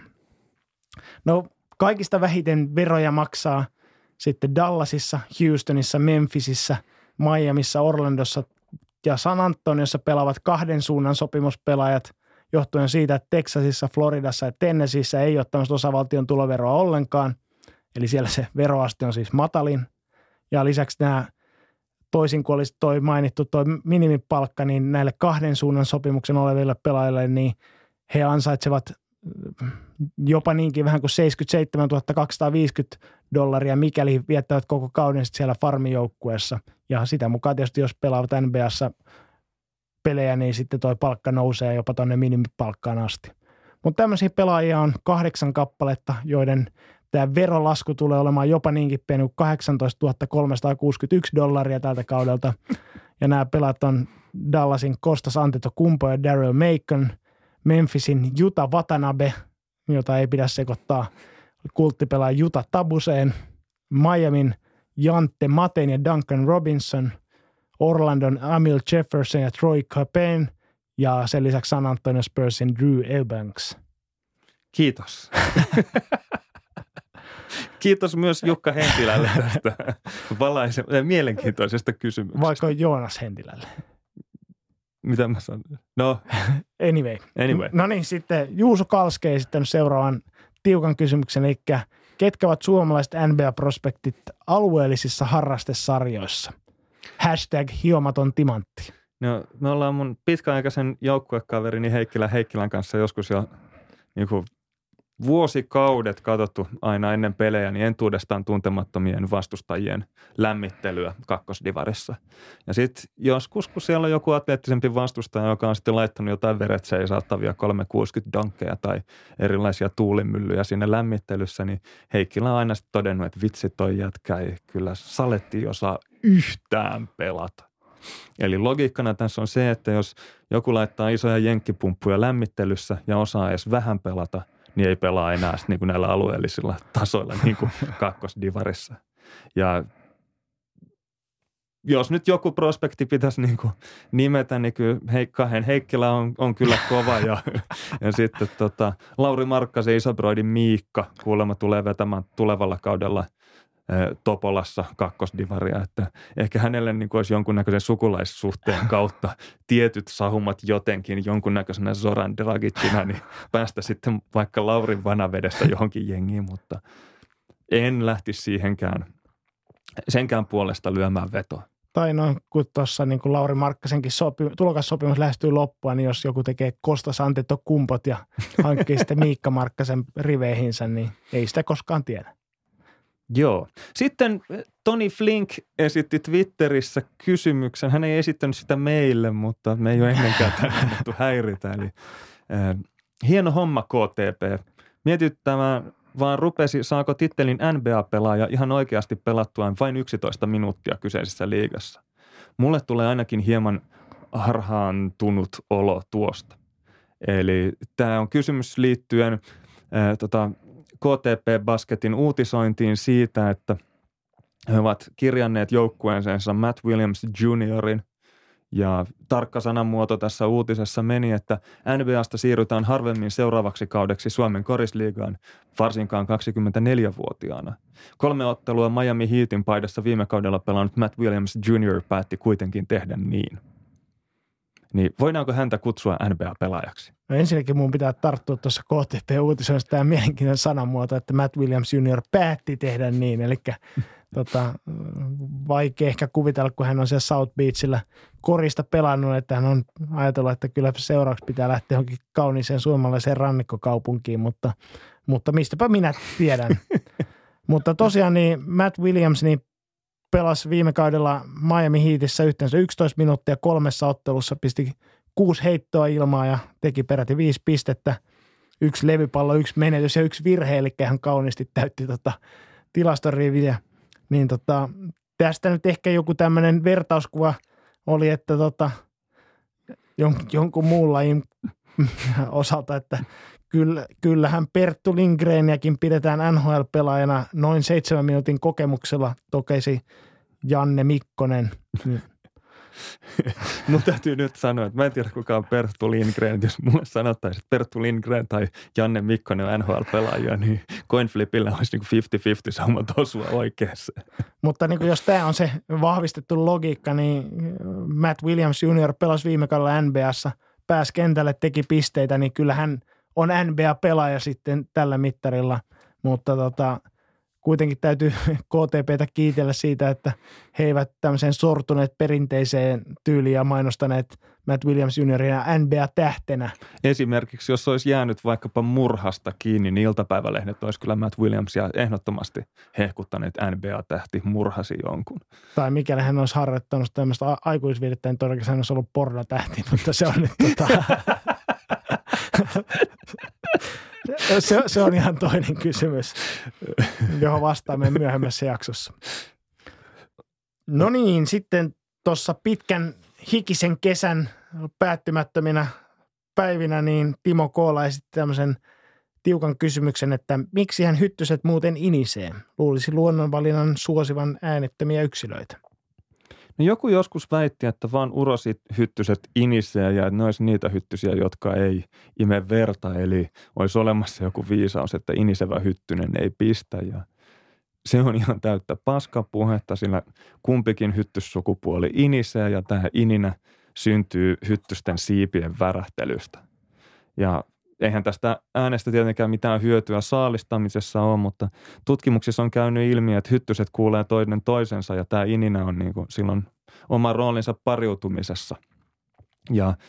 No kaikista vähiten veroja maksaa sitten Dallasissa, Houstonissa, Memphisissä, Miamiissa, Orlandossa ja San Antoniossa pelaavat kahden suunnan sopimuspelaajat johtuen siitä, että Texasissa, Floridassa ja Tennesseeissä ei ole tämmöistä osavaltion tuloveroa ollenkaan. Eli siellä se veroaste on siis matalin. Ja lisäksi nämä, toisin kuin olisi toi mainittu toi minimipalkka, niin näille kahden suunnan sopimuksen oleville pelaajille, niin he ansaitsevat jopa niinkin vähän kuin seitsemänkymmentäseitsemäntuhatta kaksisataaviisikymmentä dollaria, mikäli viettävät koko kauden siellä farmijoukkueessa. Ja sitä mukaan tietysti, jos pelaavat N B A:ssa pelejä, niin sitten toi palkka nousee jopa tuonne minimipalkkaan asti. Mutta tämmöisiä pelaajia on kahdeksan kappaletta, joiden tämä verolasku tulee olemaan jopa niinkin pieni kuin kahdeksantoistatuhatta kolmesataakuusikymmentäyksi dollaria tältä kaudelta. Ja nämä pelaat on Dallasin Kostas Antetokounmpo ja Daryl Macon, Memphisin Yuta Watanabe, jota ei pidä sekoittaa kulttipelaaja Yuta Tabuseen, Miamin Jante Maten ja Duncan Robinson, Orlandon Amil Jefferson ja Troy Capen ja sen lisäksi San Antonio Spursin Drew Eubanks. Kiitos. Kiitos myös Jukka Hentilälle tästä valaise- mielenkiintoisesta kysymyksestä. Vaikka Joonas Hentilälle. Mitä mä sanon? No. Anyway. anyway. No niin, sitten Juuso Kalske esittänyt seuraavan tiukan kysymyksen, eli ketkä ovat suomalaiset N B A-prospektit alueellisissa harrastesarjoissa? Hashtag hiomaton timantti. No, me ollaan mun pitkäaikaisen joukkuekaverini Heikkilä Heikkilän kanssa joskus jo niin kuin vuosikaudet katsottu aina ennen pelejä, niin entuudestaan tuntemattomien vastustajien lämmittelyä kakkosdivarissa. Ja sitten joskus, kun siellä on joku atleettisempi vastustaja, joka on sitten laittanut jotain veret seisauttavia kolmesataakuusikymmentä donkkeja tai erilaisia tuulimyllyjä sinne lämmittelyssä, niin Heikkilä on aina sitten todennut, että vitsi toi jätkä ei kyllä saletti osaa yhtään pelata. Eli logiikkana tässä on se, että jos joku laittaa isoja jenkkipumppuja lämmittelyssä ja osaa edes vähän pelata, niin ei pelaa enää niin kuin näillä alueellisilla tasoilla niin kuin kakkosdivarissa. Ja jos nyt joku prospekti pitäisi niin kuin nimetä, niin kyllä Heikkahden Heikkilä on, on kyllä kova. Ja, ja sitten tota, Lauri Markkasen isobroidin Miikka kuulemma tulee vetämään tulevalla kaudella Topolassa kakkosdivaria, että ehkä hänelle niin kuin olisi jonkunnäköisen sukulaissuhteen kautta tietyt sahumat jotenkin jonkunnäköisenä Zoran Dragicina, niin päästä sitten vaikka Laurin vanavedessä johonkin jengiin, mutta en lähtisi siihenkään, senkään puolesta lyömään vetoa. Tai noin, kun tuossa niin kuin Lauri Markkasenkin sopi, tulokassopimus lähestyy loppua, niin jos joku tekee Kostas Antetokumpot ja hankkii sitten Miikka Markkasen riveihinsä, niin ei sitä koskaan tiedä. Joo. Sitten Toni Flink esitti Twitterissä kysymyksen. Hän ei esittänyt sitä meille, mutta me ei ole ennenkään annettu häiritä. Eli äh, hieno homma K T P. Mietittämään vaan rupesi, saako tittelin N B A-pelaaja ihan oikeasti pelattuaan vain yksitoista minuuttia kyseisessä liigassa. Mulle tulee ainakin hieman harhaantunut olo tuosta. Eli tämä on kysymys liittyen äh, tota, K T P-basketin uutisointiin siitä, että he ovat kirjanneet joukkueensa Matt Williams juniorin. Ja tarkka sanamuoto tässä uutisessa meni, että N B A:sta siirrytään harvemmin seuraavaksi kaudeksi Suomen korisliigaan, varsinkaan kaksikymmentäneljävuotiaana. Kolme ottelua Miami Heatin paidassa viime kaudella pelannut Matt Williams junior päätti kuitenkin tehdä niin. Niin voidaanko häntä kutsua N B A-pelaajaksi? No ensinnäkin mun pitää tarttua tuossa K T P-uutisoissa tämä mielenkiintoinen sanamuoto, että Matt Williams junior päätti tehdä niin. Eli tota, vaikea ehkä kuvitella, kun hän on siellä South Beachillä korista pelannut, että hän on ajatellut, että kyllä seuraavaksi pitää lähteä johonkin kauniiseen suomalaiseen rannikkokaupunkiin, mutta, mutta mistäpä minä tiedän. Mutta tosiaan niin Matt Williams niin pelasi viime kaudella Miami Heatissä yhteensä yksitoista minuuttia kolmessa ottelussa, pisti kuusi heittoa ilmaa ja teki peräti viisi pistettä, yksi levypallo, yksi menetys ja yksi virhe, eli hän kauniisti täytti tota tilastoriviä. Niin tota, tästä nyt ehkä joku tämmöinen vertauskuva oli, että tota, jon, jonkun muun lajin osalta, että kyllä, kyllähän Perttu Lindgreniäkin pidetään N H L-pelaajana noin seitsemän minuutin kokemuksella, tokeisi Janne Mikkonen. Mun täytyy nyt sanoa, että mä en tiedä kuka on Perttu Lindgren. Jos mulle sanottaisiin, että Perttu Lindgren tai Janne Mikkonen on N H L-pelaajia, niin coinflipillä olisi niin viisikymmentä viisikymmentä saumat osua oikeassa. Mutta niin jos tämä on se vahvistettu logiikka, niin Matt Williams junior pelasi viime kaudella N B A:ssa, pääsi kentälle, teki pisteitä, niin kyllä hän on N B A-pelaaja sitten tällä mittarilla, mutta tota, kuitenkin täytyy K T P:tä kiitellä siitä, että he eivät tämmöiseen sortuneet perinteiseen tyyliin ja mainostaneet Matt Williams juniorina N B A-tähtenä. Esimerkiksi jos olisi jäänyt vaikkapa murhasta kiinni, niin iltapäivälehdet olisi kyllä Matt Williamsia ehdottomasti hehkuttaneet N B A-tähti murhasi jonkun. Tai mikäli hän olisi harjoittanut tämmöistä aikuisviidettä, niin todennäköisesti hän olisi ollut pornotähti, mutta se on nyt tota... Se, se on ihan toinen kysymys, johon vastaamme myöhemmässä jaksossa. No niin, sitten tuossa pitkän hikisen kesän päättymättöminä päivinä, niin Timo Koola esitti tämmöisen tiukan kysymyksen, että miksi hän hyttyset muuten inisee? Luulisi luonnonvalinnan suosivan äänettömiä yksilöitä. No joku joskus väitti, että vaan urosit hyttyset inisee ja ne olisi niitä hyttysiä, jotka ei ime verta. Eli olisi olemassa joku viisaus, että inisevä hyttynen ei pistä. Ja se on ihan täyttä paskapuhetta, sillä kumpikin hyttyssukupuoli inisee ja tämä ininä syntyy hyttysten siipien värähtelystä. Ja eihän tästä äänestä tietenkään mitään hyötyä saalistamisessa ole, mutta tutkimuksissa on käynyt ilmi, että hyttyset kuulee toinen toisensa ja tämä ininä on niin kuin silloin oma roolinsa pariutumisessa. Ja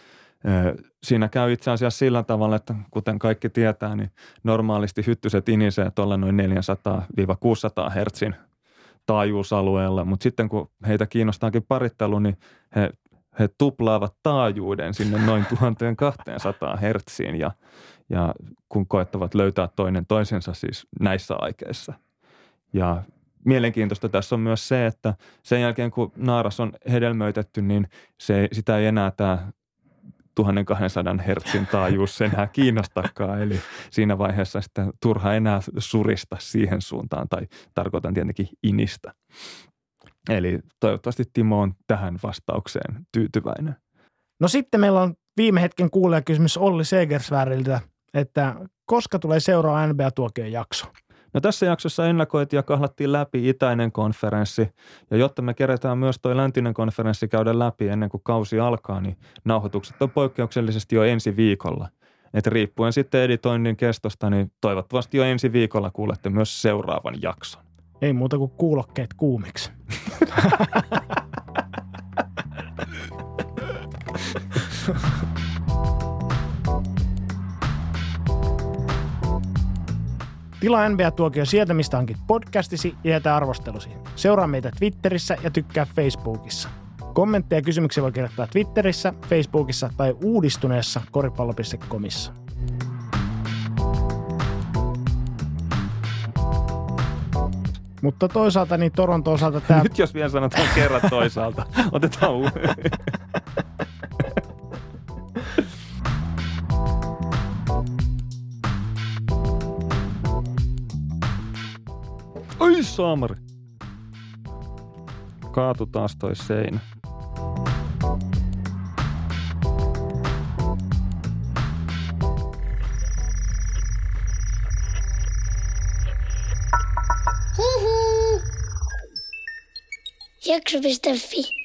Siinä käy itse asiassa sillä tavalla, että kuten kaikki tietää, niin normaalisti hyttyset inisee tuolla noin neljäsataa kuusisataa hertsin taajuusalueella, mutta sitten kun heitä kiinnostaakin parittelu, niin he, he tuplaavat taajuuden sinne noin tuhatkaksisataa hertsiin ja, ja kun koettavat löytää toinen toisensa siis näissä aikeissa. Ja mielenkiintoista tässä on myös se, että sen jälkeen kun naaras on hedelmöitetty, niin se, sitä ei enää tämä tuhatkaksisataa hertsin taajuus enää kiinnostakaan. Eli siinä vaiheessa sitten turha enää surista siihen suuntaan tai tarkoitan tietenkin inistä. Eli toivottavasti Timo on tähän vastaukseen tyytyväinen. No sitten meillä on viime hetken kuulijakysymys Olli Segersvääriltä, että koska tulee seuraava N B A-tuokion jakso? No tässä jaksossa ennakoitiin ja kahlattiin läpi itäinen konferenssi ja jotta me kerätään myös toi läntinen konferenssi käydä läpi ennen kuin kausi alkaa, niin nauhoitukset on poikkeuksellisesti jo ensi viikolla. Että riippuen sitten editoinnin kestosta, niin toivottavasti jo ensi viikolla kuulette myös seuraavan jakson. Ei muuta kuin kuulokkeet kuumiksi. Tilaa N B A-tuokio sieltä, mistä hankit podcastisi ja jätä arvostelusi. Seuraa meitä Twitterissä ja tykkää Facebookissa. Kommentteja ja kysymyksiä voi kirjoittaa Twitterissä, Facebookissa tai uudistuneessa koripallo piste comissa. Mutta toisaalta niin Toronto osalta tämä... Nyt jos vielä sanotaan kerran toisaalta, otetaan uudelleen. Ai saamari. Kaatu taas toi seinä. Jakso piste fi